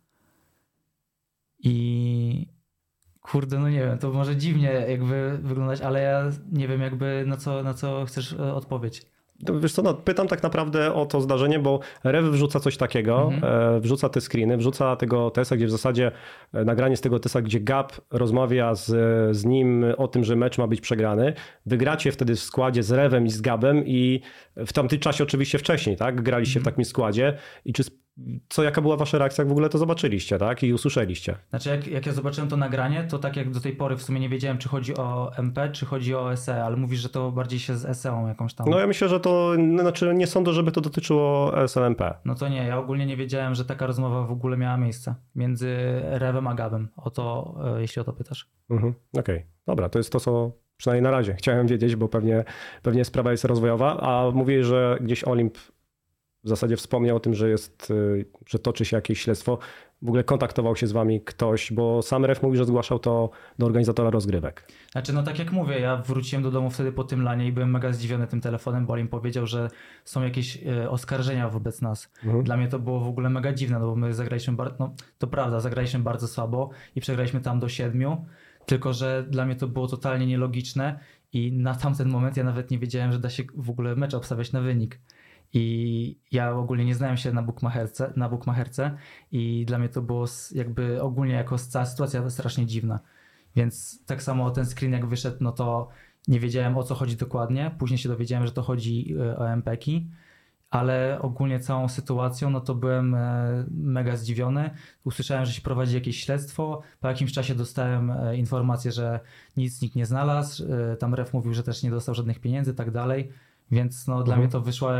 I kurde, no nie wiem, to może dziwnie jakby wyglądać, ale ja nie wiem jakby na co chcesz odpowiedź. To wiesz co, no, pytam tak naprawdę o to zdarzenie, bo Rev wrzuca coś takiego, wrzuca te screeny, wrzuca tego TS-a, gdzie w zasadzie nagranie z tego TS-a, gdzie Gab rozmawia z nim o tym, że mecz ma być przegrany. Wygracie wtedy w składzie z Revem i z Gabem i w tamtym czasie oczywiście wcześniej, tak? Graliście w takim składzie i jaka była wasza reakcja, jak w ogóle to zobaczyliście, tak? I usłyszeliście? Znaczy jak ja zobaczyłem to nagranie, to tak jak do tej pory w sumie nie wiedziałem, czy chodzi o MP, czy chodzi o SE, ale mówisz, że to bardziej się z SE-ą jakąś tam. No ja myślę, że to, znaczy nie sądzę, żeby to dotyczyło SLMP. No to nie, ja ogólnie nie wiedziałem, że taka rozmowa w ogóle miała miejsce między Revem a Gabem, o to, jeśli o to pytasz. Okej. Dobra, to jest to, co przynajmniej na razie chciałem wiedzieć, bo pewnie sprawa jest rozwojowa, a mówię, że gdzieś Olimp w zasadzie wspomniał o tym, że toczy się jakieś śledztwo. W ogóle kontaktował się z wami ktoś, bo sam Ref mówi, że zgłaszał to do organizatora rozgrywek. Znaczy, no tak jak mówię, ja wróciłem do domu wtedy po tym lanie i byłem mega zdziwiony tym telefonem, bo Olimp powiedział, że są jakieś oskarżenia wobec nas. Dla mnie to było w ogóle mega dziwne, no bo my zagraliśmy, to prawda, zagraliśmy bardzo słabo i przegraliśmy tam do 7, tylko że dla mnie to było totalnie nielogiczne i na tamten moment ja nawet nie wiedziałem, że da się w ogóle mecz obstawiać na wynik. I ja ogólnie nie znałem się na bookmacherce i dla mnie to było jakby ogólnie jako cała sytuacja strasznie dziwna. Więc tak samo ten screen jak wyszedł, no to nie wiedziałem o co chodzi dokładnie. Później się dowiedziałem, że to chodzi o MPK-i, ale ogólnie całą sytuacją, no to byłem mega zdziwiony. Usłyszałem, że się prowadzi jakieś śledztwo. Po jakimś czasie dostałem informację, że nikt nie znalazł. Tam ref mówił, że też nie dostał żadnych pieniędzy i tak dalej. Więc no, dla mnie to wyszła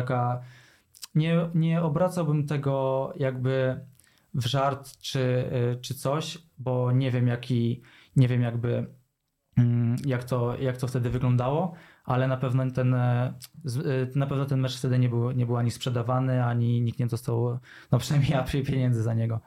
nie obracałbym tego jakby w żart czy coś, bo nie wiem jak to wtedy wyglądało, ale na pewno ten mecz wtedy nie był ani sprzedawany, ani nikt nie dostał, no przynajmniej ja pieniędzy za niego.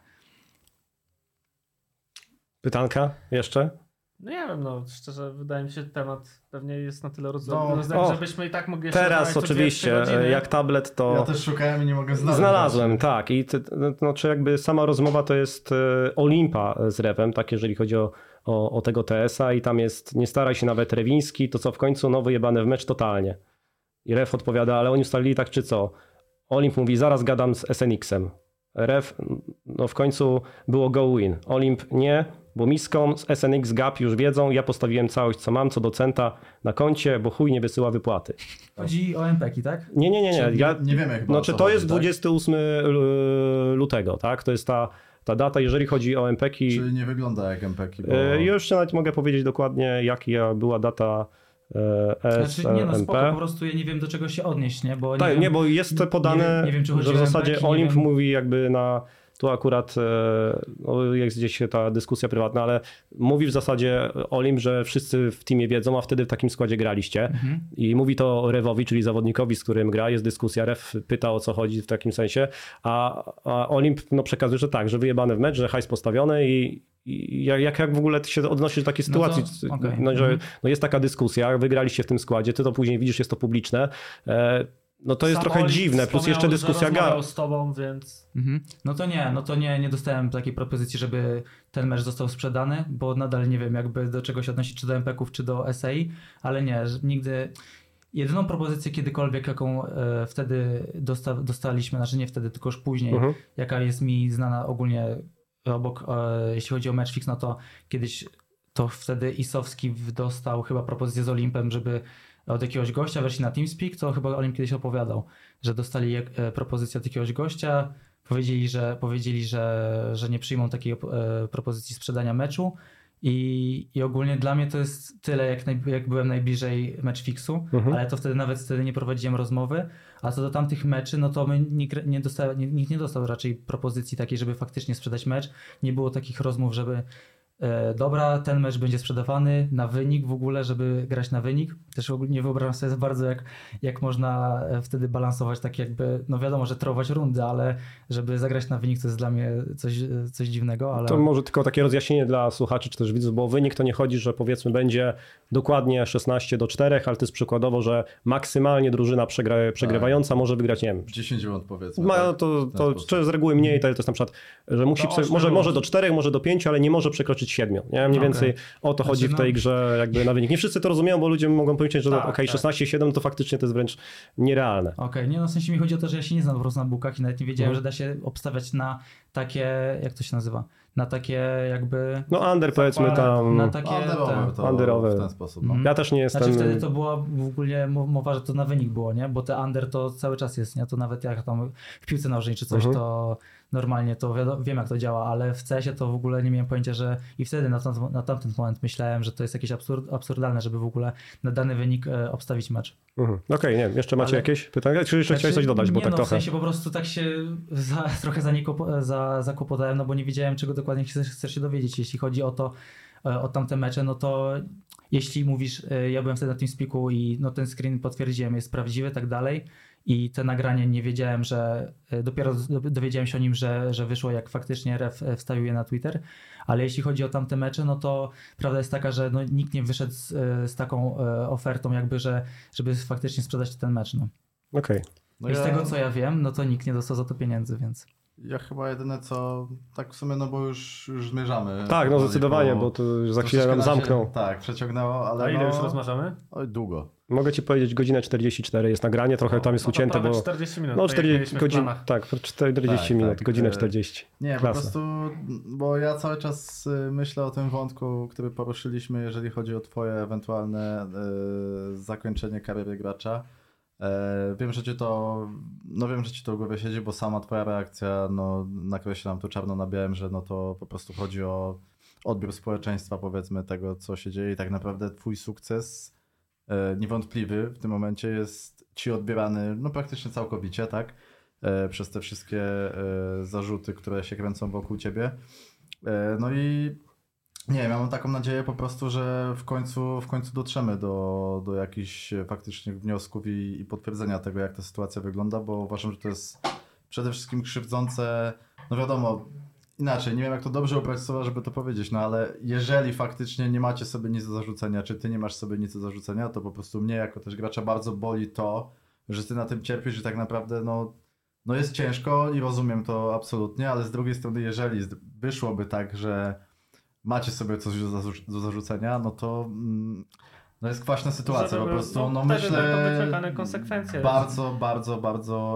Pytanka jeszcze? No nie wiem, no szczerze wydaje mi się, że temat pewnie jest na tyle No, żebyśmy i tak mogli jeszcze teraz oczywiście, jak tablet to... Ja też szukałem i nie mogę znaleźć. Znalazłem, tak. I czy jakby sama rozmowa to jest Olimpa z Rewem, tak jeżeli chodzi o tego TS-a i tam jest nie staraj się nawet Rewiński, to co w końcu no wyjebane w mecz totalnie. I Rew odpowiada, ale oni ustalili tak czy co? Olimp mówi, zaraz gadam z SNX-em. Rew, no w końcu było go win. Olimp nie, bo Miskom z SNX Gap już wiedzą, ja postawiłem całość co mam, co do centa na koncie, bo chuj nie wysyła wypłaty. Chodzi o MPK, tak? Nie. Ja nie wiem jak Znaczy o co to chodzi, jest tak? 28 lutego, tak? To jest ta ta data. Jeżeli chodzi o MPki, Czyli nie wygląda jak MPki, bo... już nawet mogę powiedzieć dokładnie, jaka była data Znaczy, nie no, spoko, po SMP. prostu ja nie wiem do czego się odnieść, nie? Bo Tak, wiem, nie, bo jest podane, nie wiem, czy że chodzi w o zasadzie MPki, nie Olimp wiem. mówi jakby tu akurat no, jest gdzieś ta dyskusja prywatna, ale mówi w zasadzie Olimp, że wszyscy w teamie wiedzą, a wtedy w takim składzie graliście. I mówi to Rewowi, czyli zawodnikowi, z którym gra, jest dyskusja, Rew pyta o co chodzi w takim sensie, a Olimp no, przekazuje, że tak, że wyjebane w mecz, że hajs postawiony i jak w ogóle ty się odnosisz do takiej sytuacji, okej. że no, jest taka dyskusja, wygraliście w tym składzie, ty to później widzisz, jest to publiczne, no to jest Sam trochę Olimp dziwne, plus jeszcze wspomniał, dyskusja że rozmawiał z tobą, więc... No to nie dostałem takiej propozycji, żeby ten mecz został sprzedany, bo nadal nie wiem jakby do czego się odnosić, czy do MPK-ów, czy do SAI, ale nie, nigdy... Jedyną propozycję kiedykolwiek, jaką wtedy dostaliśmy, znaczy nie wtedy, tylko już później, jaka jest mi znana ogólnie obok, jeśli chodzi o match fix, no to kiedyś to wtedy Isowski dostał chyba propozycję z Olimpem, żeby od jakiegoś gościa weszli na TeamSpeak, to chyba Olimp kiedyś opowiadał, że dostali propozycję od jakiegoś gościa, powiedzieli, że nie przyjmą takiej propozycji sprzedania meczu i ogólnie dla mnie to jest tyle, jak byłem najbliżej match fixu, ale to wtedy nie prowadziłem rozmowy, a co do tamtych meczy, no to nikt nie dostał raczej propozycji takiej, żeby faktycznie sprzedać mecz, nie było takich rozmów, żeby dobra, ten mecz będzie sprzedawany na wynik w ogóle, żeby grać na wynik. Też nie wyobrażam sobie za bardzo, jak można wtedy balansować tak jakby, no wiadomo, że trować rundy, ale żeby zagrać na wynik to jest dla mnie coś dziwnego. Ale... To może tylko takie rozjaśnienie dla słuchaczy czy też widzów, bo wynik to nie chodzi, że powiedzmy będzie dokładnie 16-4, ale to jest przykładowo, że maksymalnie drużyna przegrywająca może wygrać, nie wiem, 10 rund powiedzmy. ma, tak? to z reguły mniej, to jest na przykład, że musi, może do 4, może do 5, ale nie może przekroczyć 7. Nie? Mniej więcej o to chodzi w tej grze jakby na wynik. Nie wszyscy to rozumieją, bo ludzie mogą powiedzieć, że Tak, 16-7 to faktycznie to jest wręcz nierealne. Okej, nie no w sensie mi chodzi o to, że ja się nie znam po prostu na bookach i nawet nie wiedziałem, że da się obstawiać na takie, jak to się nazywa, na takie jakby... No under powiedzmy tam, na takie underowe. W ten sposób. No. Ja też nie jestem... Znaczy wtedy to była w ogóle mowa, że to na wynik było, nie? Bo te under to cały czas jest, nie? To nawet jak tam w piłce nożnej czy coś, to normalnie to wiem jak to działa, ale w CS-ie to w ogóle nie miałem pojęcia, że i wtedy na tamten moment myślałem, że to jest jakieś absurdalne, żeby w ogóle na dany wynik obstawić mecz. Okej, nie wiem, jeszcze macie Ale- jakieś pytania? Czy jeszcze chciałeś coś dodać, bo nie tak no, trochę... w sensie po prostu tak się trochę zakłopotałem, no bo nie wiedziałem czego dokładnie chcesz się dowiedzieć. Jeśli chodzi o tamte mecze, no to jeśli mówisz, ja byłem wtedy na TeamSpeaku i no ten screen potwierdziłem, jest prawdziwy, tak dalej i te nagranie nie wiedziałem, że dopiero dowiedziałem się o nim, że wyszło jak faktycznie Ref wstawił je na Twitter, ale jeśli chodzi o tamte mecze, no to prawda jest taka, że no, nikt nie wyszedł z taką ofertą jakby, żeby faktycznie sprzedać ten mecz. No. Okej. No I z tego co ja wiem, no to nikt nie dostał za to pieniędzy, więc... Ja chyba jedyne co, tak w sumie, no bo już zmierzamy. Tak, no powoli, zdecydowanie, bo to już za chwilę nam troszeczkę zamknął. Tak, przeciągnęło, ale A ile no, już rozmawiamy? Oj, długo. Mogę ci powiedzieć, godzinę 44 jest nagranie, trochę tam jest No to ucięte, prawie bo... 40 minut, No tak jak 40 mieliśmy w godzin, planach. tak, 40 Tak, minut, tak. godzinę 40. Nie, Klasa. po prostu, bo ja cały czas myślę o tym wątku, który poruszyliśmy, jeżeli chodzi o twoje ewentualne zakończenie kariery gracza. Wiem, że ci to w głowie siedzi, bo sama twoja reakcja nakreśla nam tu czarno na białym, że no to po prostu chodzi o odbiór społeczeństwa, powiedzmy, tego, co się dzieje i tak naprawdę twój sukces niewątpliwy w tym momencie jest ci odbierany no praktycznie całkowicie, tak? Przez te wszystkie zarzuty, które się kręcą wokół ciebie. No i nie wiem, ja mam taką nadzieję po prostu, że w końcu dotrzemy do jakichś faktycznych wniosków i potwierdzenia tego, jak ta sytuacja wygląda, bo uważam, że to jest przede wszystkim krzywdzące, no wiadomo, inaczej, nie wiem jak to dobrze ubrać słowa, żeby to powiedzieć, no ale jeżeli faktycznie nie macie sobie nic do zarzucenia, czy ty nie masz sobie nic do zarzucenia, to po prostu mnie jako też gracza bardzo boli to, że ty na tym cierpisz, że tak naprawdę no jest ciężko i rozumiem to absolutnie, ale z drugiej strony, jeżeli wyszłoby tak, że macie sobie coś do zarzucenia, no to no jest kwaśna sytuacja po prostu. No myślę, będą wyczekane konsekwencje. bardzo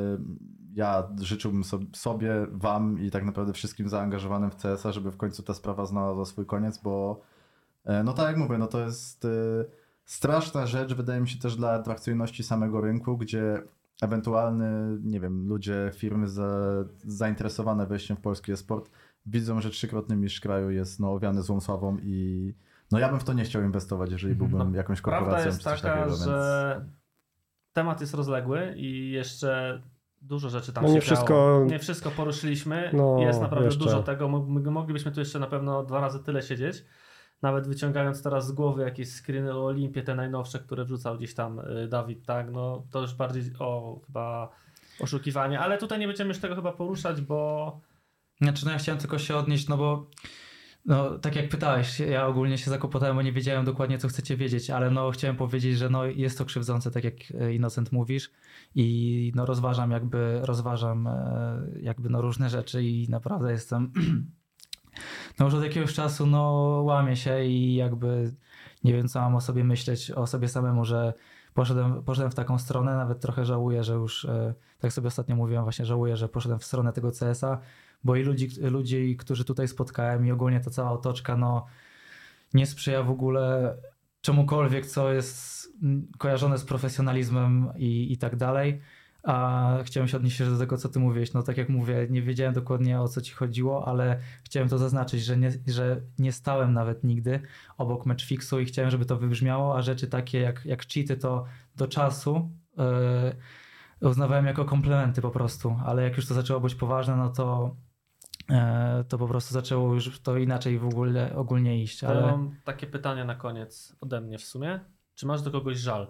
ja życzyłbym sobie, wam i tak naprawdę wszystkim zaangażowanym w CS-a, żeby w końcu ta sprawa znalazła swój koniec, bo no tak jak mówię, no to jest straszna rzecz, wydaje mi się też dla atrakcyjności samego rynku, gdzie ewentualny, nie wiem, ludzie, firmy zainteresowane wejściem w polski e-sport widzą, że 3-krotny mistrz kraju jest owiany złą sławą i no ja bym w to nie chciał inwestować, jeżeli byłbym jakąś korporacją Prawda czy jest coś taka, takiego, że temat jest rozległy i jeszcze dużo rzeczy tam No się nie działo. wszystko- Nie wszystko poruszyliśmy. No, jest naprawdę jeszcze. dużo tego. Moglibyśmy tu jeszcze na pewno 2 razy tyle siedzieć. Nawet wyciągając teraz z głowy jakieś screeny o Olimpie, te najnowsze, które wrzucał gdzieś tam Dawid, tak? No to już bardziej chyba oszukiwanie, ale tutaj nie będziemy już tego chyba poruszać, bo Znaczy, no ja chciałem tylko się odnieść, no bo no, tak jak pytałeś, ja ogólnie się zakłopotałem, bo nie wiedziałem dokładnie, co chcecie wiedzieć, ale no chciałem powiedzieć, że no jest to krzywdzące, tak jak Innocent mówisz i no rozważam jakby no różne rzeczy i naprawdę jestem no już od jakiegoś czasu no łamię się i jakby nie wiem, co mam o sobie myśleć, o sobie samemu, że poszedłem w taką stronę, nawet trochę żałuję, że już, tak sobie ostatnio mówiłem, właśnie żałuję, że poszedłem w stronę tego CS-a, bo i ludzi, którzy tutaj spotkałem i ogólnie ta cała otoczka, no nie sprzyja w ogóle czemukolwiek, co jest kojarzone z profesjonalizmem i tak dalej. A chciałem się odnieść do tego, co ty mówiłeś. No tak jak mówię, nie wiedziałem dokładnie, o co ci chodziło, ale chciałem to zaznaczyć, że nie stałem nawet nigdy obok matchfixu i chciałem, żeby to wybrzmiało, a rzeczy takie jak cheaty to do czasu uznawałem jako komplementy po prostu, ale jak już to zaczęło być poważne, no to po prostu zaczęło już to inaczej w ogóle ogólnie iść. ale Ale mam takie pytanie na koniec ode mnie w sumie. Czy masz do kogoś żal?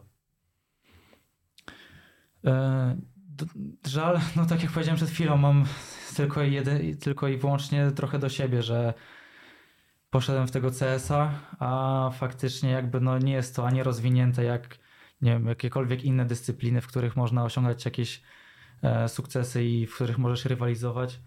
żal, no tak jak powiedziałem przed chwilą, mam tylko i wyłącznie trochę do siebie, że poszedłem w tego CS-a, a faktycznie jakby no nie jest to ani rozwinięte jak nie wiem, jakiekolwiek inne dyscypliny, w których można osiągać jakieś sukcesy i w których możesz rywalizować.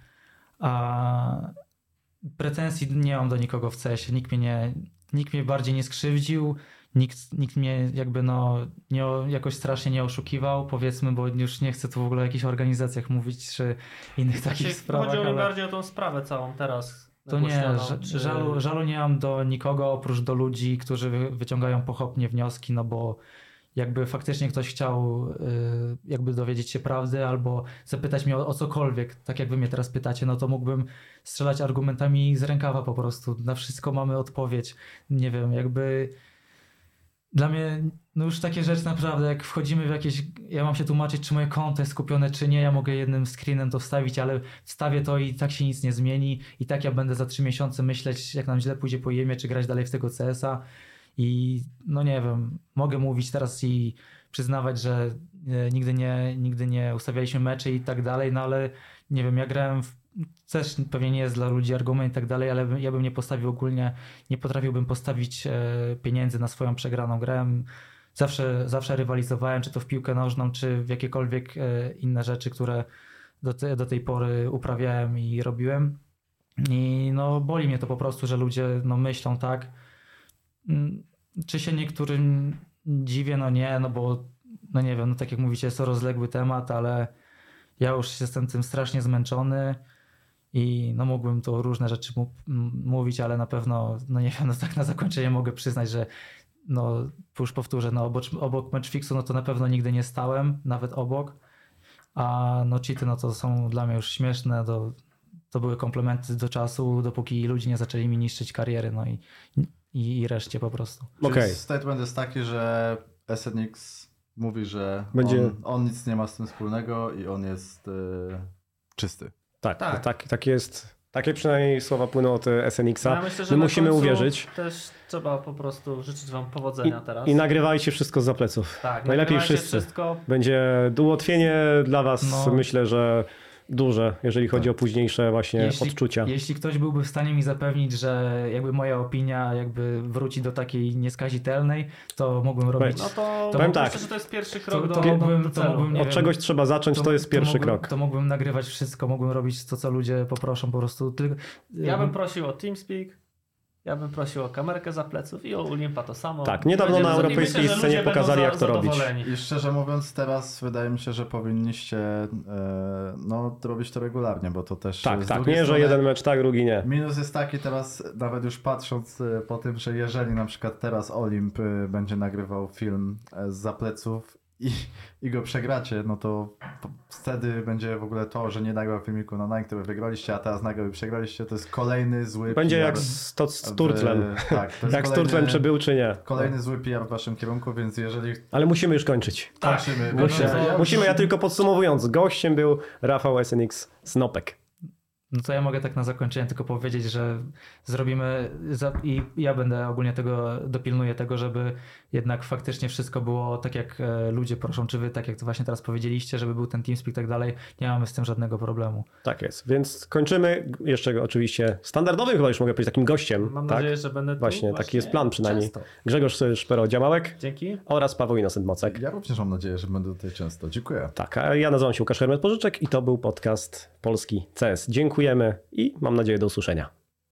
A pretensji nie mam do nikogo w CS-ie, nikt mnie bardziej nie skrzywdził, nikt mnie jakby no jakoś strasznie nie oszukiwał, powiedzmy, bo już nie chcę tu w ogóle o jakichś organizacjach mówić, czy innych takich sprawach. Chodziło mi ale... bardziej o tą sprawę całą teraz. To nie, nagłośnioną, czy... żalu nie mam do nikogo, oprócz do ludzi, którzy wyciągają pochopnie wnioski, no bo jakby faktycznie ktoś chciał jakby dowiedzieć się prawdy albo zapytać mnie o cokolwiek, tak jak wy mnie teraz pytacie, no to mógłbym strzelać argumentami z rękawa po prostu. Na wszystko mamy odpowiedź. Nie wiem, jakby dla mnie no już takie rzeczy naprawdę, jak wchodzimy w jakieś, ja mam się tłumaczyć, czy moje konto jest skupione, czy nie, ja mogę jednym screenem to wstawić, ale wstawię to i tak się nic nie zmieni i tak ja będę za 3 miesiące myśleć, jak nam źle pójdzie po jemie, czy grać dalej w tego CS-a i no nie wiem, mogę mówić teraz i przyznawać, że nigdy nie ustawialiśmy meczy i tak dalej, no ale nie wiem, ja grałem też pewnie nie jest dla ludzi argument i tak dalej, ale ja bym nie postawił ogólnie, nie potrafiłbym postawić pieniędzy na swoją przegraną. Grałem, zawsze rywalizowałem, czy to w piłkę nożną, czy w jakiekolwiek inne rzeczy, które do tej pory uprawiałem i robiłem. I no boli mnie to po prostu, że ludzie no myślą tak. Czy się niektórym dziwię? No nie, no bo no nie wiem, no tak jak mówicie, jest to rozległy temat, ale ja już jestem tym strasznie zmęczony i no mógłbym tu różne rzeczy mówić, ale na pewno, no nie wiem, no tak na zakończenie mogę przyznać, że no już powtórzę, no obok matchfixu no to na pewno nigdy nie stałem, nawet obok, a no cheaty no to są dla mnie już śmieszne, to były komplementy do czasu, dopóki ludzie nie zaczęli mi niszczyć kariery, no i reszcie po prostu. Okej. Czyli statement jest taki, że SNX mówi, że Będzie- on nic nie ma z tym wspólnego i on jest czysty. Tak jest. Takie przynajmniej słowa płyną od SNX-a. Ja myślę, że My na musimy końcu uwierzyć. Też trzeba po prostu życzyć wam powodzenia teraz. I nagrywajcie wszystko z zapleców. tak, najlepiej nagrywajcie wszyscy. Wszystko. Będzie ułatwienie dla was, No. myślę, że duże, jeżeli chodzi o późniejsze właśnie odczucia. Jeśli ktoś byłby w stanie mi zapewnić, że jakby moja opinia jakby wróci do takiej nieskazitelnej, to mógłbym robić... No to Powiem myślę, tak. że to jest pierwszy krok To do mógłbym, nie Od wiem, czegoś trzeba zacząć, to jest pierwszy mógłbym, krok. To mógłbym nagrywać wszystko, mógłbym robić to, co ludzie poproszą po prostu. Ja bym prosił o TeamSpeak, ja bym prosił o kamerkę za pleców i o Olimpa to samo. Tak, niedawno na Będziemy- europejskiej myślę, że scenie ludzie będą pokazali, jak to robić. zadowoleni. I szczerze mówiąc, teraz wydaje mi się, że powinniście robić to regularnie, bo to też Tak, z tak, drugiej nie, że strony jeden mecz tak, drugi nie. Minus jest taki teraz, nawet już patrząc po tym, że jeżeli na przykład teraz Olimp będzie nagrywał film z zapleców i go przegracie, no to wtedy będzie w ogóle to, że nie nagrał filmiku na Nine, który wygraliście, a teraz nagrał i przegraliście, to jest kolejny zły Będzie PR jak z Turtlem. Tak, to jest Jak z Turtlem, czy był, czy nie. kolejny zły PR w waszym kierunku, więc jeżeli Ale musimy już kończyć. kończymy... Musimy, ja tylko podsumowując, gościem był Rafał SNX Snopek. No to ja mogę tak na zakończenie tylko powiedzieć, że zrobimy i ja będę ogólnie dopilnuję tego, żeby jednak faktycznie wszystko było tak jak ludzie proszą, czy wy tak jak to właśnie teraz powiedzieliście, żeby był ten TeamSpeak i tak dalej. Nie mamy z tym żadnego problemu. Tak jest, więc kończymy jeszcze oczywiście standardowym chyba już mogę powiedzieć takim gościem. Mam tak? nadzieję, że będę tu Właśnie, taki jest plan przynajmniej. często. Grzegorz Szpero-Działałek Dzięki. oraz Paweł Innocent-Mocek. Ja również mam nadzieję, że będę tutaj często. Dziękuję. Tak, a ja nazywam się Łukasz Hermet-Pożyczek i to był podcast Polski CS. Dziękujemy i mam nadzieję do usłyszenia.